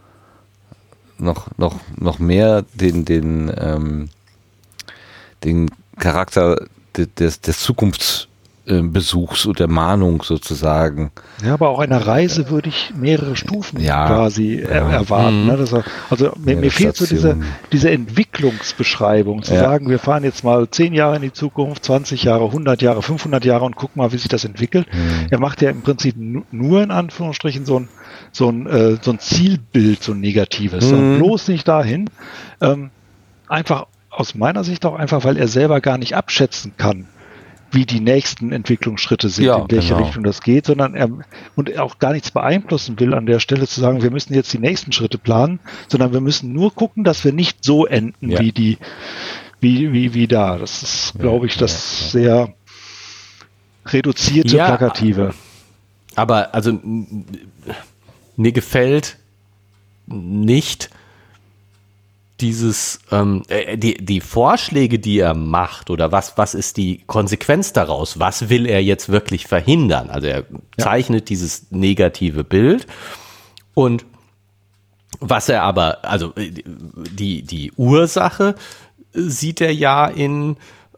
mehr den Charakter des Besuchs- oder Mahnung sozusagen. Ja, aber auch einer Reise würde ich mehrere Stufen quasi erwarten. Ne? Also mir fehlt so diese Entwicklungsbeschreibung, zu sagen, wir fahren jetzt mal 10 Jahre in die Zukunft, 20 Jahre, 100 Jahre, 500 Jahre und gucken mal, wie sich das entwickelt. Er macht ja im Prinzip nur in Anführungsstrichen so ein Zielbild, so ein negatives. Und bloß nicht dahin. Einfach aus meiner Sicht auch einfach, weil er selber gar nicht abschätzen kann, wie die nächsten Entwicklungsschritte sind, in welche Richtung das geht, sondern er auch gar nichts beeinflussen will an der Stelle zu sagen, wir müssen jetzt die nächsten Schritte planen, sondern wir müssen nur gucken, dass wir nicht so enden wie da. Das ist, glaube ich, das sehr reduzierte, plakative. Aber also mir gefällt nicht dieses, die Vorschläge, die er macht, oder was ist die Konsequenz daraus? Was will er jetzt wirklich verhindern? Also er zeichnet dieses negative Bild, und was er aber, also die Ursache sieht er ja in,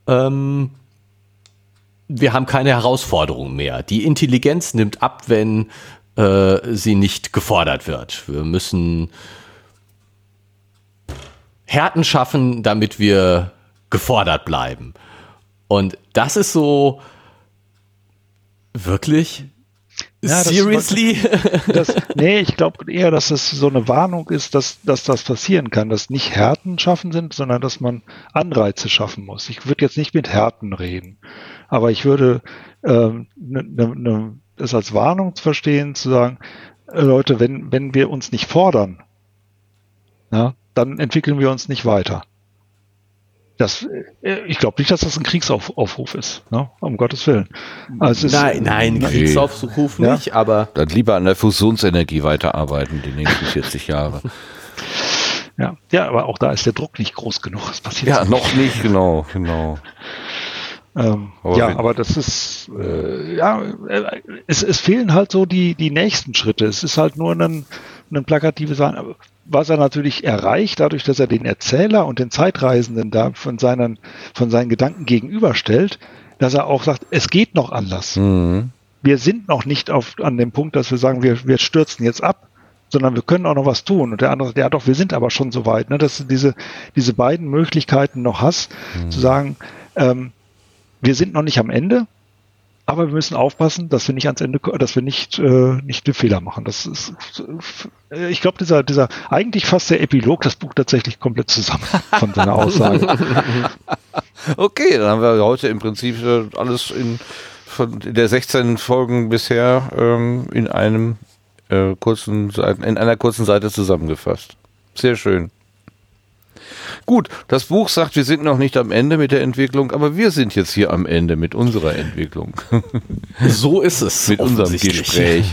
wir haben keine Herausforderung mehr. Die Intelligenz nimmt ab, wenn sie nicht gefordert wird. Wir müssen Härten schaffen, damit wir gefordert bleiben. Und das ist so wirklich seriously? Nee, ich glaube eher, dass es so eine Warnung ist, dass das passieren kann, dass nicht Härten schaffen sind, sondern dass man Anreize schaffen muss. Ich würde jetzt nicht mit Härten reden, aber ich würde das als Warnung verstehen, zu sagen, Leute, wenn wir uns nicht fordern, dann entwickeln wir uns nicht weiter. Ich glaube nicht, dass das ein Kriegsaufruf ist, ne? Um Gottes Willen. Also nein, Kriegsaufruf nicht, aber... Dann lieber an der Fusionsenergie weiterarbeiten, die nächsten 40 Jahre. Ja, aber auch da ist der Druck nicht groß genug. Das passiert noch nicht, genau. Aber das ist, es fehlen halt so die nächsten Schritte. Es ist halt nur ein plakatives Sagen. Was er natürlich erreicht, dadurch, dass er den Erzähler und den Zeitreisenden da von seinen Gedanken gegenüberstellt, dass er auch sagt, es geht noch anders. Wir sind noch nicht an dem Punkt, dass wir sagen, wir stürzen jetzt ab, sondern wir können auch noch was tun. Und der andere sagt, ja doch, wir sind aber schon so weit, ne, dass du diese beiden Möglichkeiten noch hast, zu sagen, wir sind noch nicht am Ende, aber wir müssen aufpassen, dass wir nicht ans Ende, dass wir nicht den Fehler machen. Das ist, ich glaube, dieser eigentlich fasst der Epilog das Buch tatsächlich komplett zusammen von seiner Aussage. Okay, dann haben wir heute im Prinzip alles in der 16 Folgen bisher in einer kurzen Seite zusammengefasst. Sehr schön. Gut, das Buch sagt, wir sind noch nicht am Ende mit der Entwicklung, aber wir sind jetzt hier am Ende mit unserer Entwicklung. So ist es. Mit unserem Gespräch.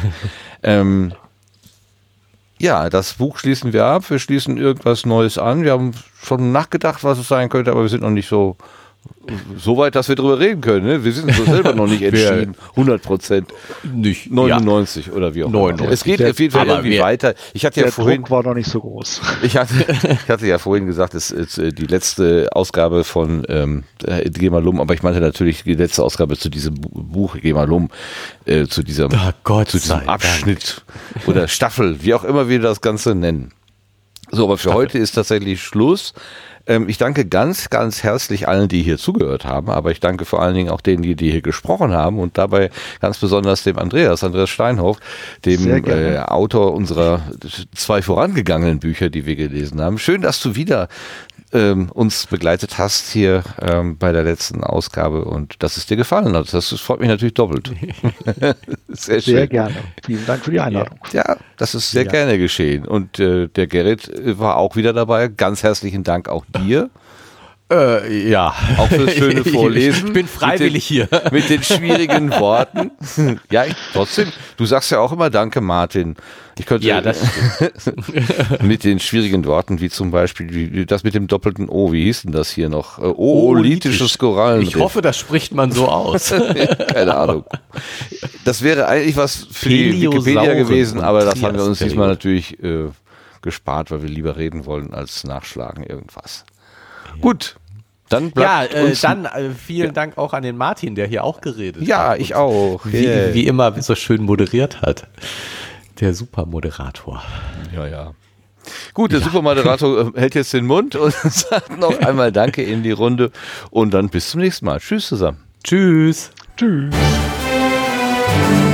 Das Buch schließen wir ab. Wir schließen irgendwas Neues an. Wir haben schon nachgedacht, was es sein könnte, aber wir sind noch nicht so weit, dass wir drüber reden können. Ne? Wir sind so selber noch nicht entschieden. 100%. Nicht 99 oder wie auch immer. 99. Es geht auf jeden Fall irgendwie weiter. Ich hatte ja vorhin, Druck war noch nicht so groß. Ich hatte ja vorhin gesagt, es ist die letzte Ausgabe von Gemalum, aber ich meinte natürlich die letzte Ausgabe zu diesem Buch Gemalum, zu diesem Abschnitt oder Staffel, wie auch immer wir das Ganze nennen. So, aber für heute ist tatsächlich Schluss. Ich danke ganz, ganz herzlich allen, die hier zugehört haben, aber ich danke vor allen Dingen auch denen, die hier gesprochen haben und dabei ganz besonders dem Andreas Steinhoff, dem Autor unserer 2 vorangegangenen Bücher, die wir gelesen haben. Schön, dass du wieder uns begleitet hast hier bei der letzten Ausgabe und dass es dir gefallen hat. Das freut mich natürlich doppelt. Sehr schön. Sehr gerne. Vielen Dank für die Einladung. Ja, das ist sehr gerne geschehen. Und der Gerrit war auch wieder dabei. Ganz herzlichen Dank auch dir. Auch fürs schöne Vorlesen. Ich bin freiwillig hier. Mit den schwierigen Worten. Ja, trotzdem, du sagst ja auch immer Danke, Martin. Ich könnte das mit den schwierigen Worten, wie zum Beispiel das mit dem doppelten O, wie hieß denn das hier noch? Oolithisches Korallenriff. Ich hoffe, das spricht man so aus. Keine Ahnung. Das wäre eigentlich was für die Wikipedia gewesen, aber das haben wir uns diesmal natürlich gespart, weil wir lieber reden wollen, als nachschlagen irgendwas. Ja. Gut. Dann bleibt vielen Dank auch an den Martin, der hier auch geredet hat. Ja, ich auch. Wie immer so schön moderiert hat. Der Supermoderator. Ja. Gut, der Supermoderator hält jetzt den Mund und sagt noch einmal Danke in die Runde und dann bis zum nächsten Mal. Tschüss zusammen. Tschüss. Tschüss.